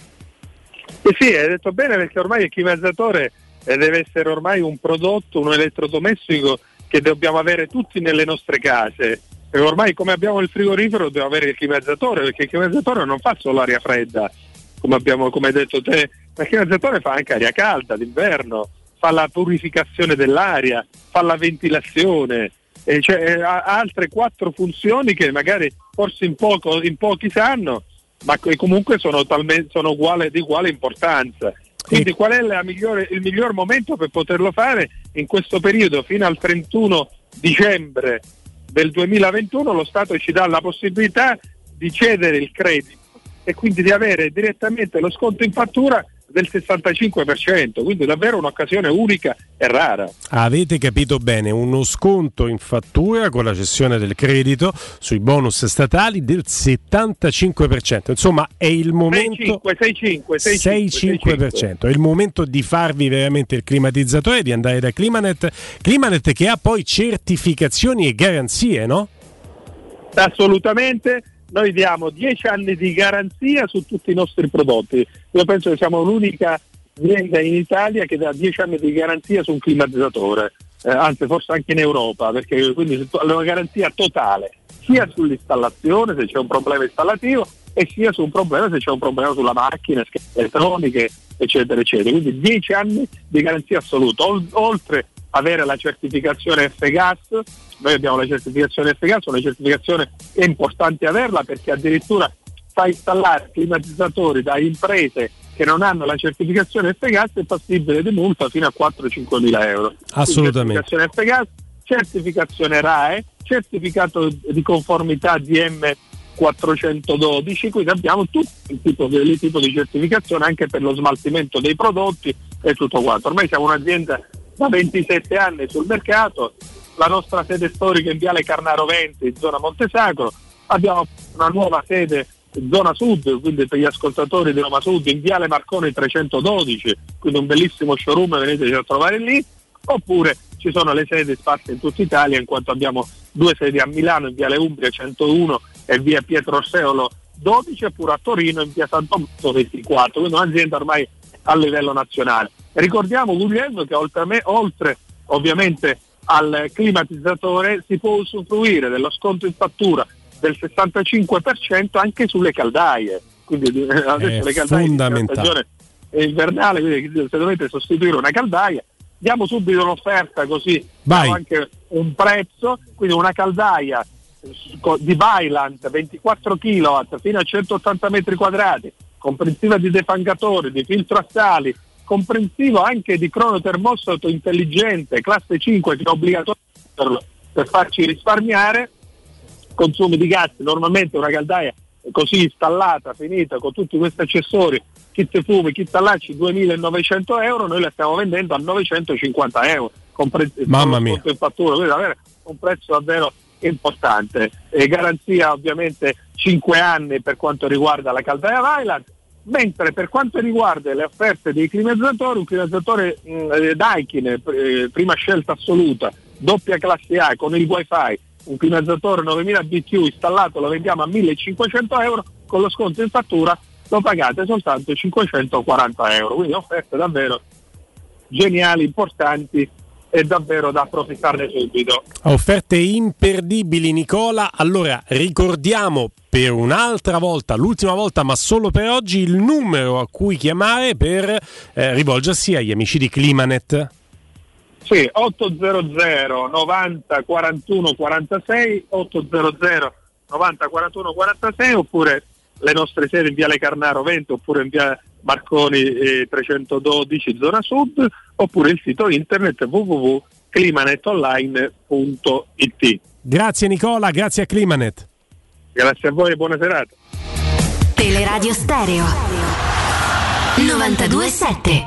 Eh sì, hai detto bene, perché ormai il climatizzatore eh, deve essere ormai un prodotto, un elettrodomestico che dobbiamo avere tutti nelle nostre case. E ormai come abbiamo il frigorifero dobbiamo avere il climatizzatore, perché il climatizzatore non fa solo aria fredda, come abbiamo come hai detto te, ma il climatizzatore fa anche aria calda d'inverno, fa la purificazione dell'aria, fa la ventilazione, e cioè, ha altre quattro funzioni che magari forse in, poco, in pochi sanno, ma che comunque sono, talmente, sono uguale, di uguale importanza. Quindi qual è la migliore, il miglior momento per poterlo fare in questo periodo fino al trentuno dicembre del duemilaventuno? Lo Stato ci dà la possibilità di cedere il credito e quindi di avere direttamente lo sconto in fattura del sessantacinque per cento, quindi davvero un'occasione unica e rara. Avete capito bene, uno sconto in fattura con la cessione del credito sui bonus statali del settantacinque per cento, insomma è il momento sei virgola cinque, sei virgola cinque, sei virgola cinque, sei virgola cinque per cento, è il momento di farvi veramente il climatizzatore, di andare da Climanet, Climanet che ha poi certificazioni e garanzie, no? Assolutamente. Noi diamo dieci anni di garanzia su tutti i nostri prodotti. Io penso che siamo l'unica azienda in Italia che dà dieci anni di garanzia su un climatizzatore, eh, anzi forse anche in Europa, perché quindi è una garanzia totale, sia sull'installazione se c'è un problema installativo e sia su un problema se c'è un problema sulla macchina, schede elettroniche, eccetera, eccetera. Quindi dieci anni di garanzia assoluta, Ol- oltre avere la certificazione F-Gas. Noi abbiamo la certificazione F-Gas, una certificazione è importante averla perché addirittura fa installare climatizzatori da imprese che non hanno la certificazione F-Gas è passibile di multa fino a quattro cinque mila euro. Assolutamente. Certificazione F-Gas, certificazione R A E, certificato di conformità D M quattrocentododici, quindi abbiamo tutto il tipo, il tipo di certificazione anche per lo smaltimento dei prodotti e tutto quanto. Ormai siamo un'azienda da ventisette anni sul mercato, la nostra sede storica in Viale Carnaro venti, in zona Montesacro, abbiamo una nuova sede in zona sud, quindi per gli ascoltatori di Roma Sud, in Viale Marconi trecentododici, quindi un bellissimo showroom, veniteci a trovare lì, oppure ci sono le sedi sparse in tutta Italia, in quanto abbiamo due sedi a Milano in Viale Umbria centouno e via Pietro Orseolo dodici, oppure a Torino in via San Tommaso ventiquattro, quindi un'azienda ormai a livello nazionale. Ricordiamo, Guglielmo, che oltre, a me, oltre ovviamente al climatizzatore si può usufruire dello sconto in fattura del sessantacinque per cento anche sulle caldaie, quindi adesso è le caldaie in fondamentale. stagione invernale, quindi se dovete sostituire una caldaia diamo subito un'offerta, così Vai. diamo anche un prezzo, quindi una caldaia di Vaillant ventiquattro chilowatt fino a centottanta metri quadrati, comprensiva di defangatori, di filtro a sali, comprensivo anche di cronotermostato intelligente classe cinque, che è obbligatorio per, per farci risparmiare consumi di gas. Normalmente una caldaia così installata, finita, con tutti questi accessori, kit fumi, kit allacci, duemilanovecento euro, noi la stiamo vendendo a novecentocinquanta euro, comprensivo. Mamma mia. In fattura, quindi avere un prezzo davvero importante. E garanzia ovviamente cinque anni per quanto riguarda la caldaia Vaillant, mentre per quanto riguarda le offerte dei climatizzatori, un climatizzatore mh, Daikin, eh, prima scelta assoluta, doppia classe A con il wifi, un climatizzatore novemila B T U installato, lo vendiamo a millecinquecento euro, con lo sconto in fattura lo pagate soltanto cinquecentoquaranta euro, quindi offerte davvero geniali, importanti e davvero da approfittarne subito. Offerte imperdibili, Nicola. Allora ricordiamo per un'altra volta, l'ultima volta ma solo per oggi, il numero a cui chiamare per eh, rivolgersi agli amici di Climanet. Sì, ottocento novanta quarantuno quarantasei, ottocento novanta quarantuno quarantasei, oppure le nostre sedi in Viale Carnaro venti, oppure in Via Marconi eh, trecentododici zona sud, oppure il sito internet w w w punto climanetonline punto i t. Grazie Nicola, grazie a Climanet. Grazie a voi e buona serata. Teleradio Stereo novantadue sette.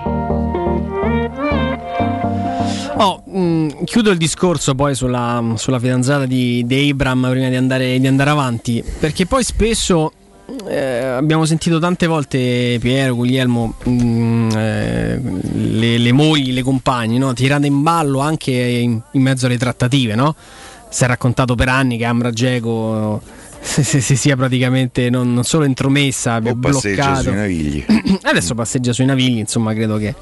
Oh, mh, chiudo il discorso poi sulla, sulla fidanzata di, di Abram prima di andare, di andare avanti, perché poi spesso eh, abbiamo sentito tante volte Piero, Guglielmo, mh, eh, le, le mogli, le compagne, no? Tirate in ballo anche in, in mezzo alle trattative, no? Si è raccontato per anni che Amra Dzeko si, si, si sia praticamente non, non solo intromessa, abbia bloccato. Passeggia sui navigli. Adesso passeggia sui navigli, insomma, credo che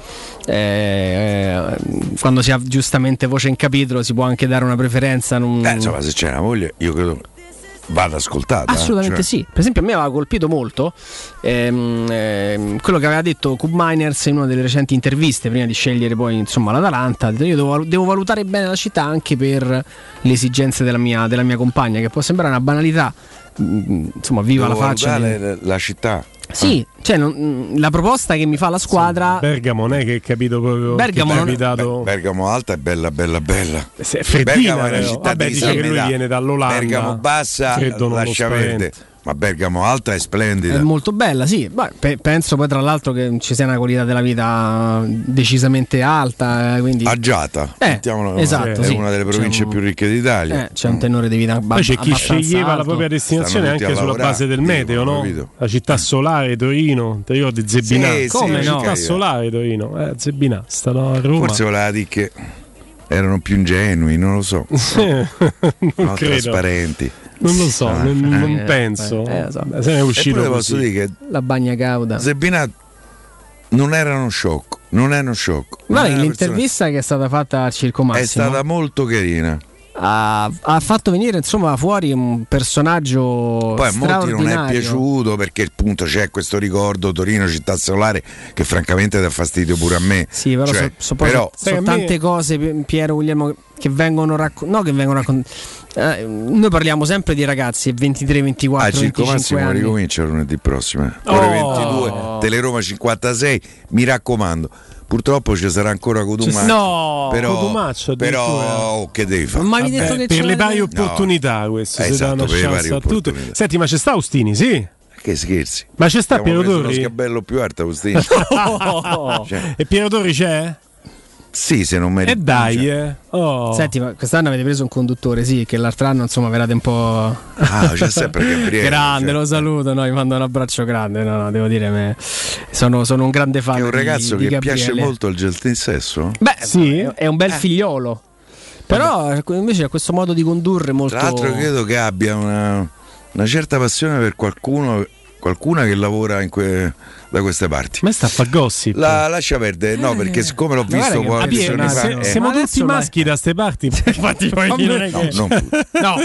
eh, quando si ha giustamente voce in capitolo si può anche dare una preferenza. Non... Eh, insomma, se c'è una moglie, io credo vada ascoltata. Assolutamente cioè. sì. Per esempio, a me aveva colpito molto ehm, ehm, quello che aveva detto Kub Miners in una delle recenti interviste prima di scegliere poi insomma l'Atalanta. Io devo, devo valutare bene la città anche per le esigenze della mia, della mia compagna, che può sembrare una banalità. Insomma, viva devo la faccia di... di... la città. Sì, cioè non, la proposta che mi fa la squadra. Sì, Bergamo non è che capito proprio. Bergamo, che non... capitato... Bergamo alta è bella, bella, bella. Se freddina, Bergamo è una città vabbè, di dice che lui sanità. viene dall'Olanda. Bergamo bassa, lascia perdere. Ma Bergamo alta è splendida. È molto bella, sì. Beh, pe- penso poi tra l'altro che ci sia una qualità della vita decisamente alta. Quindi... Agiata, eh, esatto, è sì. una delle province un... più ricche d'Italia. Eh, c'è un tenore di vita Poi c'è chi sceglieva alto. la propria destinazione anche sulla base del meteo, no? Capito. La città solare Torino, ti ricordi Zebinà? Sì, come sì, no? La città solare Torino, eh, Zebinà, stava a Roma. Forse voleva dire che erano più ingenui, non lo so. non no, credo. Trasparenti. Non lo so, Ah, non, non eh, penso. eh, so. Se ne è uscito Eppure così. posso dire che La bagna cauda. Zebinà non era uno sciocco, non è uno sciocco. Guarda, Non è una l'intervista che è stata fatta al Circo persona- Massimo è stata molto carina. ha, ha fatto venire insomma fuori un personaggio Poi a molti non è straordinario. piaciuto perché appunto c'è questo ricordo Torino città solare che francamente dà fastidio pure a me. Sì, però, Cioè, so, so, poi però so- sono tante cose, Piero, Guglielmo, che vengono raccontate. No, che vengono raccontate. Eh, noi parliamo sempre di ragazzi ventitré, ventiquattro, ah, Circo venticinque Massimo anni. ricomincia lunedì prossimo. eh. Oh. Ore ventidue, Teleroma cinquantasei. Mi raccomando, purtroppo ci sarà ancora Cotumaccio. No, però, Cotumaccio però addirittura. oh, che devi fare? Ma mi hai detto che per c'è le varie la- opportunità No. questo Eh, si dà esatto, una per le varie chance a tutte. opportunità. Senti, ma c'è sta Austini, sì? Che scherzi? Ma c'è sta Abbiamo Piero preso uno Torri? sgabello più alto, Agostino. Oh. Cioè, E Piero Torri c'è? sì, se non mi E dai, eh. Oh. Senti, ma quest'anno avete preso un conduttore, sì, che l'altro anno insomma verate un po'. Ah, c'è sempre Gabriele. Grande, cioè. lo saluto, no, mi mando un abbraccio grande. No, no, devo dire, me... sono, sono un grande fan. È un ragazzo di, di che Gabriele. piace molto il geltinsesso? Beh, Sì. è un bel figliolo. Però invece ha questo modo di condurre molto. Tra l'altro credo che abbia una, una certa passione per qualcuno, qualcuna che lavora in que, da queste parti. Ma sta a fa gossip. La lascia perdere, no, perché siccome l'ho Ma visto guarda che qualche Piero, giorno fa, Se- no, eh, siamo ma tutti adesso maschi da ste parti. Infatti, poi Vabbè. non è no, che- non tutti. No,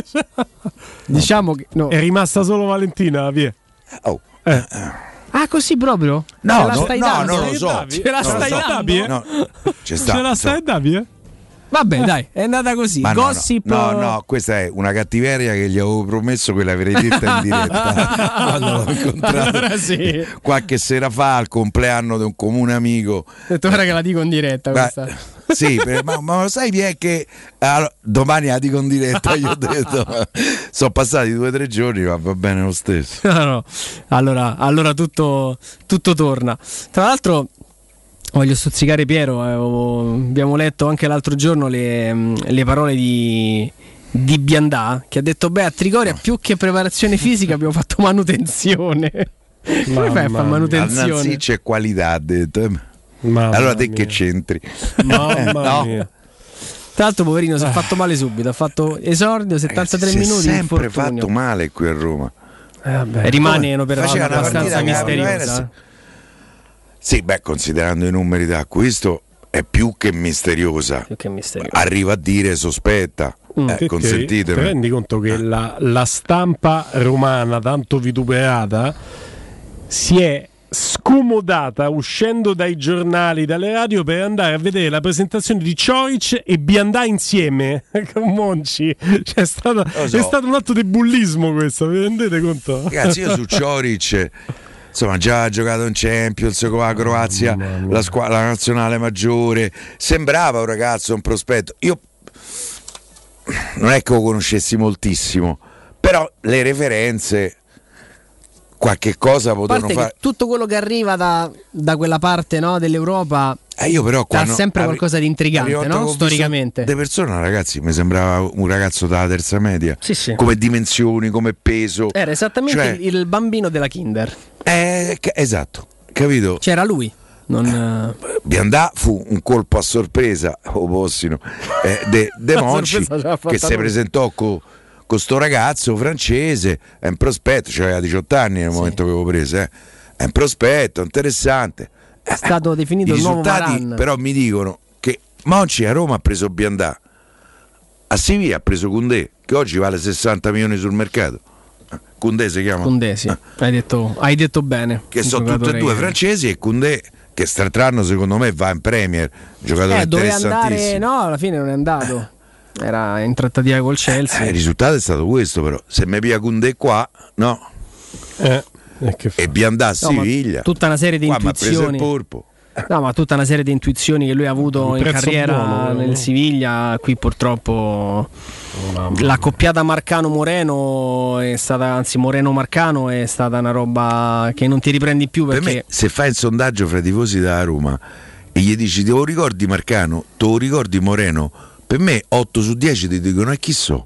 diciamo che. No. è rimasta solo Valentina, via. Oh. Eh. Ah, così proprio? No, Ce la no, stai no, dando? non lo so. Ce la Non lo stai so. dando? No, c'è sta, Ce la stai so. Davide? Vabbè, dai, è andata così. Ma no, Gossip. no, no, no, questa è una cattiveria che gli avevo promesso che l'avrei detta in diretta quando l'ho incontrato Allora sì. qualche sera fa al compleanno di un comune amico. Ho detto ora che la dico in diretta Beh, questa. sì, per- ma, ma lo sai chi è che allora, domani la dico in diretta, gli ho detto. Sono passati due o tre giorni, ma va bene lo stesso. No, no. Allora, allora tutto, tutto torna. Tra l'altro voglio stuzzicare Piero, eh, ho- abbiamo letto anche l'altro giorno le, le parole di, di Biandà che ha detto beh a Trigoria più che preparazione fisica abbiamo fatto manutenzione. Come fai a fare Al manutenzione? Nancy c'è qualità, ha detto. Mamma Allora te mia. che c'entri? Mamma No. mia. Tra l'altro poverino si è fatto male subito, ha fatto esordio settantatré Si è minuti sempre infortunio. fatto male qui a Roma. Eh, vabbè. E rimane Come? un'operazione Faceva una abbastanza partita che misteriosa. aveva- Sì, beh, considerando i numeri d'acquisto è più che misteriosa. Più che misteriosa. Arriva a dire sospetta. Mm. Eh, Che- consentitemi. Ti rendi conto che la, la stampa romana, tanto vituperata, si è scomodata uscendo dai giornali, dalle radio per andare a vedere la presentazione di Cioric e Biandà insieme con Monci. Cioè, è, stata, Lo so. è stato un atto di bullismo questo, vi rendete conto? Ragazzi, io su Cioric insomma già ha giocato in Champions con la Croazia, la, squa- la nazionale maggiore, sembrava un ragazzo, un prospetto. Io non è che lo conoscessi moltissimo, però le referenze qualche cosa potevano fare. Tutto quello che arriva da, da quella parte, no, dell'Europa eh io però ha sempre qualcosa di intrigante, no? Storicamente. De persona, ragazzi, mi sembrava un ragazzo della terza media, sì, sì. come dimensioni, come peso. Era esattamente cioè, il, il bambino della Kinder. Eh, esatto, capito? C'era lui. Non... Biandà fu un colpo a sorpresa, o possino, eh, de, de Monci, che si presentò con questo ragazzo francese, è un prospetto, cioè aveva diciotto anni nel sì. momento che avevo preso, eh. È un prospetto interessante. È stato definito I il nuovo risultati Varane. Però mi dicono che Monci a Roma ha preso Biandà, a Siviglia ha preso Koundé, che oggi vale sessanta milioni sul mercato. Koundé si chiama? Koundé, sì. hai, detto, hai detto bene. Che sono tutte e due francesi, e Koundé che quest'anno secondo me va in Premier, giocatore eh, doveva interessantissimo. andare, no, alla fine non è andato, era in trattativa col Chelsea. Eh, il risultato è stato questo, però se mi pia Koundé qua, no, eh, che e Biandà a Siviglia, no, tutta una serie di qua intuizioni. Ma ha preso il porpo. No, ma tutta una serie di intuizioni che lui ha avuto in carriera buono, nel no? Siviglia. Qui purtroppo oh, la coppiata Marcano-Moreno è stata, anzi Moreno-Marcano è stata una roba che non ti riprendi più, perché per me, se fai il sondaggio fra i tifosi della Roma e gli dici te lo ricordi Marcano, te lo ricordi Moreno, per me otto su dieci ti dicono e chi so.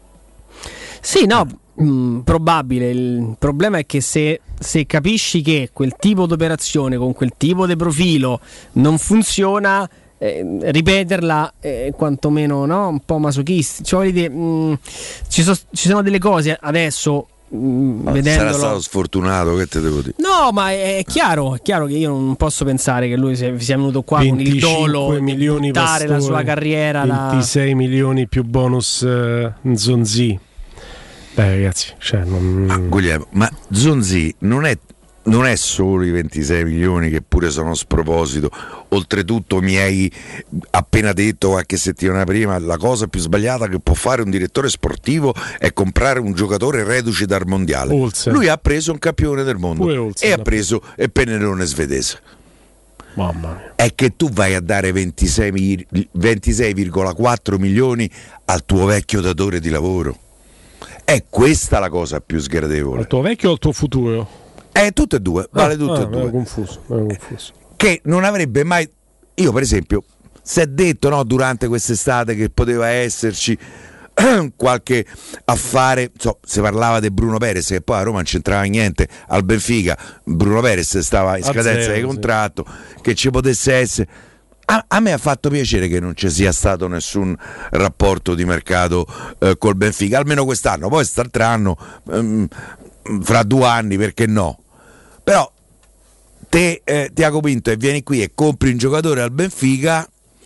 Sì, no, mh, probabile. Il problema è che se, se capisci che quel tipo di operazione con quel tipo di profilo non funziona, eh, ripeterla è quantomeno, no, un po' masochisti. Cioè, dire, mh, ci, so, ci sono delle cose adesso. Ma sarà stato sfortunato, che te devo dire? No, ma è chiaro, è chiaro che io non posso pensare che lui sia, sia venuto qua con il dolo di buttare la sua carriera. ventisei da... milioni più bonus uh, Zonzi. Dai ragazzi, cioè non... ma, Guglielmo, ma Zonzi non è, non è solo i ventisei milioni che pure sono a sproposito. Oltretutto mi hai appena detto qualche settimana prima, la cosa più sbagliata che può fare un direttore sportivo è comprare un giocatore reduce dal mondiale. Olsen. Lui ha preso un campione del mondo e ha preso il pennellone svedese. Mamma mia. È che tu vai a dare ventisei virgola quattro milioni al tuo vecchio datore di lavoro. È questa la cosa più sgradevole. Al tuo vecchio o al tuo futuro? Eh, tutte e due, vale ah, tutte ah, e due. Confuso, confuso. Che non avrebbe mai. Io, per esempio, si è detto, no, durante quest'estate che poteva esserci qualche affare. So, si parlava di Bruno Perez, che poi a Roma non c'entrava niente. Al Benfica, Bruno Perez stava in scadenza zero, di contratto, sì. Che ci potesse essere. A, a me ha fatto piacere che non ci sia stato nessun rapporto di mercato eh, col Benfica, almeno quest'anno. Poi quest'altro anno, ehm, fra due anni, perché no? Però te, eh, Tiago Pinto, e vieni qui e compri un giocatore al Benfica,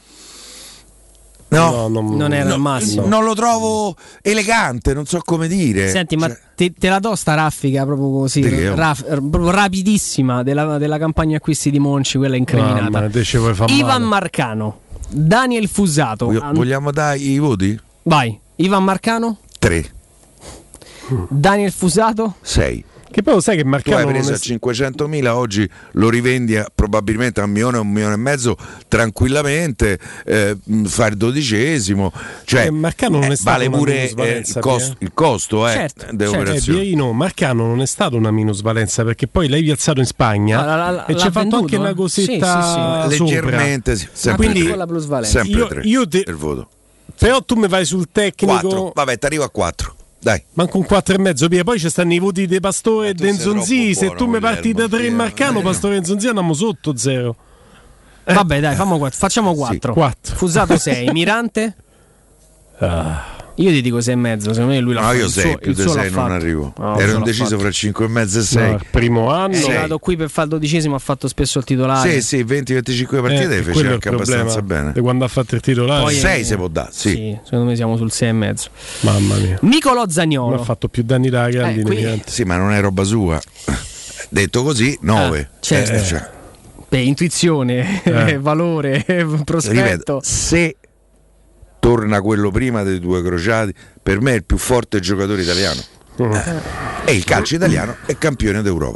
no, no non, non era no, il massimo. Non lo trovo elegante, non so come dire. Senti, cioè, ma te, te la do sta raffica proprio così, raf, proprio rapidissima della, della campagna acquisti di Monci, quella incriminata. Ah, Ivan male. Marcano, Daniel Fusato. Voglio, vogliamo dare i voti? Vai. Ivan Marcano? tre. Daniel Fusato? sei. Che poi lo sai che Marcano tu hai preso è... a cinquecentomila, oggi lo rivendi a, probabilmente a un milione, un milione e mezzo tranquillamente, eh, fa il dodicesimo, cioè eh, Marcano non è eh, stato vale pure eh, il, costo, il costo eh, certo, delle certo. operazioni. Eh, no, Marcano non è stato una minusvalenza, perché poi l'hai piazzato in Spagna la, la, la, e ci ha fatto anche una cosetta sì, sì, sì. leggermente sì, sempre quindi tre, la plusvalenza. sempre io, tre io te... il voto. Però tu mi vai sul tecnico quattro, vabbè, ti arrivo a quattro. Dai. Manco un quattro e mezzo, Pia. Poi ci stanno i voti dei Pastore e Denzonzi. Se tu mi parti da tre in Marcano, Pastore e Denzonzi andiamo sotto zero. Eh. Vabbè, dai, facciamo quattro. Sì, Fusato sei, Mirante? Ah. Io ti dico sei e mezzo, secondo me lui l'ha no, fatto. io sei, più di sei non arrivo. No, ero indeciso fra cinque e mezzo e sei. No, il primo anno. È arrivato qui per fare il dodicesimo, ha fatto spesso il titolare. Sì, sì, venti venticinque partite eh, fece anche abbastanza bene. E quando ha fatto il titolare? Poi sei se può dare, sì. sì. Secondo me siamo sul sei e mezzo. Mamma mia. Nicolò Zaniolo. Non ha fatto più danni da grandine. Eh, qui... Sì, ma non è roba sua. Detto così, nove. Ah, certo. eh, cioè. Beh, intuizione, eh. valore, prospetto. Ripeto, se torna quello prima dei due crociati, per me è il più forte giocatore italiano. Uh-huh. E il calcio italiano è campione d'Europa.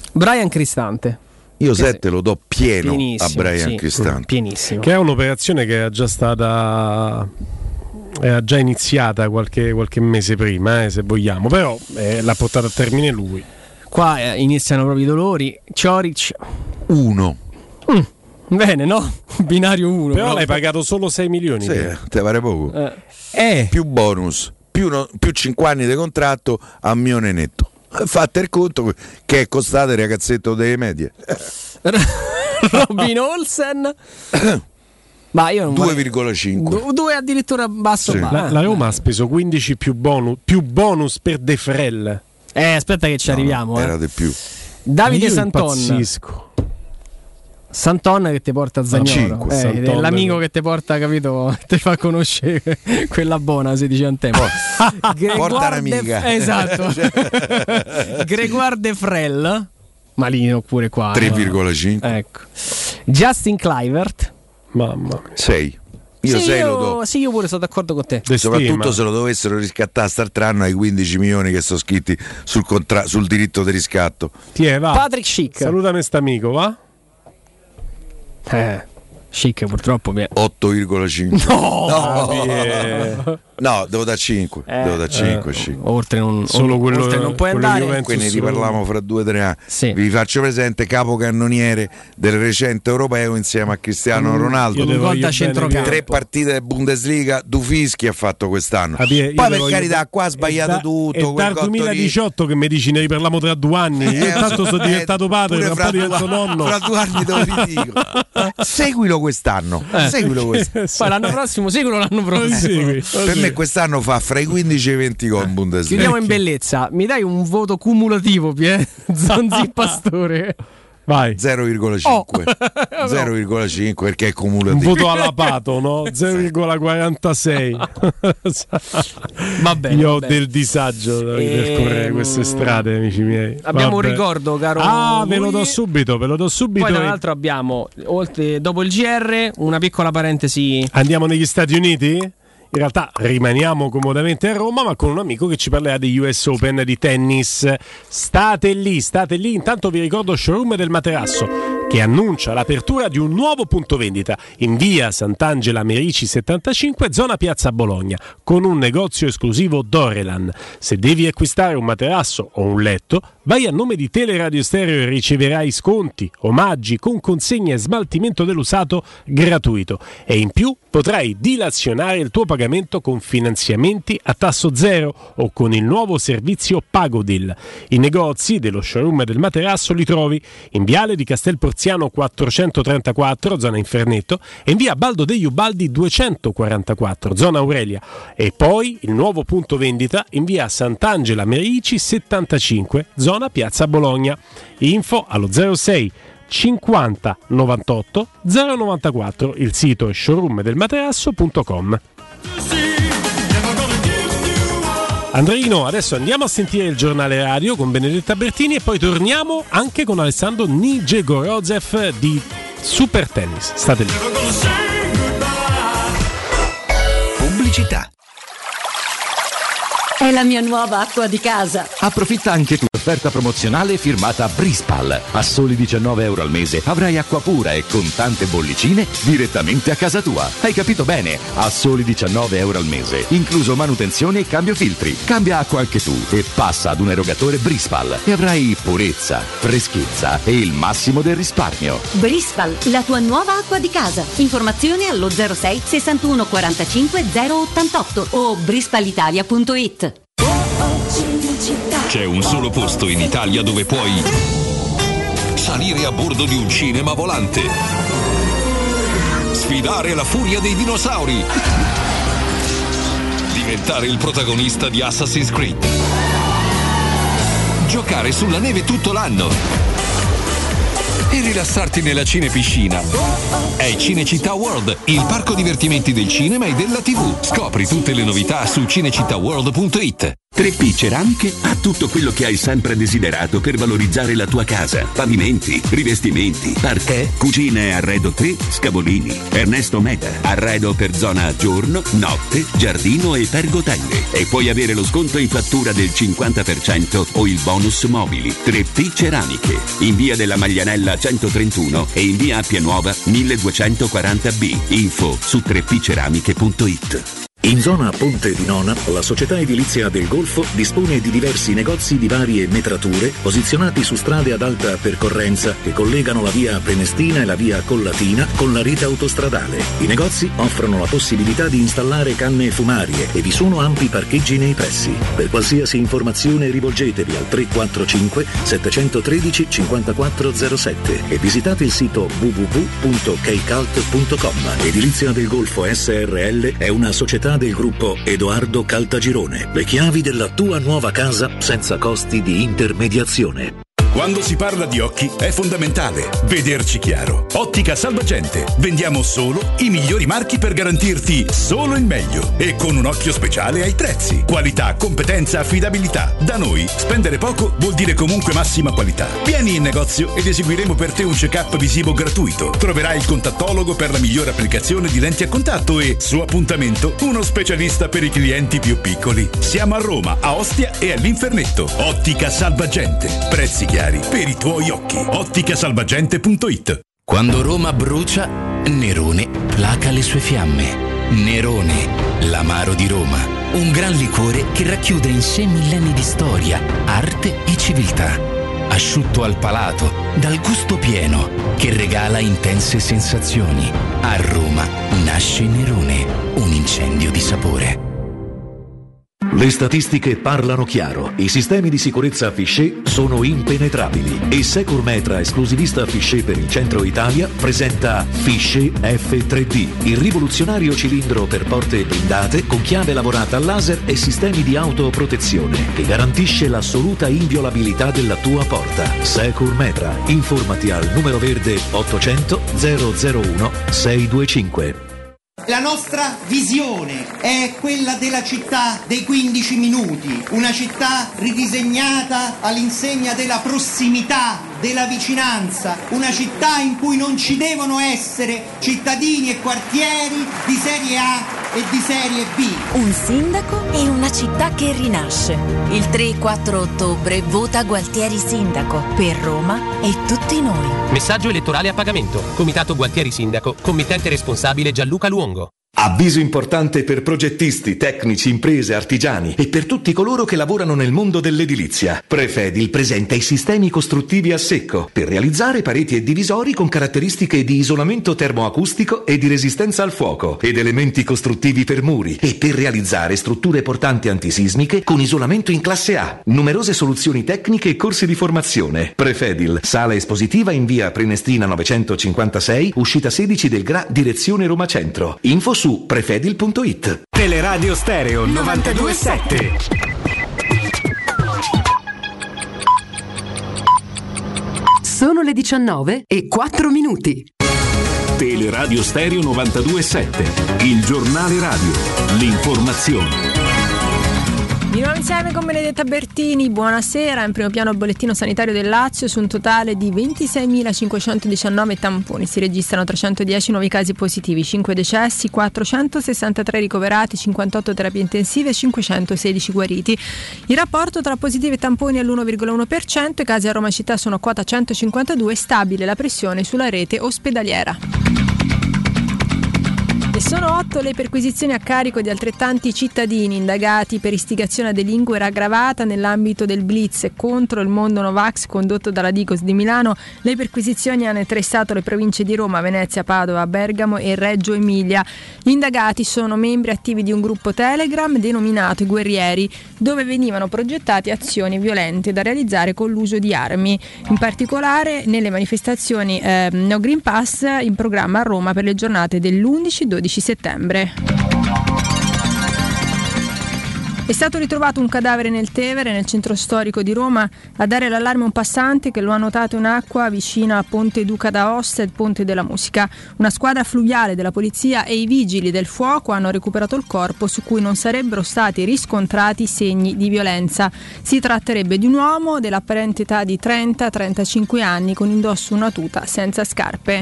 Brian Cristante. Io sette lo do pieno pienissimo, a Brian sì, Cristante. Pienissimo. Che è un'operazione che è già stata era già iniziata qualche, qualche mese prima, eh, se vogliamo, però eh, l'ha portata a termine lui. Qua eh, iniziano proprio i dolori. Cioric uno. Mm, bene, no? Binario uno. Però l'hai pagato solo sei milioni. Sì, te pare poco. Eh. Eh. Più bonus, più, no, più cinque anni di contratto a mio nenetto. Fate il conto che è costato il ragazzetto delle medie. Robin Olsen. Ma io non due virgola cinque. Due addirittura basso. Sì. La, la Roma ha speso quindici più bonus, più bonus per De Frel. Eh, aspetta che ci no, arriviamo. Era eh. di più. Davide io Santon. Impazzisco. Santon che ti porta a Zaniolo, cinque, eh, Santon, è l'amico no. che ti porta, capito? Ti fa conoscere quella buona, si dice un tempo. Porta un'amica. De... Esatto. Gregoire De Frel, malino pure qua. tre virgola cinque. Ecco. Justin Kluivert. Mamma. sei. Io sì, sei io, lo do. Sì, io pure sono d'accordo con te. Soprattutto se lo dovessero riscattare st'altro anno ai quindici milioni che sono scritti sul, contra- sul diritto di riscatto. Ti è, va. Patrick Schick. Salutami st'amico, va? Eh, Schick purtroppo mi è... otto virgola cinque. No, no. no, devo da cinque. Eh, devo da cinque. eh, oltre non, solo quello, oltre non puoi andare. Poi ne riparliamo fra due o tre anni. Sì. Vi faccio presente capocannoniere del recente europeo insieme a Cristiano Mm, Ronaldo. un gol da centrocampo. Tre partite di Bundesliga, Du Fischi ha fatto quest'anno. Ah, io Poi per voglio... carità, qua ha sbagliato da, tutto. È dal duemiladiciotto che mi dici ne riparliamo tra due anni. Io Eh, intanto sono diventato eh, padre, tra pure un po' fra divento due- nonno. Fra due anni te lo dico. Seguilo quest'anno. Eh. Seguilo quest'anno. Poi l'anno prossimo, seguilo l'anno prossimo. Per me quest'anno fa fra i quindici e i venti gol in Bundesliga. Chiudiamo in bellezza. Mi dai un voto cumulativo, Pier? Zonzi Pastore. Vai. zero virgola cinque. Oh. zero virgola cinque perché è cumulativo. Un voto allapato, no? zero virgola quarantasei. Va bene. Io va ho bene. del disagio da Ehm, percorrere queste strade, amici miei. Abbiamo Vabbè. un ricordo, caro. Ah, ve lo do Mugli. subito, ve lo do subito. Poi tra e- l'altro abbiamo, oltre, dopo il G R, una piccola parentesi. Andiamo negli Stati Uniti? In realtà rimaniamo comodamente a Roma, ma con un amico che ci parlerà degli U S Open di tennis. State lì, state lì. Intanto vi ricordo Showroom del Materasso, che annuncia l'apertura di un nuovo punto vendita in via Sant'Angela Merici settantacinque, zona Piazza Bologna, con un negozio esclusivo Dorelan. Se devi acquistare un materasso o un letto, vai a nome di Teleradio Stereo e riceverai sconti, omaggi con consegne e smaltimento dell'usato gratuito. E in più potrai dilazionare il tuo pagamento con finanziamenti a tasso zero o con il nuovo servizio Pagodil. I negozi dello Showroom del Materasso li trovi in Viale di Castelporziano quattrocentotrentaquattro, zona Infernetto, e in via Baldo degli Ubaldi duecentoquarantaquattro, zona Aurelia. E poi il nuovo punto vendita in via Sant'Angela Merici settantacinque, zona Piazza Bologna. Info allo zero sei cinquanta novantotto zero novantaquattro. Il sito è showroom del materasso punto com. Andreino, adesso andiamo a sentire il giornale radio con Benedetta Bertini e poi torniamo anche con Alessandro Nijegorodzev di Super Tennis. State lì. Pubblicità. È la mia nuova acqua di casa. Approfitta anche tu dell'offerta promozionale firmata Brispal. A soli diciannove euro al mese avrai acqua pura e con tante bollicine direttamente a casa tua. Hai capito bene? A soli diciannove euro al mese, incluso manutenzione e cambio filtri. Cambia acqua anche tu e passa ad un erogatore Brispal e avrai purezza, freschezza e il massimo del risparmio. Brispal, la tua nuova acqua di casa. Informazioni allo zero sei sessantuno quarantacinque zero ottantotto o brispalitalia punto it. C'è un solo posto in Italia dove puoi salire a bordo di un cinema volante, sfidare la furia dei dinosauri, diventare il protagonista di Assassin's Creed, giocare sulla neve tutto l'anno e rilassarti nella cinepiscina. È Cinecittà World, il parco divertimenti del cinema e della tivù. Scopri tutte le novità su cinecittà world punto it. tre P Ceramiche ha tutto quello che hai sempre desiderato per valorizzare la tua casa. Pavimenti, rivestimenti, parquet, cucina e arredo tre, Scavolini. Ernesto Meda, arredo per zona giorno, notte, giardino e pergotelle. E puoi avere lo sconto in fattura del cinquanta per cento o il bonus mobili. tre P Ceramiche, in via della Maglianella centotrentuno e in via Appia Nuova milleduecentoquaranta B. Info su tre p ceramiche punto it. In zona Ponte di Nona, la società edilizia del Golfo dispone di diversi negozi di varie metrature posizionati su strade ad alta percorrenza che collegano la via Prenestina e la via Collatina con la rete autostradale. I negozi offrono la possibilità di installare canne fumarie e vi sono ampi parcheggi nei pressi. Per qualsiasi informazione rivolgetevi al tre quattro cinque sette uno tre cinque quattro zero sette e visitate il sito w w w punto keycult punto com. Edilizia del Golfo S R L è una società del gruppo Edoardo Caltagirone. Le chiavi della tua nuova casa senza costi di intermediazione. Quando si parla di occhi è fondamentale vederci chiaro. Ottica Salvagente. Vendiamo solo i migliori marchi per garantirti solo il meglio e con un occhio speciale ai prezzi. Qualità, competenza, affidabilità. Da noi spendere poco vuol dire comunque massima qualità. Vieni in negozio ed eseguiremo per te un check-up visivo gratuito. Troverai il contattologo per la migliore applicazione di lenti a contatto e, su appuntamento, uno specialista per i clienti più piccoli. Siamo a Roma, a Ostia e all'Infernetto. Ottica Salvagente. Prezzi chiari per i tuoi occhi. otticasalvagente punto it. Quando Roma brucia, Nerone placa le sue fiamme. Nerone, l'amaro di Roma. Un gran liquore che racchiude in sé millenni di storia, arte e civiltà. Asciutto al palato, dal gusto pieno, che regala intense sensazioni. A Roma nasce Nerone, un incendio di sapore. Le statistiche parlano chiaro. I sistemi di sicurezza Fichet sono impenetrabili e Securmetra, esclusivista Fichet per il centro Italia, presenta Fichet F tre D, il rivoluzionario cilindro per porte blindate con chiave lavorata a laser e sistemi di autoprotezione che garantisce l'assoluta inviolabilità della tua porta. Securmetra. Informati al numero verde ottocento zero zero uno sei due cinque. La nostra visione è quella della città dei quindici minuti, una città ridisegnata all'insegna della prossimità, della vicinanza, una città in cui non ci devono essere cittadini e quartieri di serie A e di serie B. Un sindaco e una città che rinasce. Il tre e quattro ottobre vota Gualtieri sindaco per Roma e tutti noi. Messaggio elettorale a pagamento. Comitato Gualtieri Sindaco. Committente responsabile Gianluca Luongo. Avviso importante per progettisti, tecnici, imprese, artigiani e per tutti coloro che lavorano nel mondo dell'edilizia. Prefedil presenta i sistemi costruttivi a secco per realizzare pareti e divisori con caratteristiche di isolamento termoacustico e di resistenza al fuoco ed elementi costruttivi per muri e per realizzare strutture portanti antisismiche con isolamento in classe A. Numerose soluzioni tecniche e corsi di formazione. Prefedil, sala espositiva in via Prenestina novecentocinquantasei, uscita sedici del Gra, direzione Roma Centro. Info su prefedil punto it. Teleradio Stereo novantadue sette. Sono le diciannove e quattro minuti. Teleradio Stereo novantadue sette, il giornale radio, l'informazione. Di nuovo insieme con Benedetta Bertini, buonasera. In primo piano il bollettino sanitario del Lazio, su un totale di ventiseimilacinquecentodiciannove tamponi si registrano trecentodieci nuovi casi positivi, cinque decessi, quattrocentosessantatré ricoverati, cinquantotto terapie intensive e cinquecentosedici guariti. Il rapporto tra positivi e tamponi è all'uno virgola uno per cento, i casi a Roma città sono a quota centocinquantadue, stabile la pressione sulla rete ospedaliera. E sono otto le perquisizioni a carico di altrettanti cittadini indagati per istigazione a delinquere aggravata nell'ambito del blitz contro il mondo Novax condotto dalla Digos di Milano. Le perquisizioni hanno interessato le province di Roma, Venezia, Padova, Bergamo e Reggio Emilia. Gli indagati sono membri attivi di un gruppo Telegram denominato I Guerrieri, dove venivano progettate azioni violente da realizzare con l'uso di armi, in particolare nelle manifestazioni eh, No Green Pass in programma a Roma per le giornate dell'undici dodici settembre. È stato ritrovato un cadavere nel Tevere, nel centro storico di Roma. A dare l'allarme un passante che lo ha notato in acqua vicino a Ponte Duca d'Aosta e Ponte della Musica. Una squadra fluviale della polizia e i vigili del fuoco hanno recuperato il corpo, su cui non sarebbero stati riscontrati segni di violenza. Si tratterebbe di un uomo dell'apparente età di trenta trentacinque anni con indosso una tuta senza scarpe.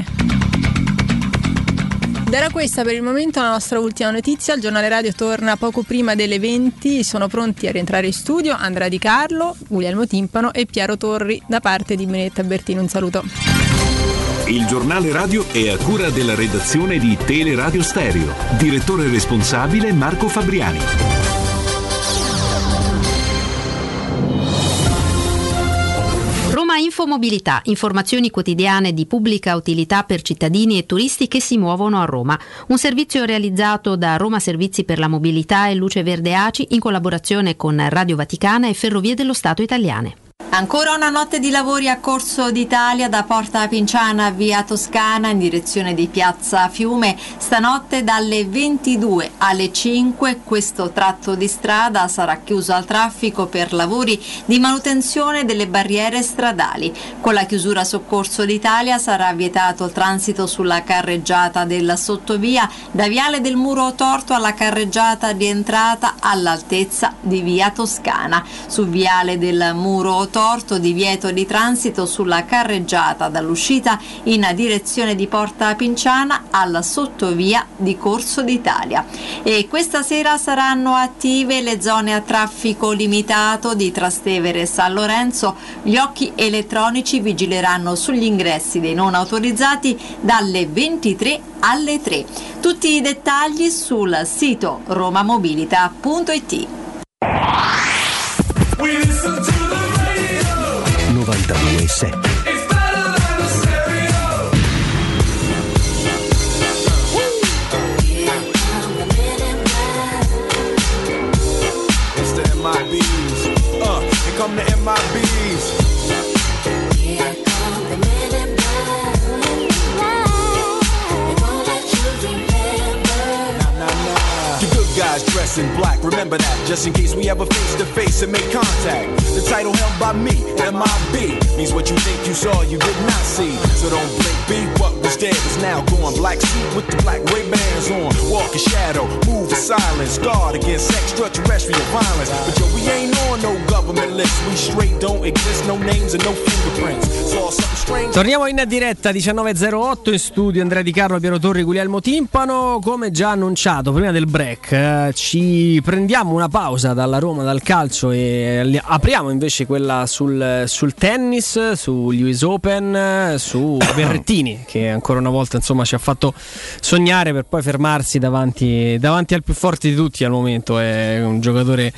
Ed era questa per il momento la nostra ultima notizia. Il giornale radio torna poco prima delle venti. Sono pronti a rientrare in studio Andrea Di Carlo, Guglielmo Timpano e Piero Torri. Da parte di Benedetta Bertini un saluto. Il giornale radio è a cura della redazione di Teleradio Stereo. Direttore responsabile Marco Fabriani. Roma Infomobilità, informazioni quotidiane di pubblica utilità per cittadini e turisti che si muovono a Roma. Un servizio realizzato da Roma Servizi per la Mobilità e Luce Verde A C I in collaborazione con Radio Vaticana e Ferrovie dello Stato Italiane. Ancora una notte di lavori a Corso d'Italia da Porta Pinciana a Via Toscana in direzione di Piazza Fiume. Stanotte dalle ventidue alle cinque questo tratto di strada sarà chiuso al traffico per lavori di manutenzione delle barriere stradali. Con la chiusura su Corso d'Italia sarà vietato il transito sulla carreggiata della sottovia da Viale del Muro Torto alla carreggiata di entrata all'altezza di Via Toscana. Su Viale del Muro Torto divieto di transito sulla carreggiata dall'uscita in direzione di Porta Pinciana alla sottovia di Corso d'Italia. E questa sera saranno attive le zone a traffico limitato di Trastevere e San Lorenzo. Gli occhi elettronici vigileranno sugli ingressi dei non autorizzati dalle ventitré alle tre. Tutti i dettagli sul sito romamobilita punto it. novantadue e sette. It's the M I Bs. Uh, here come the M I Bs. Here come the men in black. They won't let you remember. Nah, nah, nah. The good guys dress in black. Remember that, just in case we ever face to face and make contact. The title held by me, M I B, means what you think you saw, you did not see. So don't blink, be what was dead is now gone. Black suit with the black Ray-Bans on. Walk in shadow, move in silence. Guard against extraterrestrial violence. But yo, we ain't on no government list. We straight don't exist, no names and no fingerprints. Saw something strange. Torniamo in diretta diciannove e zero otto in studio Andrea Di Carlo, Piero Torri, Guglielmo Timpano. Come già annunciato prima del break, eh, ci prendiamo una pausa dalla Roma, dal calcio e apriamo invece quella sul, sul tennis, sugli U S Open, su Berrettini che ancora una volta insomma ci ha fatto sognare per poi fermarsi davanti, davanti al più forte di tutti al momento. È un giocatore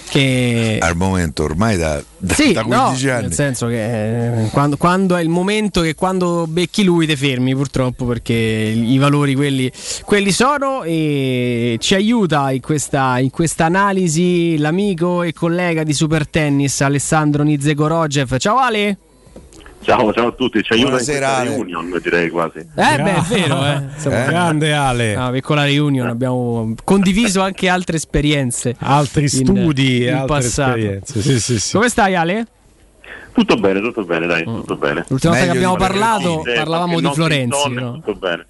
che al momento ormai da, da, sì, da quindici no, anni, nel senso che eh, quando, quando è il momento che quando becchi lui te fermi purtroppo, perché i valori quelli, quelli sono, e ci aiuta in questa, in questa analisi l'amico e collega di Super Tennis Alessandro Nizegorogev. Ciao Ale. Ciao, ciao a tutti, ci aiuta Buonasera, in Ale. questa reunion, direi quasi. Eh beh, è vero, eh. Insomma, Eh? Grande Ale. Una piccola reunion, abbiamo condiviso anche altre esperienze, altri in- studi e in altre passato. esperienze. Sì, sì, sì. Come stai Ale? Tutto bene, tutto bene, dai, tutto bene. L'ultima volta che abbiamo Meglio di parlato qualche parlavamo di notte Florenzi, insonne, no? Tutto bene.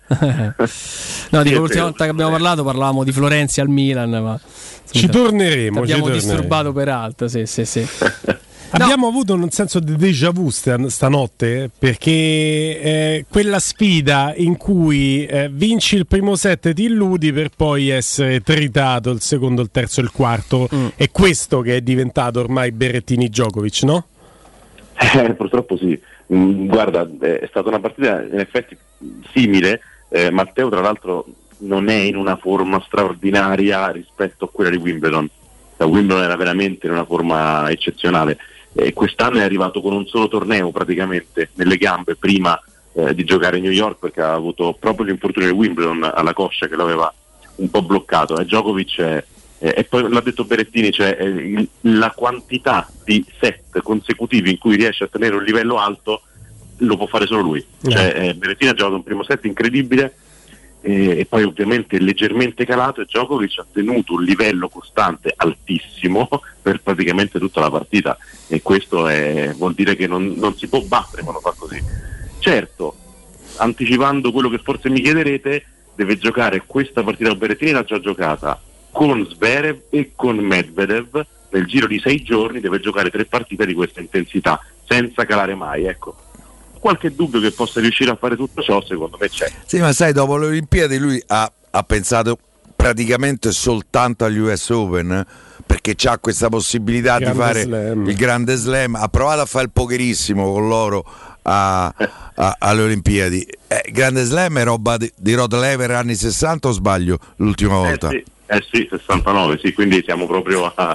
No, dico Sì, l'ultima sì, volta che abbiamo parlato parlavamo di Florenzi al Milan, ma Ci torneremo, Abbiamo ci torneremo. disturbato peraltro, sì, sì, sì. Abbiamo avuto un senso di déjà vu sta- stanotte, perché eh, quella sfida in cui eh, vinci il primo set, ti illudi per poi essere tritato il secondo, il terzo e il quarto, Mm. è questo che è diventato ormai Berrettini Djokovic, no? Eh, purtroppo sì. Mm, guarda, è stata una partita in effetti simile. Eh, Matteo tra l'altro non è in una forma straordinaria rispetto a quella di Wimbledon. La Wimbledon era veramente in una forma eccezionale. Eh, quest'anno è arrivato con un solo torneo praticamente nelle gambe prima eh, di giocare a New York, perché ha avuto proprio l'infortunio di Wimbledon alla coscia che l'aveva un po' bloccato. E Djokovic è, eh, e poi l'ha detto Berrettini, cioè eh, il- la quantità di set consecutivi in cui riesce a tenere un livello alto lo può fare solo lui. Cioè, eh, Berrettini ha giocato un primo set incredibile e, e poi ovviamente leggermente calato, e Djokovic ha tenuto un livello costante altissimo per praticamente tutta la partita, e questo è, vuol dire che non, non si può battere quando fa così. Certo, anticipando quello che forse mi chiederete, deve giocare questa partita con Berrettini, l'ha già giocata con Zverev e con Medvedev, nel giro di sei giorni deve giocare tre partite di questa intensità senza calare mai, ecco. Qualche dubbio che possa riuscire a fare tutto ciò secondo me c'è. Sì, ma sai, dopo le Olimpiadi lui ha, ha pensato praticamente soltanto agli U S Open, perché c'ha questa possibilità grande di fare slam. Il grande slam, ha provato a fare il pokerissimo con loro a, a, alle Olimpiadi. Eh, grande slam è roba di, di Rod Laver anni sessanta o sbaglio l'ultima volta? Eh sì, eh sì, sessantanove, sì, quindi siamo proprio a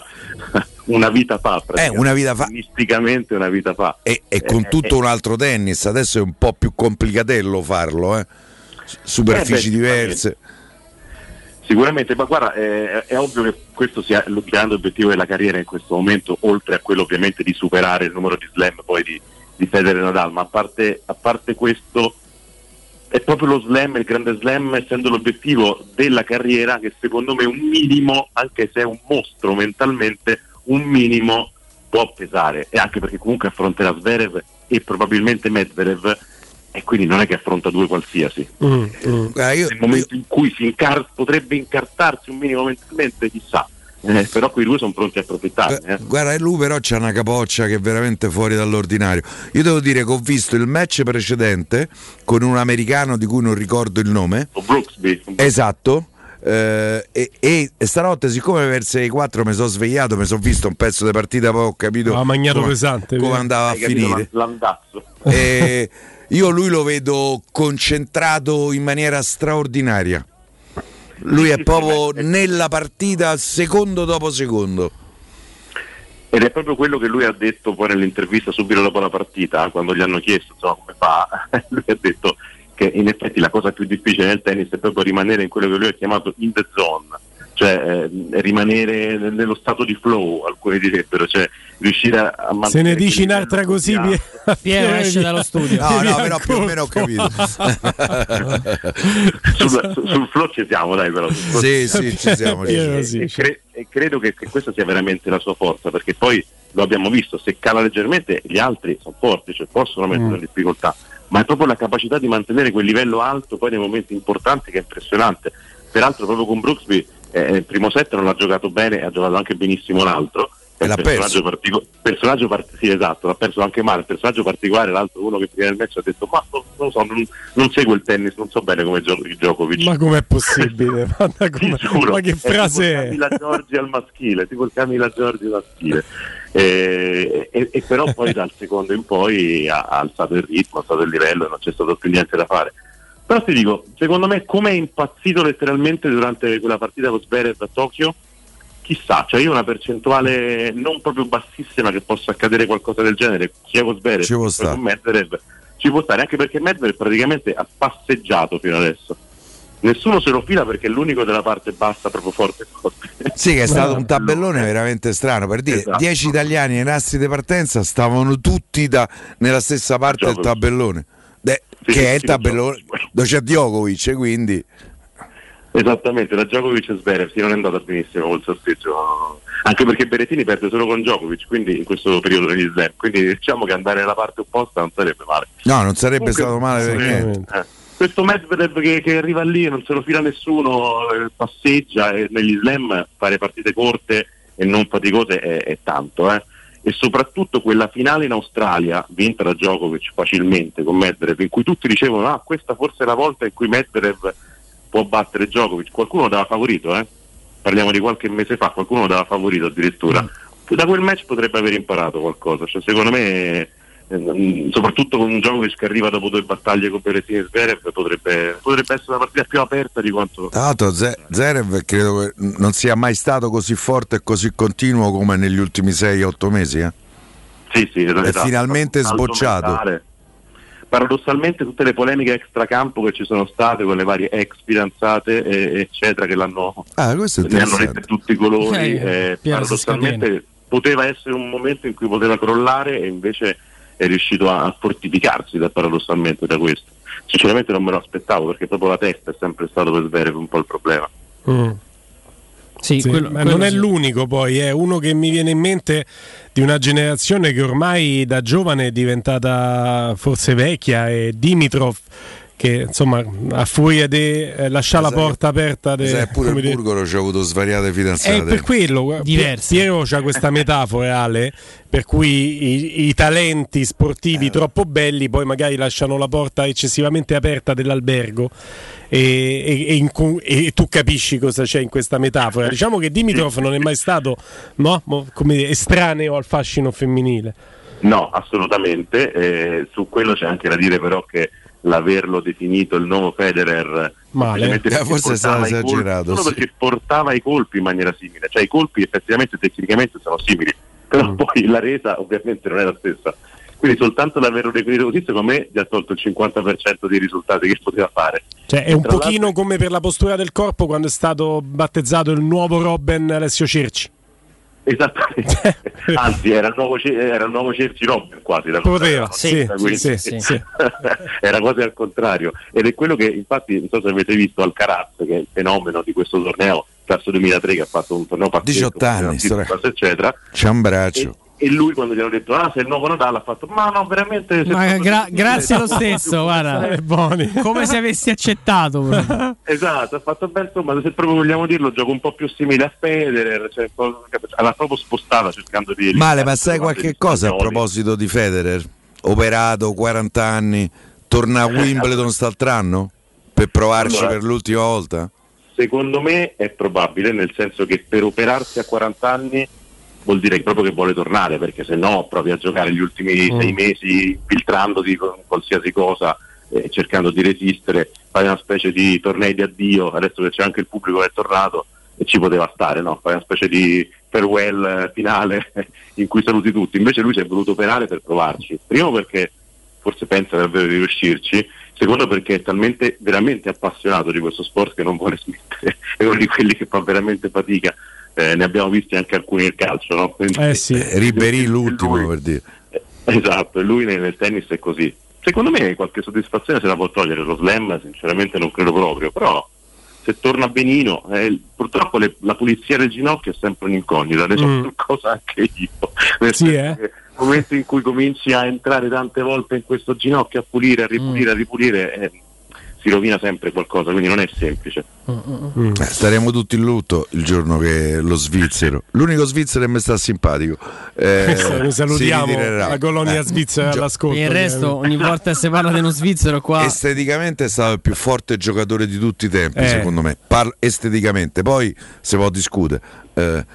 una vita fa, eh, una vita fa, misticamente una vita fa, e, e con eh, tutto eh, un altro tennis. Adesso è un po' più complicatello farlo, eh? Superfici eh beh, diverse. Sicuramente, ma guarda, eh, è ovvio che questo sia il grande obiettivo della carriera in questo momento, oltre a quello ovviamente di superare il numero di slam poi di, di Federer e Nadal, ma a parte, a parte questo è proprio lo slam, il grande slam, essendo l'obiettivo della carriera, che secondo me un minimo, anche se è un mostro mentalmente, un minimo può pesare, e anche perché comunque affronterà Zverev e probabilmente Medvedev, e quindi non è che affronta due qualsiasi. Mm, mm. Eh, io, nel momento io... in cui si incar- potrebbe incartarsi un minimo mentalmente, chissà. Eh, però quei due sono pronti a approfittare. Eh. Guarda, lui però c'ha una capoccia che è veramente fuori dall'ordinario. Io devo dire che ho visto il match precedente con un americano di cui non ricordo il nome. O Brooksby. Esatto. Eh, e, e stanotte, siccome verso le quattro mi sono svegliato, mi sono visto un pezzo di partita, poi ho capito ha magnato come, pesante, come andava a finire. L'andazzo. E io lui lo vedo concentrato in maniera straordinaria. Lui è proprio nella partita secondo dopo secondo. Ed è proprio quello che lui ha detto poi nell'intervista subito dopo la partita, quando gli hanno chiesto insomma, come fa, lui ha detto che in effetti la cosa più difficile nel tennis è proprio rimanere in quello che lui ha chiamato in the zone, cioè eh, rimanere nello stato di flow, alcuni direbbero, cioè riuscire a, a mantenere. Se ne dici un'altra così, Piero esce dallo studio. No, no, però più o meno ho capito. sul, sul flow ci siamo, dai, però. Sì, sì, ci siamo. E, e, cre- e credo che, che questa sia veramente la sua forza, perché poi lo abbiamo visto, se cala leggermente gli altri sono forti, cioè possono mettere mm. in difficoltà, ma è proprio la capacità di mantenere quel livello alto poi nei momenti importanti che è impressionante. Peraltro proprio con Brooksby eh, il primo set non l'ha giocato bene e ha giocato anche benissimo l'altro. E l'ha personaggio perso. Partico- personaggio part- sì, esatto, l'ha perso anche male. Il personaggio particolare, l'altro, uno che prima del match ha detto ma non, non so, non, non seguo il tennis, non so bene come gioca Djokovic. Ma com'è possibile? ma, come, giuro, ma che frase è? Tipo il Camila Giorgi al maschile, tipo il Camila Giorgi al maschile. E, e, e però poi dal secondo in poi ha, ha alzato il ritmo, ha alzato il livello e non c'è stato più niente da fare. Però ti dico, secondo me come è impazzito letteralmente durante quella partita con Zverev a Tokyo, chissà, cioè io ho una percentuale non proprio bassissima che possa accadere qualcosa del genere, sia con Zverev ci può che con Medvedev, ci può stare, anche perché Medvedev praticamente ha passeggiato fino adesso. Nessuno se lo fila perché è l'unico della parte bassa proprio forte forte. Sì, che è stato un tabellone veramente strano, per dire, esatto. dieci italiani ai nastri di partenza stavano tutti da, nella stessa parte del tabellone, De, sì, che sì, è il sì, tabellone dove c'è Djokovic, quindi esattamente, da Djokovic e Zverev sì, non è andata benissimo col sorteggio, anche perché Berrettini perde solo con Djokovic, quindi in questo periodo negli slam, quindi diciamo che andare nella parte opposta non sarebbe male. No, non sarebbe Comunque, stato male per niente. Eh. Questo Medvedev che, che arriva lì, non se lo fila nessuno, eh, passeggia, e negli slam fare partite corte e non faticose è, è tanto, eh. E soprattutto quella finale in Australia, vinta da Djokovic facilmente con Medvedev, in cui tutti dicevano ah, questa forse è la volta in cui Medvedev può battere Djokovic, qualcuno lo dava favorito, eh? Parliamo di qualche mese fa, qualcuno lo dava favorito addirittura. Mm. Da quel match potrebbe aver imparato qualcosa, cioè, secondo me eh, soprattutto con un Djokovic che arriva dopo due battaglie con Berrettini e Zverev potrebbe, potrebbe essere una partita più aperta di quanto. Tra l'altro Zverev credo che non sia mai stato così forte e così continuo come negli ultimi sei otto mesi, eh? Sì, sì, esatto. È finalmente sbocciato. Mentale. Paradossalmente tutte le polemiche extracampo che ci sono state con le varie ex fidanzate eh, eccetera che l'hanno ah, questo è ne hanno lette tutti i colori, eh, eh, paradossalmente poteva essere un momento in cui poteva crollare e invece è riuscito a, a fortificarsi da, paradossalmente da questo. Sinceramente non me lo aspettavo, perché proprio la testa è sempre stato per Zverev un po' il problema. Mm. Sì, sì, quello, ma quello non è sì. l'unico, poi è uno che mi viene in mente di una generazione che ormai da giovane è diventata forse vecchia, è Dimitrov, che insomma a furia di eh, lasciare la porta aperta de, sai, pure il Burgolo ci ha avuto svariate fidanzate. è per quello diverse. Piero c'ha questa metafora, Ale, per cui i, i talenti sportivi eh. troppo belli poi magari lasciano la porta eccessivamente aperta dell'albergo e, e, e, in, e tu capisci cosa c'è in questa metafora. Diciamo che Dimitrov non è mai stato, no, come dire, estraneo al fascino femminile. No, assolutamente, eh, su quello c'è anche da dire però che l'averlo definito il nuovo Federer male, eh, forse è stato esagerato, solo sì. perché portava i colpi in maniera simile, cioè i colpi effettivamente tecnicamente sono simili, però mm. poi la resa ovviamente non è la stessa, quindi soltanto l'averlo definito così secondo me gli ha tolto il cinquanta per cento dei risultati che poteva fare. Cioè è un pochino come per la postura del corpo quando è stato battezzato il nuovo Robben Alessio Cerci. Esattamente, anzi era il nuovo, era il nuovo Cerci Robben quasi da poteva, sì, quindi, sì, sì, sì. era quasi al contrario, ed è quello che infatti non so se avete visto Alcaraz, che è il fenomeno di questo torneo, verso duemilatré, che ha fatto un torneo pazzesco, diciotto anni, eccetera, c'è un braccio. E, e lui quando gli hanno detto ah sei il nuovo Nadal ha fatto ma no veramente ma gra- grazie lo stesso guarda come se avessi accettato esatto, ha fatto bene, insomma se proprio vogliamo dirlo gioco un po' più simile a Federer, cioè, l'ha proprio spostata cercando di male, ma sai qualche cosa a proposito di Federer? Operato, quaranta anni, torna a Wimbledon st'altro anno per provarci allora, per l'ultima volta? Secondo me è probabile, nel senso che per operarsi a quaranta anni vuol dire proprio che vuole tornare, perché se no provi a giocare gli ultimi mm. sei mesi filtrandoti con qualsiasi cosa, eh, cercando di resistere, fai una specie di tornei di addio, adesso che c'è anche il pubblico che è tornato e ci poteva stare, no? Fai una specie di farewell finale in cui saluti tutti, invece lui si è voluto operare per provarci, primo perché forse pensa davvero di riuscirci, secondo perché è talmente veramente appassionato di questo sport che non vuole smettere, è uno di quelli che fa veramente fatica. Eh, ne abbiamo visti anche alcuni nel calcio, no? Quindi, eh sì. eh, Ribéry l'ultimo lui, per dire. Eh, esatto, e lui nel, nel tennis è così. Secondo me qualche soddisfazione se la può togliere lo slam, sinceramente non credo proprio, però se torna benino, eh, purtroppo le, la pulizia del ginocchio è sempre un'incognita, ne so mm. qualcosa anche io. Nel sì, eh? Nel momento in cui cominci a entrare tante volte in questo ginocchio, a pulire, a ripulire, mm. a ripulire, eh, si rovina sempre qualcosa, quindi non è semplice. Mm. Eh, staremo tutti in lutto il giorno che lo svizzero, l'unico svizzero che mi sta simpatico, eh, salutiamo la colonia eh, svizzera gio- all'ascolto. Il resto ogni volta che si parla di uno svizzero qua esteticamente è stato il più forte giocatore di tutti i tempi, eh. secondo me. Parlo esteticamente, poi si può discutere. Eh,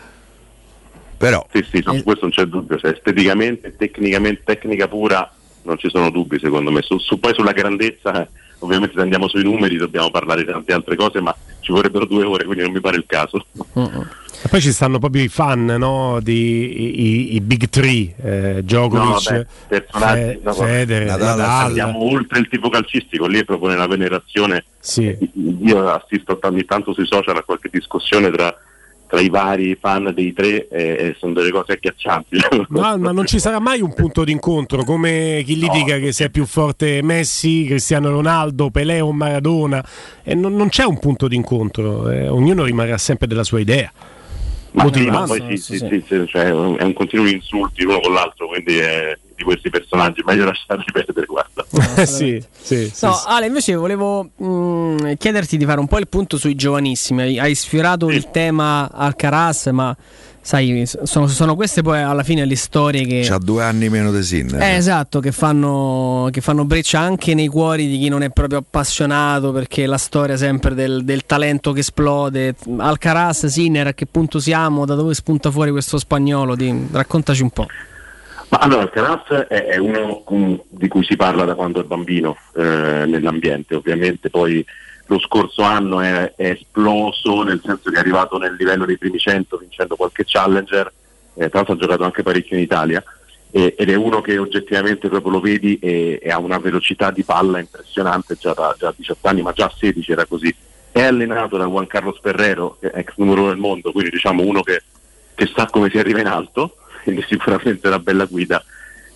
però sì, sì, no, eh. questo non c'è dubbio, cioè, esteticamente, tecnicamente, tecnica pura, non ci sono dubbi secondo me. Su, su poi sulla grandezza. Eh, ovviamente se andiamo sui numeri dobbiamo parlare di tante altre cose, ma ci vorrebbero due ore, quindi non mi pare il caso. Uh-uh. E poi ci stanno proprio i fan, no? Di, i, i big three, eh, Djokovic, no, personaggi, Fe- no, Federer, Nadal, Nadal. Andiamo oltre il tipo calcistico, lì è proprio nella venerazione. Sì. Io assisto ogni tanto sui social a qualche discussione tra tra i vari fan dei tre, eh, sono delle cose agghiaccianti. No, ma non ci sarà mai un punto d'incontro, come chi litiga no. che sia più forte Messi, Cristiano Ronaldo, Pelé o Maradona, e non, non c'è un punto d'incontro, eh, ognuno rimarrà sempre della sua idea. Ma, sì, ma poi sì, sì, sì, sì, cioè, è un continuo insulti l'uno con l'altro, quindi è di questi personaggi meglio lasciarli perdere, guarda. No, sì, sì, no, sì, Ale, invece volevo mh, chiederti di fare un po' il punto sui giovanissimi. Hai, hai sfiorato sì. il tema Alcaraz, ma sai, sono, sono queste poi alla fine le storie che c'ha due anni meno di Sinner. Eh, esatto, che fanno, che fanno breccia anche nei cuori di chi non è proprio appassionato, perché la storia sempre del, del talento che esplode. Alcaraz, Sinner, a che punto siamo? Da dove spunta fuori questo spagnolo? Di, raccontaci un po'. Ma allora Alcaraz è, è uno um, di cui si parla da quando è bambino eh, nell'ambiente, ovviamente poi lo scorso anno è, è esploso, nel senso che è arrivato nel livello dei primi cento vincendo qualche challenger, eh, tra l'altro ha giocato anche parecchio in Italia, eh, ed è uno che oggettivamente proprio lo vedi e, e ha una velocità di palla impressionante già da già diciotto anni, ma già a sedici era così. È allenato da Juan Carlos Ferrero, che è ex numero uno del mondo, quindi diciamo uno che, che sa come si arriva in alto, quindi sicuramente una bella guida.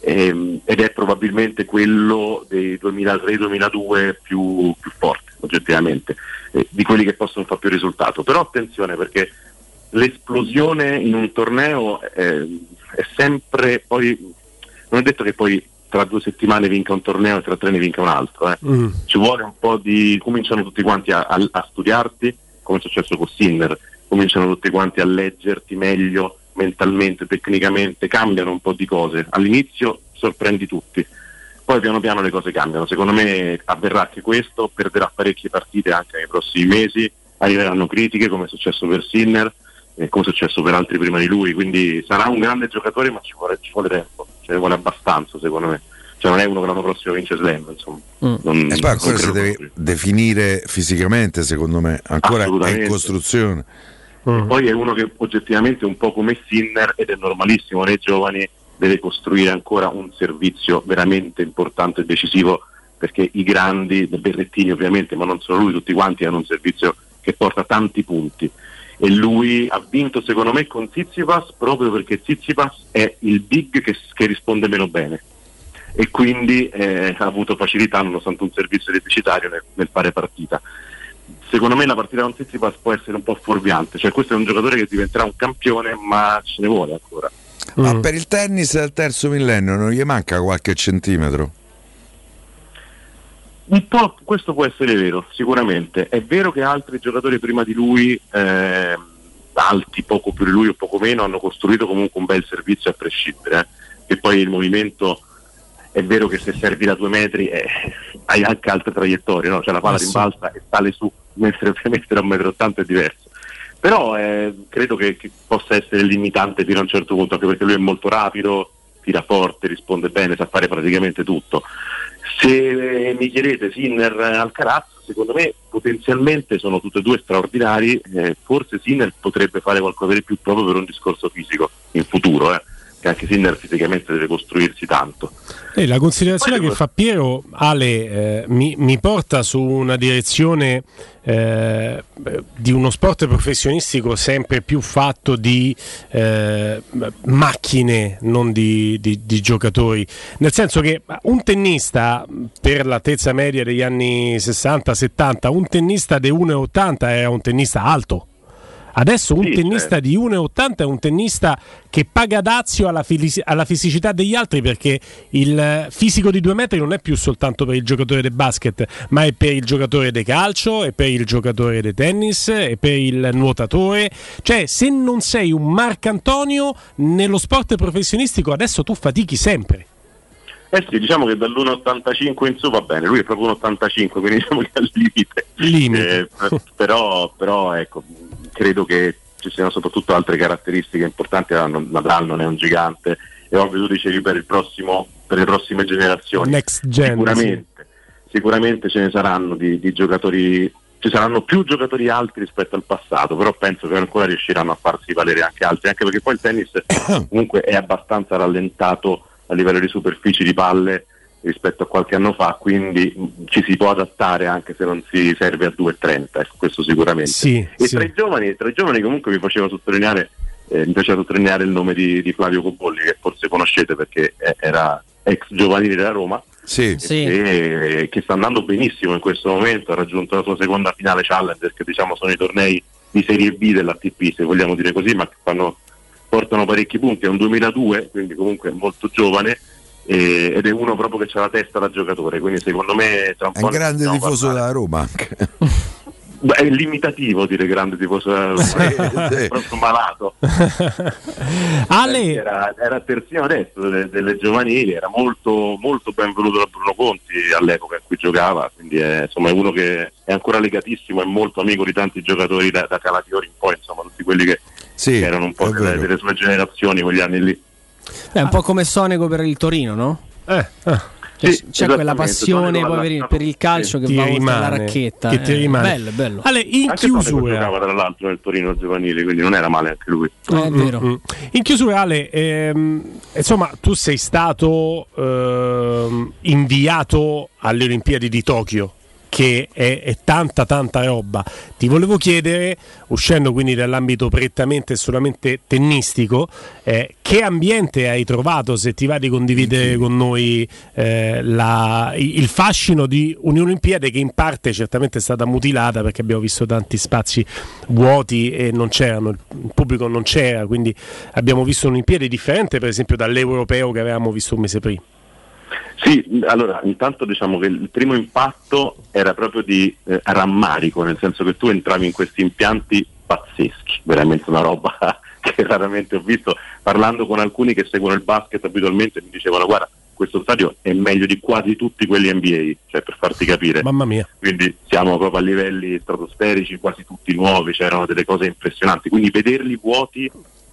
ehm, ed è probabilmente quello dei duemilatré duemiladue più, più forte oggettivamente, eh, di quelli che possono fare più risultato. Però attenzione, perché l'esplosione in un torneo eh, è sempre, poi non è detto che poi tra due settimane vinca un torneo e tra tre ne vinca un altro, eh. mm. Ci vuole un po' di, cominciano tutti quanti a, a, a studiarti, come è successo con Sinner, cominciano tutti quanti a leggerti meglio mentalmente, tecnicamente, cambiano un po' di cose. All'inizio sorprendi tutti, poi piano piano le cose cambiano. Secondo me avverrà anche questo, perderà parecchie partite anche nei prossimi mesi, arriveranno critiche come è successo per Sinner e come è successo per altri prima di lui, quindi sarà un grande giocatore, ma ci vuole, ci vuole tempo, ce ne vuole abbastanza secondo me, cioè non è uno che l'anno prossimo vince Slam, insomma. Mm. Non, e poi ancora si deve così definire fisicamente, secondo me ancora è in costruzione. Mm. Poi è uno che oggettivamente un po' come Sinner, ed è normalissimo nei giovani, deve costruire ancora un servizio veramente importante e decisivo, perché i grandi, Berrettini ovviamente, ma non solo lui, tutti quanti hanno un servizio che porta tanti punti, e lui ha vinto secondo me con Tsitsipas proprio perché Tsitsipas è il big che, che risponde meno bene, e quindi eh, ha avuto facilità nonostante un servizio deficitario nel, nel fare partita. Secondo me la partita con Tsitsipas può essere un po' fuorviante, cioè questo è un giocatore che diventerà un campione, ma ce ne vuole ancora. Ma mm. per il tennis del terzo millennio non gli manca qualche centimetro? Un po', questo può essere vero, sicuramente. È vero che altri giocatori prima di lui, eh, alti, poco più di lui o poco meno, hanno costruito comunque un bel servizio a prescindere, eh. E poi il movimento, è vero che se servi da due metri eh, hai anche altre traiettorie, no? Cioè la palla rimbalza e sale su, mentre ovviamente da un metro e ottanta è diverso. Però eh, credo che, che possa essere limitante fino a un certo punto, anche perché lui è molto rapido, tira forte, risponde bene, sa fare praticamente tutto. Se eh, mi chiedete Sinner Alcaraz, secondo me potenzialmente sono tutti e due straordinari, eh, forse Sinner potrebbe fare qualcosa di più proprio per un discorso fisico in futuro, eh. Che anche Sinner fisicamente deve costruirsi tanto. E la considerazione che fa Piero, Ale, eh, mi, mi porta su una direzione eh, di uno sport professionistico sempre più fatto di eh, macchine, non di, di, di giocatori, nel senso che un tennista per l'altezza media degli anni sessanta settanta, un tennista di uno virgola ottanta era un tennista alto. Adesso un sì, tennista certo. di uno virgola ottanta è un tennista che paga dazio alla, fisi- alla fisicità degli altri, perché il fisico di due metri non è più soltanto per il giocatore del basket, ma è per il giocatore del calcio, è per il giocatore del tennis, è per il nuotatore. Cioè, se non sei un Marcantonio nello sport professionistico, adesso tu fatichi sempre. Eh sì, diciamo che dall'uno virgola ottantacinque in su va bene, lui è proprio uno virgola ottantacinque, quindi diciamo che è al limite. limite. Eh, però, però ecco, credo che ci siano soprattutto altre caratteristiche importanti. Nadal non è un gigante, e ovvio tu dicevi per il prossimo, per le prossime generazioni. Next gen, sicuramente, sì. sicuramente ce ne saranno di, di giocatori, ci saranno più giocatori alti rispetto al passato, però penso che ancora riusciranno a farsi valere anche altri, anche perché poi il tennis comunque è abbastanza rallentato a livello di superfici di palle rispetto a qualche anno fa, quindi ci si può adattare anche se non si serve a due virgola trenta, ecco, questo sicuramente. Sì, e sì. tra i giovani, tra i giovani comunque mi faceva sottolineare, eh, mi piaceva sottolineare il nome di, di Flavio Cobolli, che forse conoscete perché era ex giovanile della Roma, sì. E, sì. e, che sta andando benissimo in questo momento, ha raggiunto la sua seconda finale Challenger, che diciamo sono i tornei di Serie B dell'A T P, se vogliamo dire così, ma che fanno, portano parecchi punti. È un duemiladue, quindi comunque molto giovane, eh, ed è uno proprio che c'ha la testa da giocatore, quindi secondo me tra un è po' un grande tifoso parlare. della Roma anche. Beh, è limitativo dire grande tifoso della Roma, è proprio malato. Ale era, era terzino destro delle, delle giovanili, era molto, molto ben voluto da Bruno Conti all'epoca in cui giocava, quindi è, insomma, è uno che è ancora legatissimo, è molto amico di tanti giocatori da, da Calafiori in poi, insomma tutti quelli che, sì, che erano un po' delle, delle sue generazioni quegli anni lì. È un po' come Sonego per il Torino, no? Eh, eh. C'è, sì, c'è quella passione poi per il, per il calcio che ti va rimane, oltre la racchetta. Che ti eh, rimane. Bello, bello. Ale, in anche chiusura giocava tra l'altro nel Torino giovanile, quindi non era male anche lui. Eh, è vero. Mm-hmm. In chiusura, Ale, ehm, insomma, tu sei stato ehm, inviato alle Olimpiadi di Tokyo che è, è tanta tanta roba. Ti volevo chiedere, uscendo quindi dall'ambito prettamente e solamente tennistico, eh, che ambiente hai trovato, se ti va di condividere con noi eh, la, il fascino di un'Olimpiade che in parte certamente è stata mutilata, perché abbiamo visto tanti spazi vuoti e non c'erano, il pubblico non c'era, quindi abbiamo visto un'Olimpiade differente per esempio dall'Europeo che avevamo visto un mese prima. Sì, allora intanto diciamo che il primo impatto era proprio di eh, rammarico, nel senso che tu entravi in questi impianti pazzeschi, veramente una roba che raramente ho visto. Parlando con alcuni che seguono il basket abitualmente mi dicevano: guarda, questo stadio è meglio di quasi tutti quelli N B A, cioè per farti capire. Mamma mia. Quindi siamo proprio a livelli stratosferici, quasi tutti nuovi, c'erano delle cose impressionanti, quindi vederli vuoti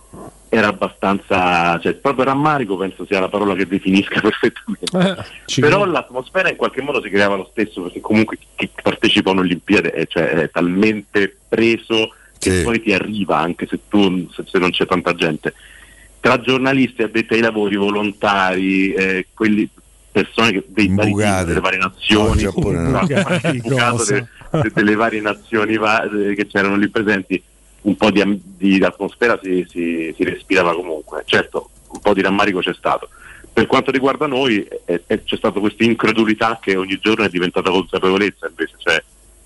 era abbastanza, cioè proprio rammarico penso sia la parola che definisca perfettamente. Eh, però credo. L'atmosfera in qualche modo si creava lo stesso, perché comunque chi partecipa a un'Olimpiade è, cioè, è talmente preso che sì. Poi ti arriva anche se tu se, se non c'è tanta gente, tra giornalisti, addetti ai lavori, volontari, eh, quelli persone che, dei vari team, delle varie nazioni, no, no. delle, delle varie nazioni va, che c'erano lì presenti. Un po' di, di atmosfera si, si, si respirava comunque. Certo, un po' di rammarico c'è stato. Per quanto riguarda noi è, è, c'è stata questa incredulità che ogni giorno è diventata consapevolezza, invece, cioè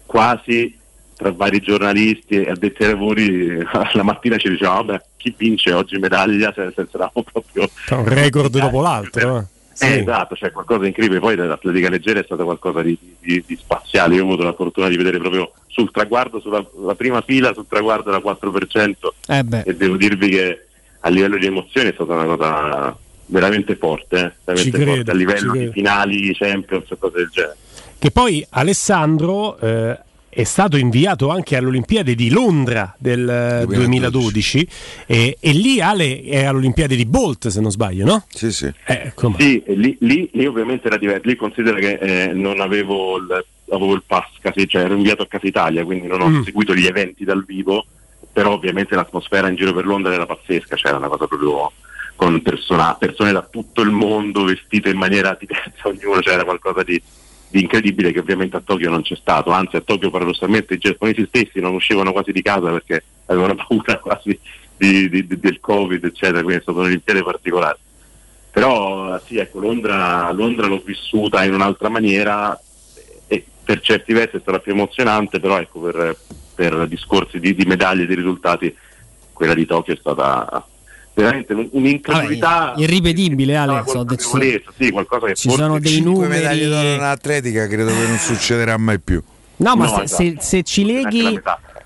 quasi tra vari giornalisti e addetti ai lavori la mattina ci diceva: vabbè, chi vince oggi medaglia, cioè, eravamo proprio un record dopo l'altro. Eh. Sì. Eh, esatto, cioè qualcosa di incredibile. Poi l'atletica leggera è stata qualcosa di, di, di spaziale. Io ho avuto la fortuna di vedere proprio sul traguardo, sulla la prima fila, sul traguardo era quattro per cento eh beh. E devo dirvi che a livello di emozioni è stata una cosa veramente forte, eh? veramente credo, forte a livello di finali, Champions e cose del genere. Che poi Alessandro eh, è stato inviato anche all'Olimpiade di Londra del duemiladodici e, e lì Ale è all'Olimpiade di Bolt, se non sbaglio, no? Sì, sì. Eh, sì, lì, lì, lì ovviamente era diverso. Lì considera che eh, non avevo il, avevo il pass, casi, cioè ero inviato a Casa Italia, quindi non ho mm. seguito gli eventi dal vivo, però ovviamente l'atmosfera in giro per Londra era pazzesca, c'era una cosa proprio con persona, persone da tutto il mondo vestite in maniera diversa, ognuno, c'era qualcosa di di incredibile che ovviamente a Tokyo non c'è stato, anzi a Tokyo paradossalmente i giapponesi stessi non uscivano quasi di casa perché avevano paura quasi di, di, di, del Covid eccetera, quindi è stata un'Olimpiade particolare. Però sì, ecco, Londra, Londra l'ho vissuta in un'altra maniera e per certi versi è stata più emozionante, però ecco per, per discorsi di, di medaglie e di risultati quella di Tokyo è stata veramente un'incredulità ah, irripetibile, Ale. So sì, qualcosa che ci sono dei numeri. Medaglie d'oro in atletica credo che non succederà mai più. No, ma no, se, esatto. se, se ci leghi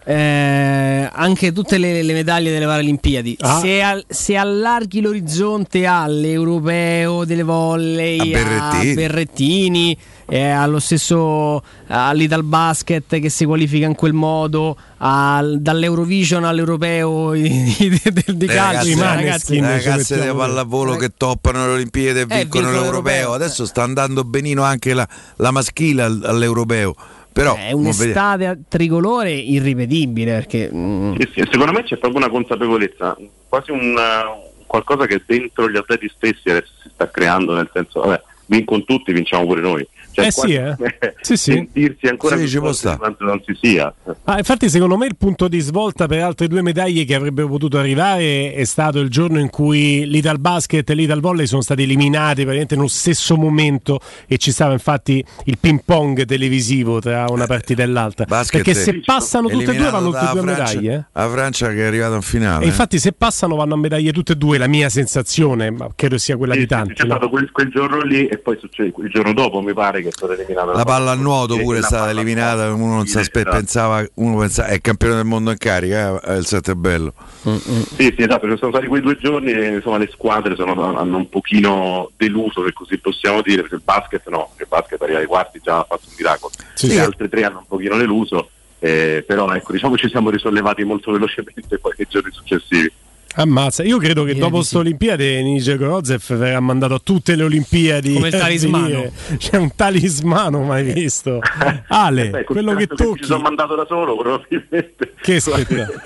eh, anche tutte le, le medaglie delle Paralimpiadi, ah. se, al, se allarghi l'orizzonte all'Europeo delle volley, a Berrettini, a Berrettini eh, allo stesso all'Ital Basket che si qualifica in quel modo, al, dall'Eurovision all'Europeo di, di, di, di calcio, ragazze, ragazzi, le ragazze di pallavolo che toppano le Olimpiadi e eh, vincono l'Europeo. Adesso sta andando benino anche la, la maschile all'Europeo. Però è un'estate a tricolore irripetibile, perché mm. sì, sì, secondo me c'è proprio una consapevolezza, quasi un qualcosa che dentro gli atleti stessi adesso si sta creando, nel senso, vabbè, vincono tutti, vinciamo pure noi. Cioè, eh sì, eh. sì, sì. sentirsi ancora sì, più forte quanto non si sia. Ah, infatti secondo me il punto di svolta per altre due medaglie che avrebbero potuto arrivare è stato il giorno in cui l'Ital Basket e l'Ital Volley sono stati eliminati praticamente nello stesso momento e ci stava infatti il ping pong televisivo tra una partita e l'altra. Basket perché se passano tutte e due vanno tutte e due Francia, medaglie. Eh? La Francia che è arrivata in finale. E infatti se passano vanno a medaglie tutte e due, la mia sensazione, ma credo sia quella sì, di tanti. Sì, c'è no? stato quel, quel giorno lì e poi succede il giorno dopo mi pare che è stata eliminata la palla a nuoto pure è stata eliminata, uno non si aspetta, pensava, uno pensava è il campione del mondo in carica, eh, il set è bello. Mm-hmm. Sì, sì, esatto, ci sono stati quei due giorni e insomma le squadre sono, hanno un pochino deluso, se così possiamo dire, perché il basket no, il basket arriva ai quarti già ha fatto un miracolo, sì, le sì. altre tre hanno un pochino deluso, eh, però ecco, diciamo ci siamo risollevati molto velocemente poi nei giorni successivi. Ammazza, io credo che dopo questa Olimpiade Nigel Grozev verrà mandato a tutte le Olimpiadi come il talismano. C'è un talismano mai visto. Ale, eh beh, quello che tocchi. Ci sono mandato da solo probabilmente. Che spettacolo.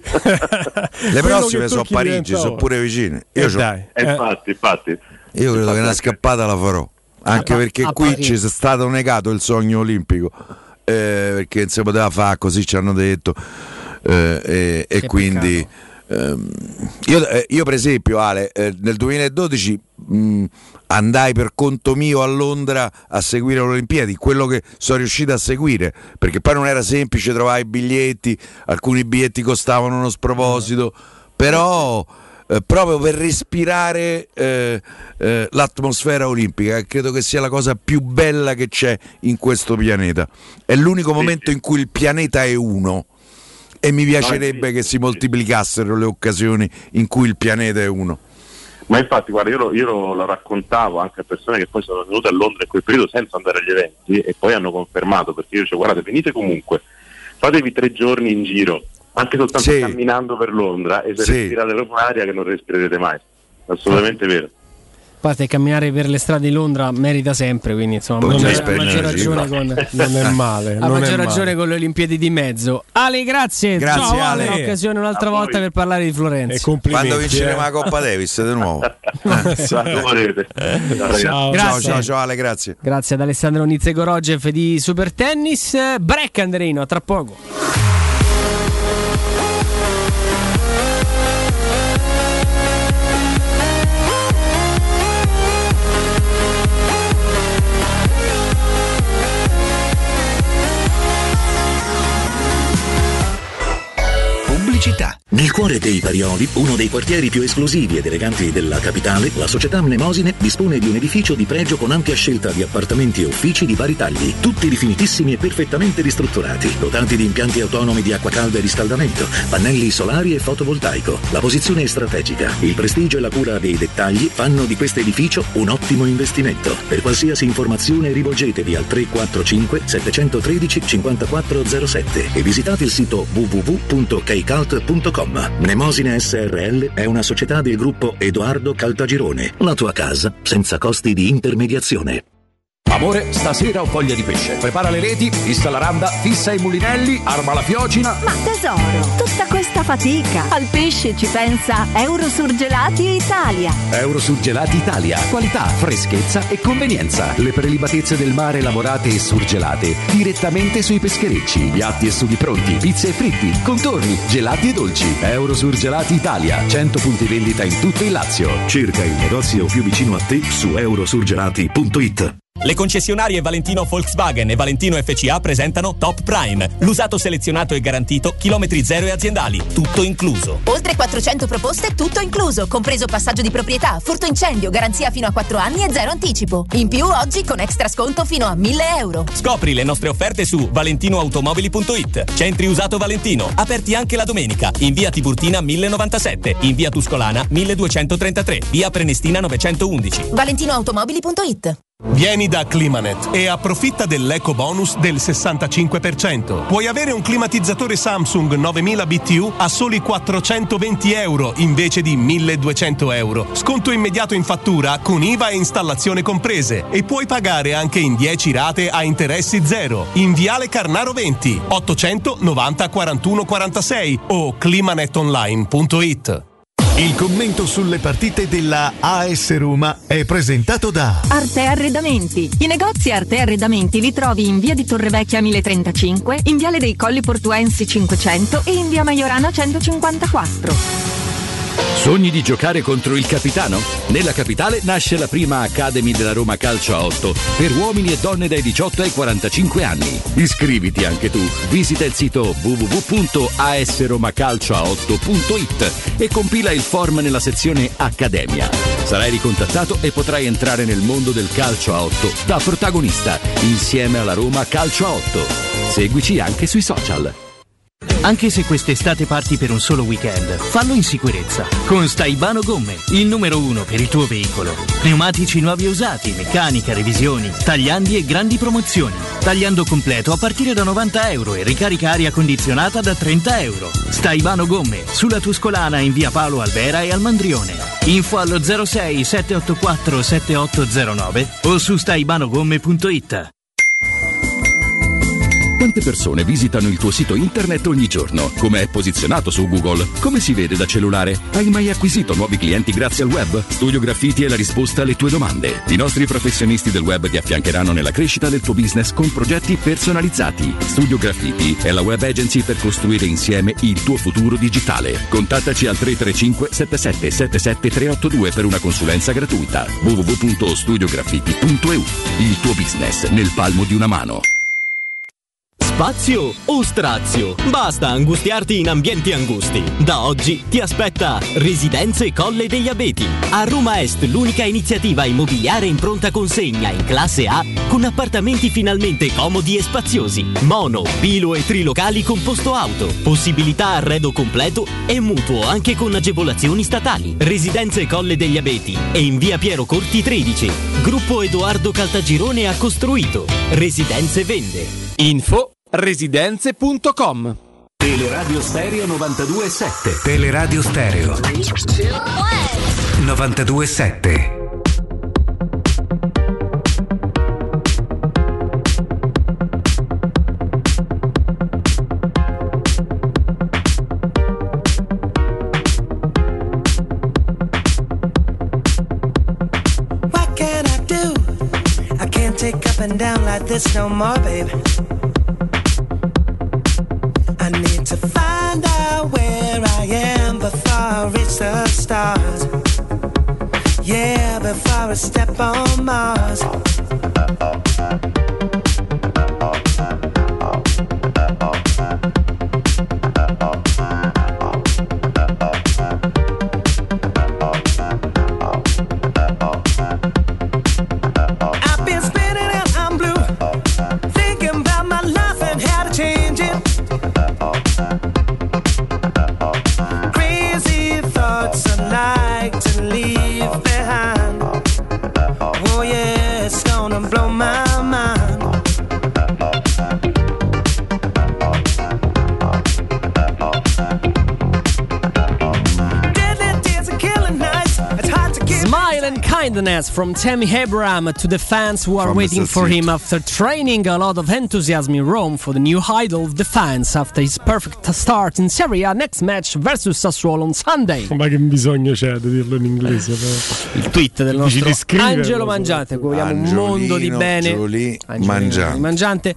Le prossime sono a Parigi, sono pure vicine. Io eh dai, eh, infatti, infatti. Io credo che una scappata la farò, anche a, perché a qui Parigi. Ci è stato negato il sogno olimpico. eh, perché non si poteva fare così, ci hanno detto, eh, e, e quindi ehm, io, eh, io per esempio Ale eh, nel duemiladodici mh, andai per conto mio a Londra a seguire le Olimpiadi, quello che sono riuscito a seguire, perché poi non era semplice trovare i biglietti, alcuni biglietti costavano uno sproposito, però eh, proprio per respirare eh, eh, l'atmosfera olimpica, che credo che sia la cosa più bella che c'è in questo pianeta. È l'unico sì, momento sì. in cui il pianeta è uno, e mi piacerebbe no, sì, che si moltiplicassero le occasioni in cui il pianeta è uno. Ma infatti guarda, io, lo, io lo, lo raccontavo anche a persone che poi sono venute a Londra in quel periodo senza andare agli eventi, e poi hanno confermato, perché io dicevo guardate, venite comunque, fatevi tre giorni in giro, anche soltanto sì. camminando per Londra, e se sì. respirate proprio un'aria che non respirerete mai. Assolutamente vero. A parte camminare per le strade di Londra merita sempre, quindi insomma a maggior, maggior ragione con non è male, a non maggior è ragione male. con le Olimpiadi di mezzo. Ale, grazie, grazie ciao, Ale, un'occasione un'altra a volta voi. Per parlare di Florenzi. Quando vinceremo eh. la Coppa Davis di nuovo. eh. ciao. Ciao, ciao, ciao, ciao Ale, grazie. Grazie ad Alessandro Nizzegorogev di Super Tennis. Break Andreino, a tra poco. Nel cuore dei Parioli, uno dei quartieri più esclusivi ed eleganti della capitale, la società Mnemosine dispone di un edificio di pregio con ampia scelta di appartamenti e uffici di vari tagli, tutti rifinitissimi e perfettamente ristrutturati, dotati di impianti autonomi di acqua calda e riscaldamento, pannelli solari e fotovoltaico. La posizione è strategica, il prestigio e la cura dei dettagli fanno di questo edificio un ottimo investimento. Per qualsiasi informazione rivolgetevi al tre quattro cinque sette uno tre cinque zero sette e visitate il sito w w w punto kcalt punto com. Mnemosine S R L è una società del gruppo Edoardo Caltagirone. La tua casa senza costi di intermediazione. Amore, stasera ho voglia di pesce. Prepara le reti, fissa la randa, fissa i mulinelli, arma la fiocina. Ma tesoro, tutta questa fatica. Al pesce ci pensa Eurosurgelati Italia. Eurosurgelati Italia. Qualità, freschezza e convenienza. Le prelibatezze del mare lavorate e surgelate direttamente sui pescherecci. Piatti e sughi pronti, pizze e fritti, contorni, gelati e dolci. Eurosurgelati Italia. cento punti vendita in tutto il Lazio. Cerca il negozio più vicino a te su eurosurgelati punto it. Le concessionarie Valentino Volkswagen e Valentino F C A presentano Top Prime, l'usato selezionato e garantito, chilometri zero e aziendali, tutto incluso. Oltre quattrocento proposte, tutto incluso, compreso passaggio di proprietà, furto incendio, garanzia fino a quattro anni e zero anticipo. In più oggi con extra sconto fino a mille euro. Scopri le nostre offerte su valentinoautomobili punto it. Centri usato Valentino, aperti anche la domenica, in via Tiburtina mille novantasette, in via Tuscolana milleduecentotrentatré, via Prenestina novecentoundici. valentinoautomobili punto it. Vieni da Climanet e approfitta dell'eco bonus del sessantacinque per cento. Puoi avere un climatizzatore Samsung novemila B T U a soli quattrocentoventi euro invece di milleduecento euro. Sconto immediato in fattura con I V A e installazione comprese, e puoi pagare anche in dieci rate a interessi zero. In Viale Carnaro venti, ottocentonovanta quarantuno quarantasei o climanetonline punto it. Il commento sulle partite della A S Roma è presentato da Arte Arredamenti. I negozi Arte Arredamenti li trovi in via di Torrevecchia mille trentacinque, in viale dei Colli Portuensi cinquecento e in via Maiorana centocinquantaquattro. Sogni di giocare contro il capitano? Nella capitale nasce la prima Academy della Roma Calcio a otto per uomini e donne dai diciotto ai quarantacinque anni. Iscriviti anche tu. Visita il sito w w w punto a s roma calcio a otto punto it e compila il form nella sezione Accademia. Sarai ricontattato e potrai entrare nel mondo del calcio a otto da protagonista insieme alla Roma Calcio a otto. Seguici anche sui social. Anche se quest'estate parti per un solo weekend, fallo in sicurezza. Con Staibano Gomme, il numero uno per il tuo veicolo. Pneumatici nuovi e usati, meccanica, revisioni, tagliandi e grandi promozioni. Tagliando completo a partire da novanta euro e ricarica aria condizionata da trenta euro. Staibano Gomme, sulla Tuscolana in via Paolo Albera e al Mandrione. Info allo zero sei sette otto quattro sette otto zero nove o su staibanogomme punto it. Quante persone visitano il tuo sito internet ogni giorno? Come è posizionato su Google? Come si vede da cellulare? Hai mai acquisito nuovi clienti grazie al web? Studio Graffiti è la risposta alle tue domande. I nostri professionisti del web ti affiancheranno nella crescita del tuo business con progetti personalizzati. Studio Graffiti è la web agency per costruire insieme il tuo futuro digitale. Contattaci al tre tre cinque sette sette sette sette tre otto due per una consulenza gratuita. w w w punto studio graffiti punto e u. Il tuo business nel palmo di una mano. Spazio o strazio? Basta angustiarti in ambienti angusti. Da oggi ti aspetta Residenze Colle degli Abeti. A Roma Est l'unica iniziativa immobiliare in pronta consegna in classe A con appartamenti finalmente comodi e spaziosi. Mono, bilo e trilocali con posto auto. Possibilità arredo completo e mutuo anche con agevolazioni statali. Residenze Colle degli Abeti e in via Piero Corti tredici. Gruppo Edoardo Caltagirone ha costruito. Residenze vende. Info residenze punto com. Teleradio Stereo novantadue sette. Teleradio Stereo novantadue sette. What can I do? I can't take up and down like this no more, baby. I need to find out where I am before I reach the stars. Yeah, before I step on Mars. I've been spinning and I'm blue, thinking about my life and how to change it. Crazy thoughts I like to leave behind. Oh yeah, it's gonna blow my mind. Deadly days and killing nights. It's hard to keep. Smile and kindness from Tammy Abraham to the fans who are From waiting the for seat. him after training. A lot of enthusiasm in Rome for the new idol of the fans after his perfect start in Serie A. Next match versus Sassuolo on Sunday. Ma che bisogno c'è di dirlo in inglese? Però. Il tweet del nostro Difficile scriverlo, Angelo Mangiante, a cui vogliamo un Angiolino mondo di bene. Gioli Angiolino Mangiante. Mangiante,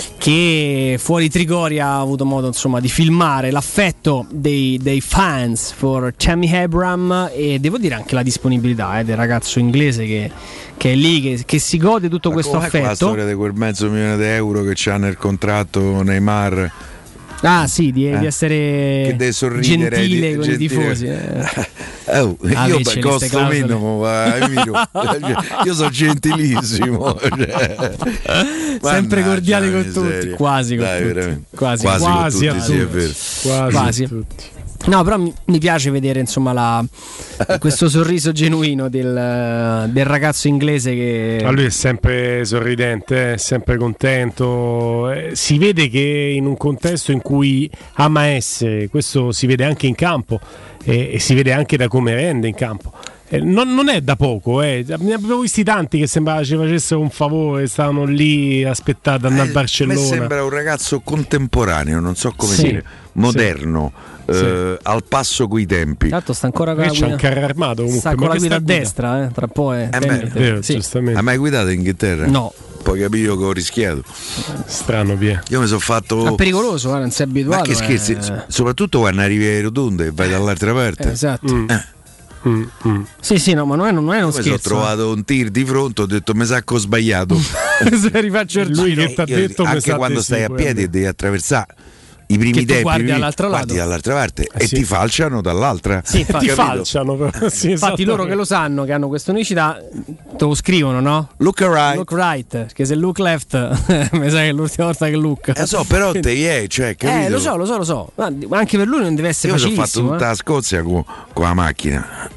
che fuori Trigoria ha avuto modo insomma di filmare l'affetto dei, dei fans for Tammy Abraham e devo dire anche la disponibilità eh, del ragazzo inglese che, che è lì, che, che si gode tutto Ma questo com'è quella affetto. storia di quel mezzo milione di euro che c'ha nel contratto Neymar? Ah sì, di, Eh, di essere che deve sorridere gentile ai- con gentile. i tifosi. eh. Oh, Ah, io invece per queste costo clausole. minimo, ma, Emilio, io sono gentilissimo. Cioè. Sempre Mannaggia cordiale con miseria. tutti, quasi con Dai, tutti. veramente. Quasi, quasi, quasi con a tutti, sì, è tutti. vero. Quasi, Quasi. a tutti. No, però mi, mi piace vedere insomma la, questo sorriso genuino del, del ragazzo inglese che Ma lui è sempre sorridente, è sempre contento. eh, Si vede che in un contesto in cui ama essere, questo si vede anche in campo e, e si vede anche da come rende in campo. Eh, Non, non è da poco, eh. Ne abbiamo visti tanti che sembrava ci facessero un favore, stavano lì aspettando andare a A me Barcellona. sembra un ragazzo contemporaneo, non so come Sì. dire, moderno, Sì. eh, al passo coi tempi. Tanto sta ancora con la Qui c'è un guida, carro armato comunque. sta con ma la che guida a sta destra, eh, tra un po' è Eh beh, Hamilton. Vero, Sì. giustamente. Hai mai guidato in Inghilterra? No, Poi capito che ho rischiato. Strano, Pia. Io mi sono fatto. è pericoloso, eh, non sei abituato. Ma che scherzi, eh. s- soprattutto quando arrivi ai rotonde e vai dall'altra parte. Eh, esatto. Mm. Eh. Mm, mm. Sì, sì, no, ma non è, non è uno Io mi sono scherzo. trovato un tir di fronte, ho detto mi sa che ho sbagliato. Se rifaccio il Lui giro. che t'ha Io- detto mi anche sa quando di stai sì, a piedi quello. e devi attraversare i primi Che tu tempi, guardi i primi- dall'altro guardi lato. dall'altra parte Eh e sì. ti falciano dall'altra. Sì, infatti. Ti Capito? falciano però. Sì, Infatti loro che esattamente. lo sanno, che hanno questa unicità, te lo scrivono, no? Look right. Look right, perché se look left mi sa che è l'ultima volta che look. Eh so, però te è, cioè, capito? Eh, lo so, lo so, lo so. Ma anche per lui non deve essere Io mi sono fatto facilissimo. tutta eh. la Scozia con, con la macchina.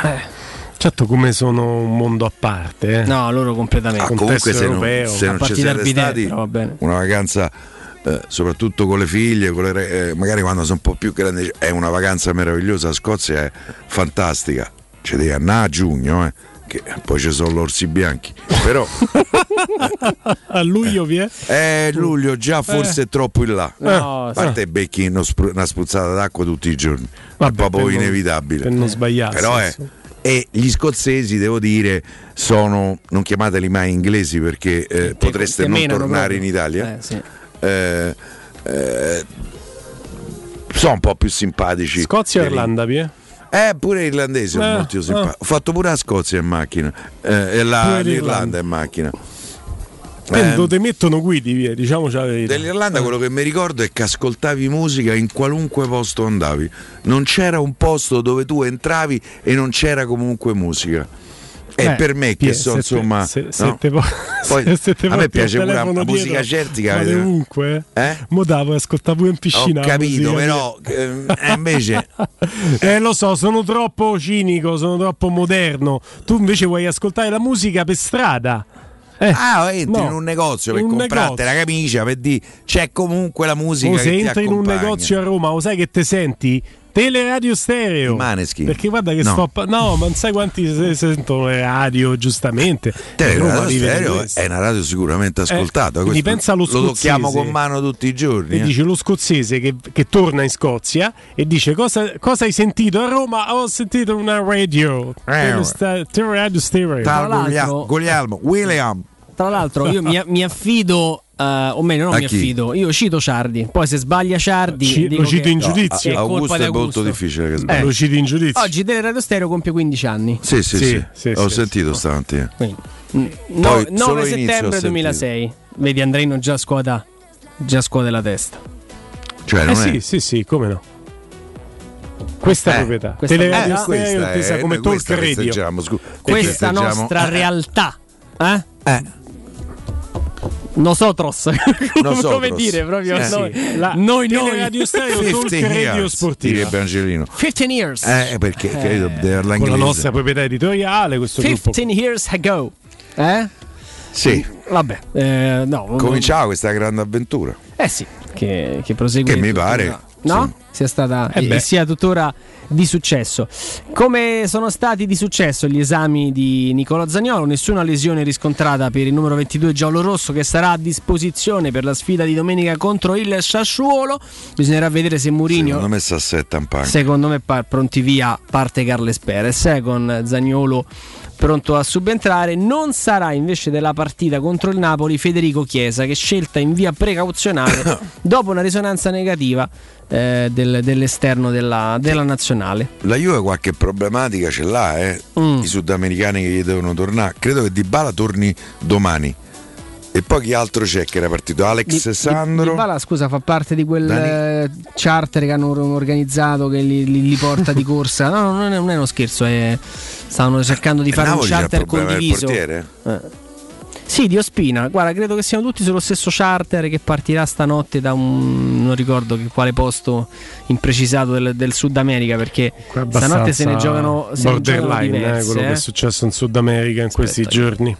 Certo, come sono un mondo a parte. Eh. No, loro completamente. Ah, contesto comunque se non, europeo. se A non ci partita siete arbitrea, stati però va bene. una vacanza eh, soprattutto con le figlie, con le re- eh, magari quando sono un po' più grandi, è una vacanza meravigliosa. La Scozia è fantastica, ci devi andare a giugno, eh, perché poi ci sono l'orsi bianchi, però a luglio vi è? Eh, luglio già forse eh. è troppo in là. No, a parte becchi uno spru- una spruzzata d'acqua tutti i giorni. Vabbè, è proprio per inevitabile. Non, per non sbagliare. Però è. E gli scozzesi, devo dire, sono, non chiamateli mai inglesi perché eh, te, potreste te non menano tornare proprio. in Italia. Eh, sì. eh, eh, sono un po' più simpatici. Scozia o Irlanda, vi è? Eh, pure irlandesi sono Eh, molto simpatici. ah. Ho fatto pure la Scozia in macchina eh, e la, Pure l'Irlanda in macchina. Quando Eh, te mettono guidi, via, diciamoci la verità. Dell'Irlanda Eh. quello che mi ricordo è che ascoltavi musica in qualunque posto andavi. Non c'era un posto dove tu entravi e non c'era comunque musica. E Eh, per me Pie, che so se insomma te, se, se no? te po- Poi, se, se te a me porti il piace pure la telefono musica dietro, celtica, vado vedete? ovunque, Eh? mo davo ascoltavo pure in piscina. Ho la capito, musica, però eh, invece eh lo so, sono troppo cinico, sono troppo moderno. Tu invece vuoi ascoltare la musica per strada. Eh, ah, entri no, in un negozio per in un comprarti negozio. la camicia per dire c'è comunque la musica O che se ti entri in un accompagna. negozio a Roma, o sai che te senti? Teleradio stereo. Maneskin. Perché guarda che No. sto pa- no, ma non sai quanti se- sentono le radio, giustamente. Teleradio Roma vive di Stereo questo. è una radio sicuramente ascoltata. Eh, quindi questo pensa allo lo tocchiamo scozzese. con mano tutti i giorni. E eh. dice lo scozzese che, che torna in Scozia e dice cosa, cosa hai sentito a Roma? Ho sentito una radio. Eh. Teleradio stereo. Tal Tra Gugliel- l'altro- Guglielmo, William. Tra l'altro io mi, mi affido, uh, o meglio non A mi chi? affido, io cito Ciardi, poi se sbaglia Ciardi Ci- dico lo cito che- in no, giudizio. che è colpa Augusto di è molto Augusto. difficile che Eh. sbagli. Lo citi in giudizio. Oggi Teleradio Stereo compie quindici anni. Sì, sì, sì, Sì, sì, ho sì, sentito sì. stamattina. Quindi, mm, no- Poi, solo nove inizio ho settembre sentito. duemilasei. Vedi Andreino già scuota già scuote la testa. Cioè, Eh non sì, è... sì, sì, come no. Questa Eh, proprietà. questa Teleradio proprietà. stereo questa intesa è- come noi talk questa radio. festeggiamo, scu- Questa festeggiamo- nostra eh, realtà. Eh? eh. Nosotros. Nosotros. Come dire proprio Eh, noi. sì. La Noi noi. Teleradio stereo talk fifty radio years, sportiva. direbbe Angelino. fifteen years. Eh, perché credo di averla Con la inglese. nostra proprietà editoriale, questo gruppo. fifteen years ago. Eh? Sì, Vabbè, eh, no. cominciava questa grande avventura. Eh sì, che, che prosegue. Che mi tuttora. pare, No? sì. Sia stata Eh e, beh. e sia tuttora di successo. Come sono stati di successo gli esami di Nicolò Zaniolo? Nessuna lesione riscontrata per il numero ventidue giallorosso che sarà a disposizione per la sfida di domenica contro il Sassuolo. Bisognerà vedere se Mourinho. Secondo me sta a sette un panco. Secondo me par- pronti via parte Carles Perez eh, con Zaniolo pronto a subentrare. Non sarà invece della partita contro il Napoli Federico Chiesa, che scelta in via precauzionale dopo una risonanza negativa eh, del- dell'esterno della, della nazionale. La Juve qualche problematica ce l'ha, eh. Mm. I sudamericani che gli devono tornare. Credo che Dybala torni domani. E poi chi altro c'è che era partito? Alex Di- e Sandro. Di- Dybala, scusa, fa parte di quel Dani- eh, charter che hanno organizzato che li, li- li porta di corsa. No, no, non è, non è uno scherzo. È, stavano cercando di E fare un Napoli c'ha il charter problema del condiviso. portiere? Eh. Sì, di Ospina. Guarda, credo che siano tutti sullo stesso charter che partirà stanotte da un non ricordo che quale posto imprecisato del, del Sud America, perché stanotte se ne giocano se ne giocano borderline, diverse, eh, quello eh. che è successo in Sud America in questi Aspetta. giorni.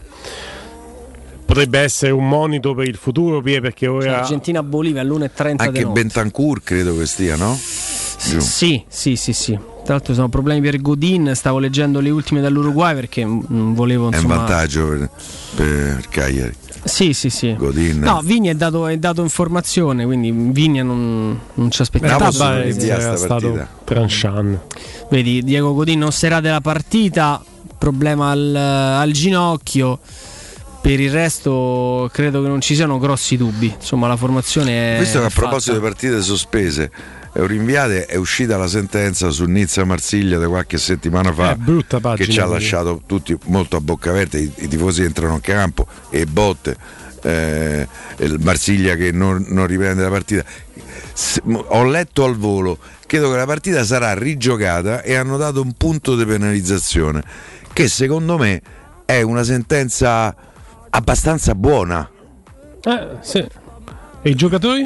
Potrebbe essere un monito per il futuro, Pie, perché ora Argentina-Bolivia all'uno e trenta di Anche notte. Bentancur credo che stia, no? Giù. Sì, sì, sì, sì. Tra l'altro sono problemi per Godin, stavo leggendo le ultime dall'Uruguay perché non volevo È un insomma. vantaggio per, per Cagliari. Sì, sì, sì. Godin. No, Vigna è dato, è dato informazione, quindi Vigna non, non ci aspettava. Bravo, Beh, Napoli sì, via era sta stato partita. Tranchan. Vedi, Diego Godin non sarà della partita, problema al, al ginocchio. Per il resto credo che non ci siano grossi dubbi. Insomma, la formazione è Visto che a fatta. proposito di partite sospese e rinviate, è uscita la sentenza su Nizza-Marsiglia da qualche settimana fa, Eh, brutta pagina, che ci ha quindi. lasciato tutti molto a bocca aperta. I, i tifosi entrano in campo e botte. Eh, il Marsiglia che non, non riprende la partita. S- ho letto al volo, credo che la partita sarà rigiocata e hanno dato un punto di penalizzazione, che secondo me è una sentenza abbastanza buona. Eh, sì. E i giocatori?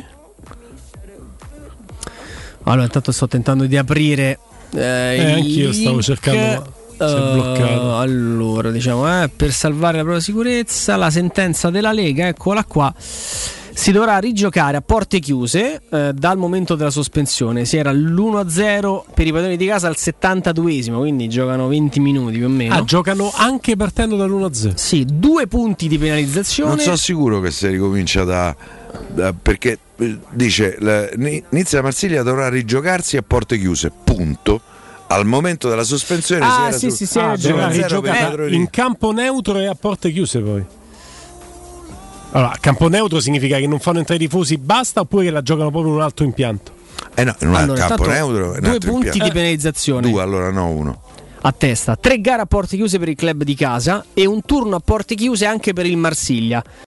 Allora, intanto sto tentando di aprire eh, Eh, il anch'io stavo link. cercando, ma si è Eh, bloccato. allora, diciamo, eh, per salvare la propria sicurezza, la sentenza della Lega, eccola qua. si dovrà rigiocare a porte chiuse eh, dal momento della sospensione. Si era l'uno a zero per i padroni di casa al settantaduesimo, quindi giocano venti minuti più o meno. Ah, giocano anche partendo dall'uno a zero. Sì, due punti di penalizzazione. Non sono sicuro che si ricomincia da, da perché eh, dice la, Nizza Marsiglia dovrà rigiocarsi a porte chiuse, punto. Al momento della sospensione ah, si era sì, su, sì, sì, ah, dovrà rigiocare in campo neutro e a porte chiuse poi. Allora, campo neutro significa che non fanno entrare i tifosi, basta, oppure che la giocano proprio in un altro impianto? Eh no, in un allora, campo neutro due punti impianto. di penalizzazione. Due, allora no, uno. A testa, tre gare a porte chiuse per il club di casa e un turno a porte chiuse anche per il Marsiglia.